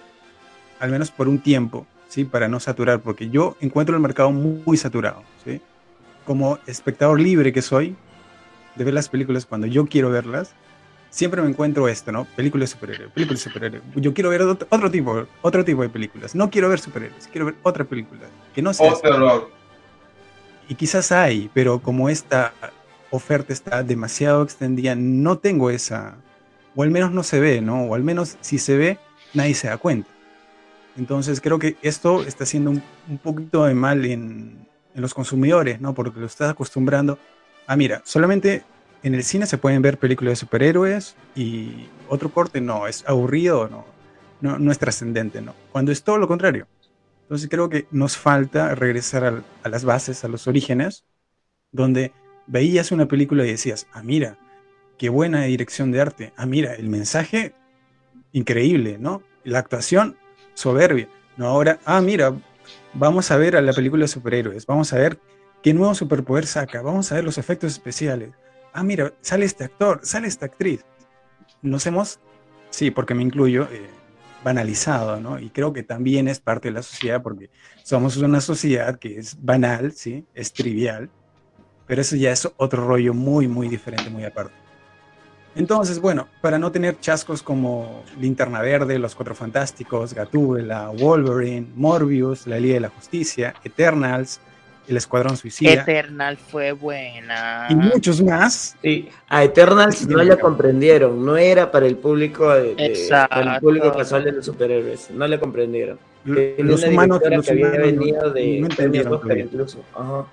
por un tiempo, ¿sí? Para no saturar, porque yo encuentro el mercado muy saturado, ¿sí? Como espectador libre que soy, de ver las películas cuando yo quiero verlas, siempre me encuentro esto, ¿no? Películas de superhéroes. Yo quiero ver otro tipo de películas. No quiero ver superhéroes, quiero ver otra película. Que no sea horror. Y quizás hay, pero como esta oferta está demasiado extendida, no tengo esa, o al menos no se ve, ¿no? O al menos si se ve, nadie se da cuenta. Entonces creo que esto está haciendo un poquito de mal en los consumidores, ¿no? Porque lo estás acostumbrando a, mira, solamente en el cine se pueden ver películas de superhéroes y otro corte no, es aburrido, no es trascendente, ¿no? Cuando es todo lo contrario. Entonces creo que nos falta regresar a las bases, a los orígenes, donde veías una película y decías, mira, qué buena dirección de arte, mira, el mensaje increíble, ¿no? La actuación soberbia, ¿no? Ahora, mira, vamos a ver a la película de superhéroes, vamos a ver qué nuevo superpoder saca, vamos a ver los efectos especiales. Mira, sale este actor, sale esta actriz. Nos hemos, sí, porque me incluyo, banalizado, ¿no? Y creo que también es parte de la sociedad, porque somos una sociedad que es banal, ¿sí? Es trivial, pero eso ya es otro rollo muy, muy diferente, muy aparte. Entonces, bueno, para no tener chascos como Linterna Verde, Los Cuatro Fantásticos, Gatúbela, Wolverine, Morbius, La Liga de la Justicia, Eternals, El Escuadrón Suicida. Eternal fue buena. Y muchos más. Sí, a Eternals no la comprendieron, no era para el público para el público casual de los superhéroes, no la comprendieron. Los humanos que había venido de no entendieron Oscar incluso. Ajá.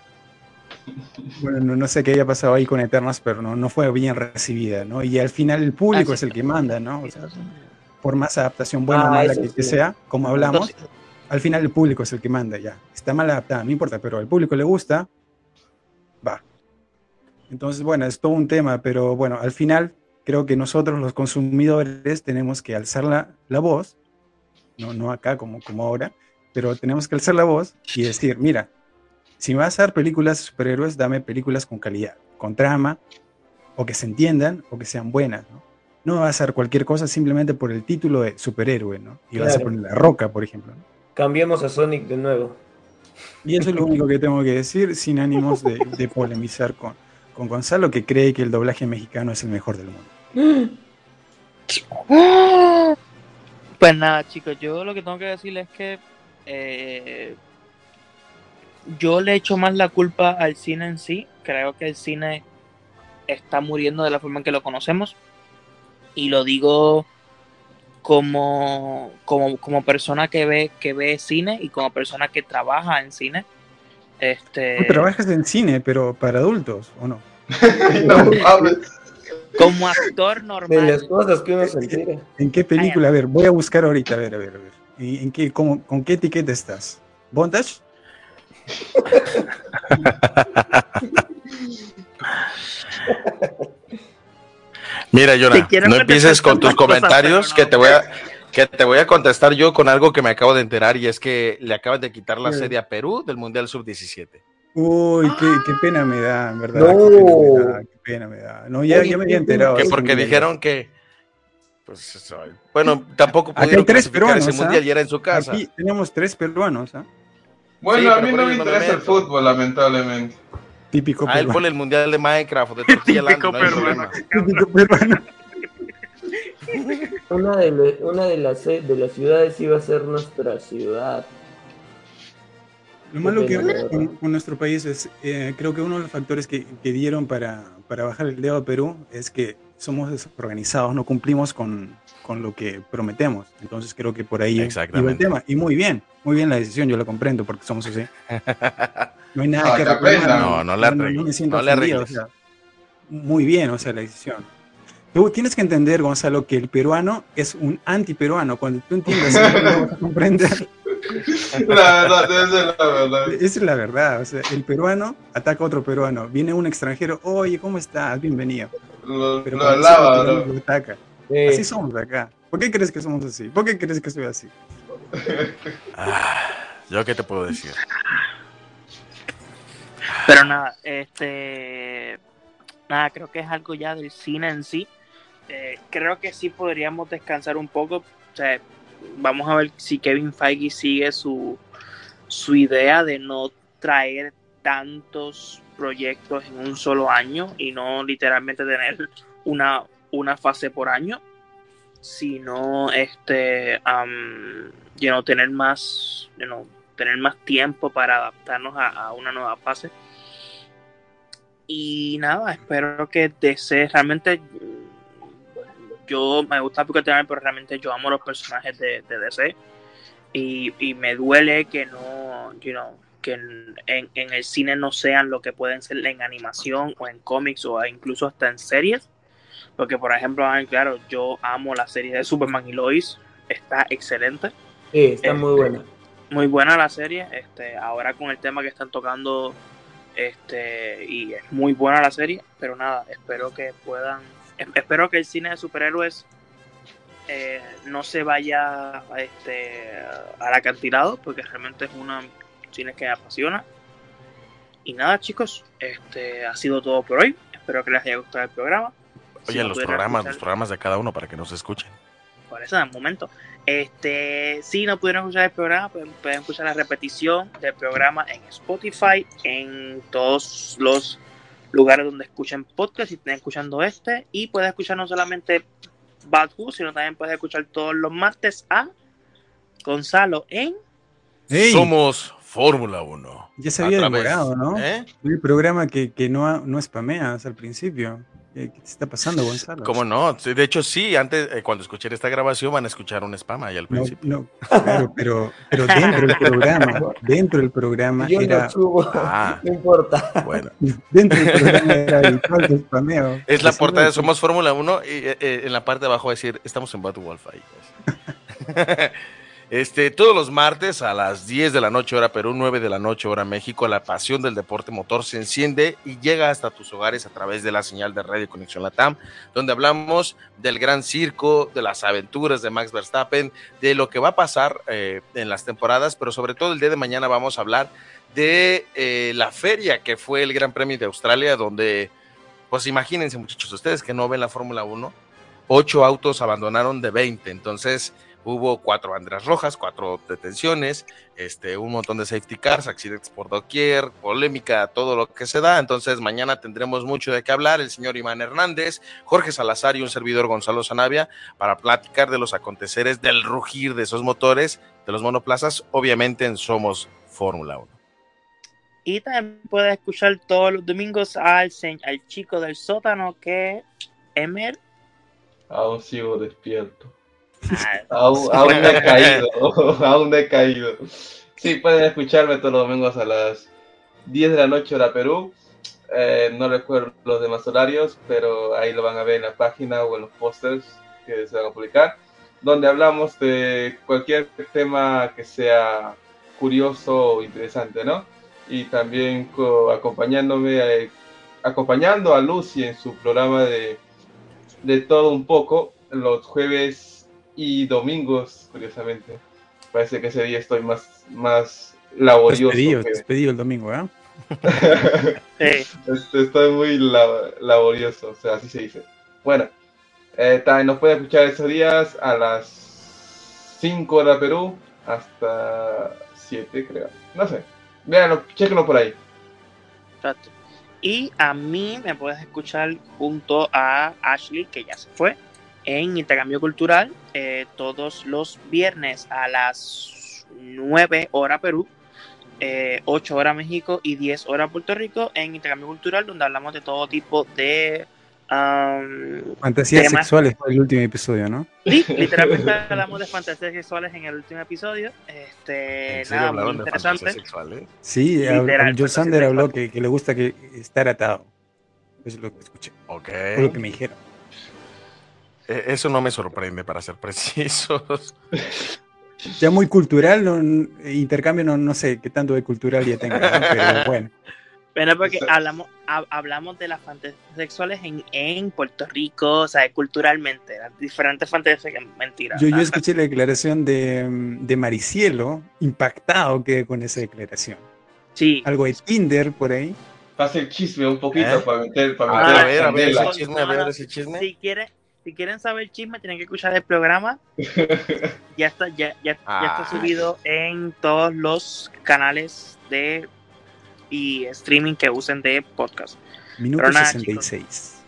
Bueno, no sé qué haya pasado ahí con Eternals, pero no fue bien recibida, ¿no? Y al final el público es el que manda, ¿no? O sea, por más adaptación buena o mala que sea, como hablamos, al final el público es el que manda, ya. Está mal adaptada, no importa, pero al público le gusta, va. Entonces, bueno, es todo un tema, pero bueno, al final creo que nosotros los consumidores tenemos que alzar la voz, no acá como ahora, pero tenemos que alzar la voz y decir, mira, si me vas a dar películas de superhéroes, dame películas con calidad, con trama, o que se entiendan, o que sean buenas, ¿no? No me vas a dar cualquier cosa simplemente por el título de superhéroe, ¿no? Y vas a poner La Roca, por ejemplo, ¿no? Cambiemos a Sonic de nuevo. Y eso es lo único que tengo que decir, sin ánimos de polemizar con Gonzalo, que cree que el doblaje mexicano es el mejor del mundo. Pues nada, chicos, yo lo que tengo que decirles es que yo le echo más la culpa al cine en sí. Creo que el cine está muriendo de la forma en que lo conocemos. Y lo digo como persona que ve cine y como persona que trabaja en cine. Tú trabajas en cine, pero para adultos, ¿o no? Como actor normal. De las cosas que uno se entera. ¿En qué película? A ver, voy a buscar ahorita, a ver. ¿Con qué etiqueta estás? ¿Bondage? Mira, Jonah, no empieces con tus comentarios, que te voy a contestar yo con algo que me acabo de enterar, y es que le acaban de quitar la sede a Perú del Mundial Sub-17. Uy, qué pena me da, en verdad. No. Qué pena me da. No, ya me había enterado. Que porque dijeron que... Pues, bueno, tampoco Aquí hay pudieron 3 clasificar peruanos. ese mundial y era en su casa. Aquí tenemos 3 peruanos. Bueno, Sí, a pero mí por no me ello no me interesa el meto. fútbol, lamentablemente. Típico Él peruano. pone el mundial de Minecraft o de Tortilla Land, no hay problema. Típico peruano. Una de las ciudades iba a ser nuestra ciudad. Lo malo que pena, con nuestro país es, creo que uno de los factores que dieron para bajar el dedo a Perú es que somos desorganizados, no cumplimos con lo que prometemos. Entonces creo que por ahí iba el Exactamente. tema. Y muy bien la decisión, yo la comprendo porque somos así. No hay nada No, que que reclamar. aprendan. No le arregles, No me siento no le ofendido, arregles. o sea, muy bien, o sea, la decisión. Tú tienes que entender, Gonzalo, que el peruano es un antiperuano. Cuando tú entiendas eso, lo vas a comprender. La verdad, debe ser la verdad. Esa es la verdad, o sea, el peruano ataca a otro peruano, viene un extranjero, oye, ¿cómo estás? Bienvenido. Pero Lo cuando alaba, el peruano ¿no? lo ataca. Sí. Así somos acá. ¿Por qué crees que somos así? ¿Por qué crees que soy así? ¿Yo qué te puedo decir? Pero nada, nada, creo que es algo ya del cine en sí. Creo que sí podríamos descansar un poco. O sea, vamos a ver si Kevin Feige sigue su idea de no traer tantos proyectos en un solo año y no literalmente tener una fase por año, sino tener más tiempo para adaptarnos a una nueva fase. Y nada, espero que DC realmente, yo me gusta porque pero realmente yo amo los personajes de DC y me duele que no, que en el cine no sean lo que pueden ser en animación o en cómics o incluso hasta en series, porque por ejemplo, claro, yo amo la serie de Superman y Lois, está excelente. Sí, está muy buena. Muy buena la serie, ahora con el tema que están tocando, y es muy buena la serie, pero nada, espero que el cine de superhéroes no se vaya al acantilado, porque realmente es un cine que me apasiona. Y nada, chicos, ha sido todo por hoy. Espero que les haya gustado el programa. Oye, los programas de cada uno para que nos escuchen. Por eso, en un momento. Si no pudieron escuchar el programa, pueden escuchar la repetición del programa en Spotify, en todos los lugares donde escuchen podcast, si estén escuchando y puedes escuchar no solamente Bad Who, sino también puedes escuchar todos los martes a Gonzalo en ¡Ey! Somos Fórmula 1. Ya se había A través- demorado, ¿no? ¿Eh? El programa que no spameas al principio. ¿Qué te está pasando, Gonzalo? ¿Cómo no? Sí, de hecho, sí, antes, cuando escuchen esta grabación van a escuchar un spam ahí al No, principio. no, claro, pero dentro del programa Yo era... no subo, Ah, no importa. bueno. Dentro del programa era habitual el spameo. Es la Así portada de no- Somos Fórmula 1 y en la parte de abajo va a decir, estamos en Bad Wolf ahí. Pues. Todos los martes a las 10 de la noche hora Perú, 9 de la noche hora México, la pasión del deporte motor se enciende y llega hasta tus hogares a través de la señal de Radio Conexión Latam, donde hablamos del gran circo, de las aventuras de Max Verstappen, de lo que va a pasar en las temporadas, pero sobre todo el día de mañana vamos a hablar de la feria que fue el Gran Premio de Australia, donde, pues imagínense muchachos, ustedes que no ven la Fórmula 1, 8 autos abandonaron de 20, entonces hubo 4 banderas rojas, 4 detenciones, un montón de safety cars, accidentes por doquier, polémica, todo lo que se da. Entonces mañana tendremos mucho de qué hablar, el señor Iván Hernández, Jorge Salazar y un servidor Gonzalo Sanabia, para platicar de los aconteceres, del rugir de esos motores, de los monoplazas, obviamente en Somos Fórmula 1. Y también puedes escuchar todos los domingos al chico del sótano, que Emer. Aún sigo despierto. Aún no he caído, aún no he caído. Sí, pueden escucharme todos los domingos a las 10 de la noche hora Perú. No recuerdo los demás horarios, pero ahí lo van a ver en la página o en los pósters que se van a publicar, donde hablamos de cualquier tema que sea curioso o interesante, ¿no? Y también acompañando a Lucy en su programa de todo un poco, los jueves y domingos, curiosamente. Parece que ese día estoy más laborioso. Despedido el domingo, ¿eh? Estoy muy laborioso, o sea, así se dice. Bueno, también nos pueden escuchar esos días a las 5 hora Perú, hasta 7 creo. No sé, véanlo, chequenlo por ahí. Exacto. Y a mí me puedes escuchar junto a Ashley, que ya se fue, en Intercambio Cultural, todos los viernes a las 9 hora Perú, 8 hora México y 10 hora Puerto Rico, en Intercambio Cultural, donde hablamos de todo tipo de fantasías temas sexuales por el último episodio, ¿no? Sí, literalmente hablamos de fantasías sexuales en el último episodio. Nada, muy interesante. Sí, Joe Sander habló que le gusta estar atado. Eso es lo que escuché. Ok. Fue lo que me dijeron. Eso no me sorprende, para ser precisos. Ya muy cultural, intercambio, no sé qué tanto de cultural ya tenga, ¿no? Pero bueno. Bueno, porque hablamos de las fantasías sexuales en Puerto Rico, o sea, culturalmente, las diferentes fantasías, que mentira. Yo escuché la declaración de Maricielo, impactado quedé con esa declaración. Sí. Algo de Tinder por ahí. Pasa el chisme un poquito para meter a ver ese chisme. Si quieren saber el chisme, tienen que escuchar el programa. Ya está subido en todos los canales y streaming que usen de podcast. Minuto 66. Chicos,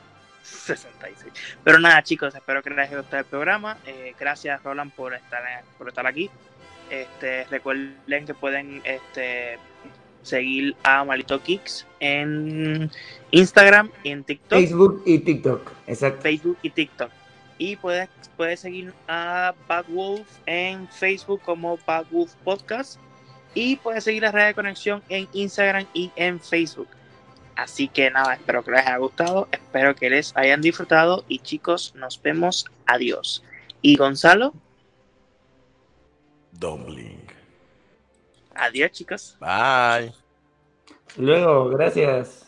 66. Pero nada, chicos, espero que les haya gustado el programa. Gracias, Roland, por estar aquí. Recuerden que pueden seguir a Malito Kicks en Instagram y en TikTok. Facebook y TikTok, exacto. Facebook y TikTok. Y puedes seguir a Backwolf en Facebook como Backwolf Podcast. Y puedes seguir la red de conexión en Instagram y en Facebook. Así que nada, espero que les haya gustado. Espero que les hayan disfrutado. Y chicos, nos vemos. Adiós. Y Gonzalo. Dumpling. Adiós, chicos. Bye. Luego, gracias.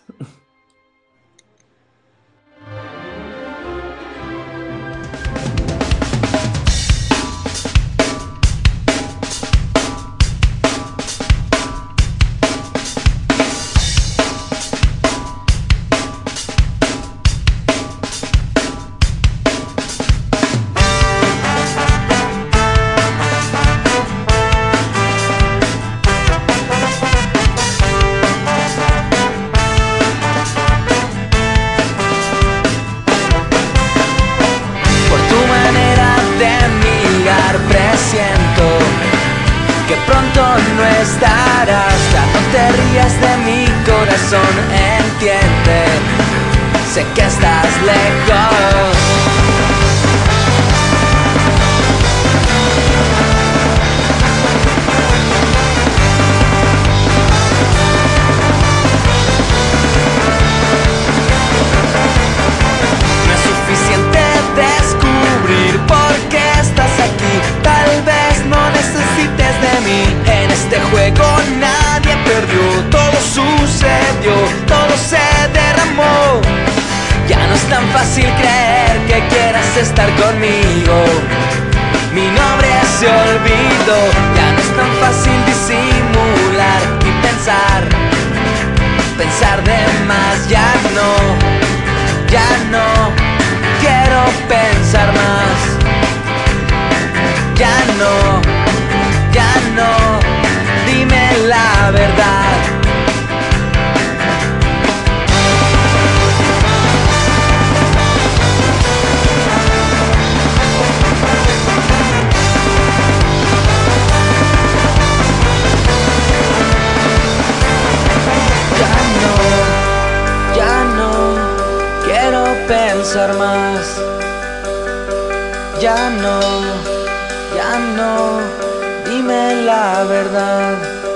No estarás, ya no te rías de mi corazón, entiende, sé que estás lejos. No es suficiente descubrir por qué estás aquí, tal vez no este juego nadie perdió, todo sucedió, todo se derramó. Ya no es tan fácil creer que quieras estar conmigo. Mi nombre se olvidó, ya no es tan fácil disimular y pensar de más. Ya no quiero pensar más. Ya no, dime la verdad. Ya no quiero pensar más. Ya no, dime la verdad.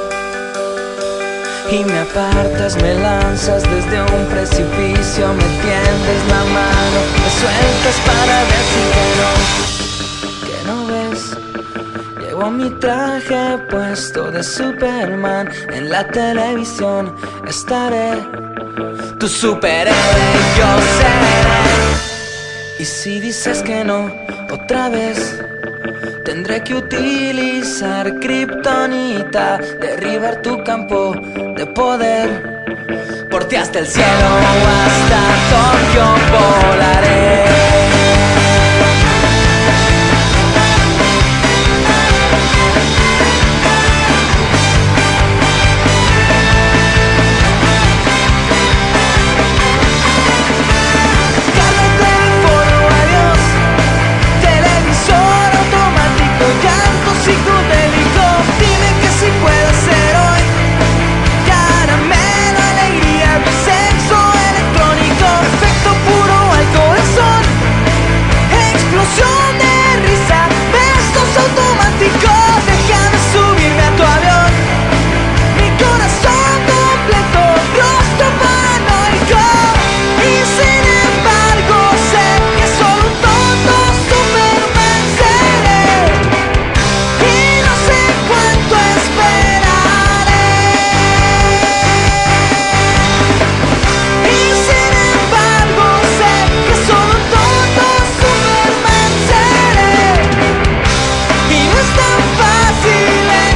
Y me apartas, me lanzas desde un precipicio, me tiendes la mano, me sueltas para ver si que no ves. Llevo mi traje puesto de Superman, en la televisión estaré, tu superhéroe y yo seré. Y si dices que no, otra vez tendré que utilizar kriptonita, derribar tu campo de poder. Por ti hasta el cielo o hasta Tokio volaré. Psicodélico, dime que si puede ser hoy. Caramelo, alegría, sexo electrónico, efecto puro al corazón, explosión de risa, besos automáticos. Déjame subirme a tu avión, mi corazón completo, rostro paranoico. Y sin embargo sé que solo un tonto Superman seré. ¿Cuánto esperaré? Y sin embargo sé que solo un tonto Superman seré. Y no es tan fácil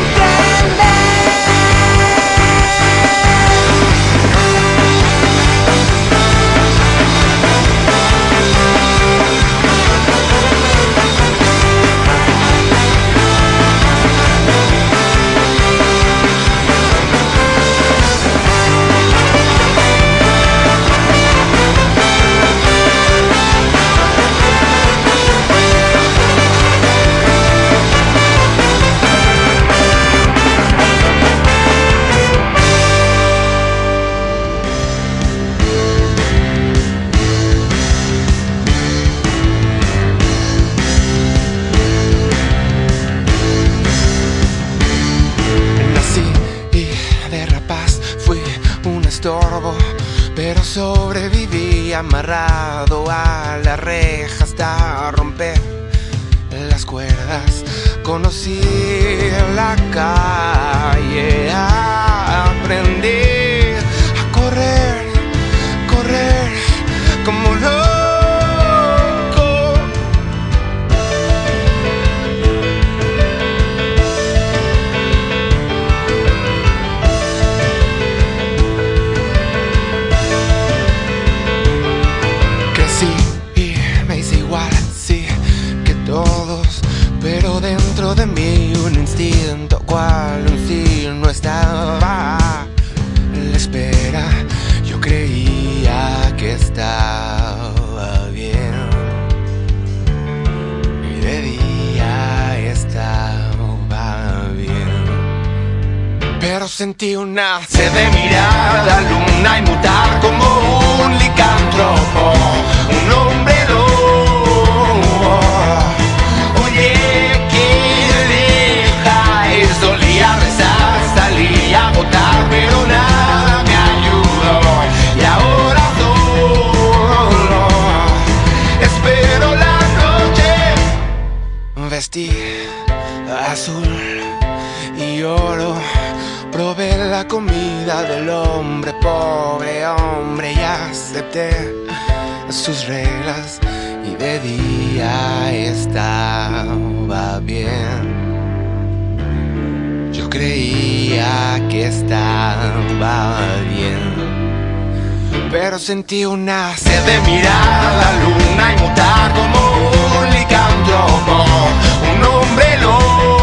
pero sobreviví amarrado a la reja hasta romper las cuerdas. Conocí la calle, aprendí a correr como loco. Pero dentro de mí un instinto cual un signo estaba a la espera. Yo creía que estaba bien y de día estaba bien. Pero sentí una sed de mirar la luna y mutar como un licántropo, un hombre lobo. Solía rezar, salía a votar, pero nada me ayudó. Y ahora solo espero la noche. Vestí azul y lloro. Probé la comida del hombre pobre, hombre, y acepté sus reglas, y de día estaba bien. Yo creía que estaba bien, pero sentí una sed de mirar la luna y mutar como un licántropo, un hombre loco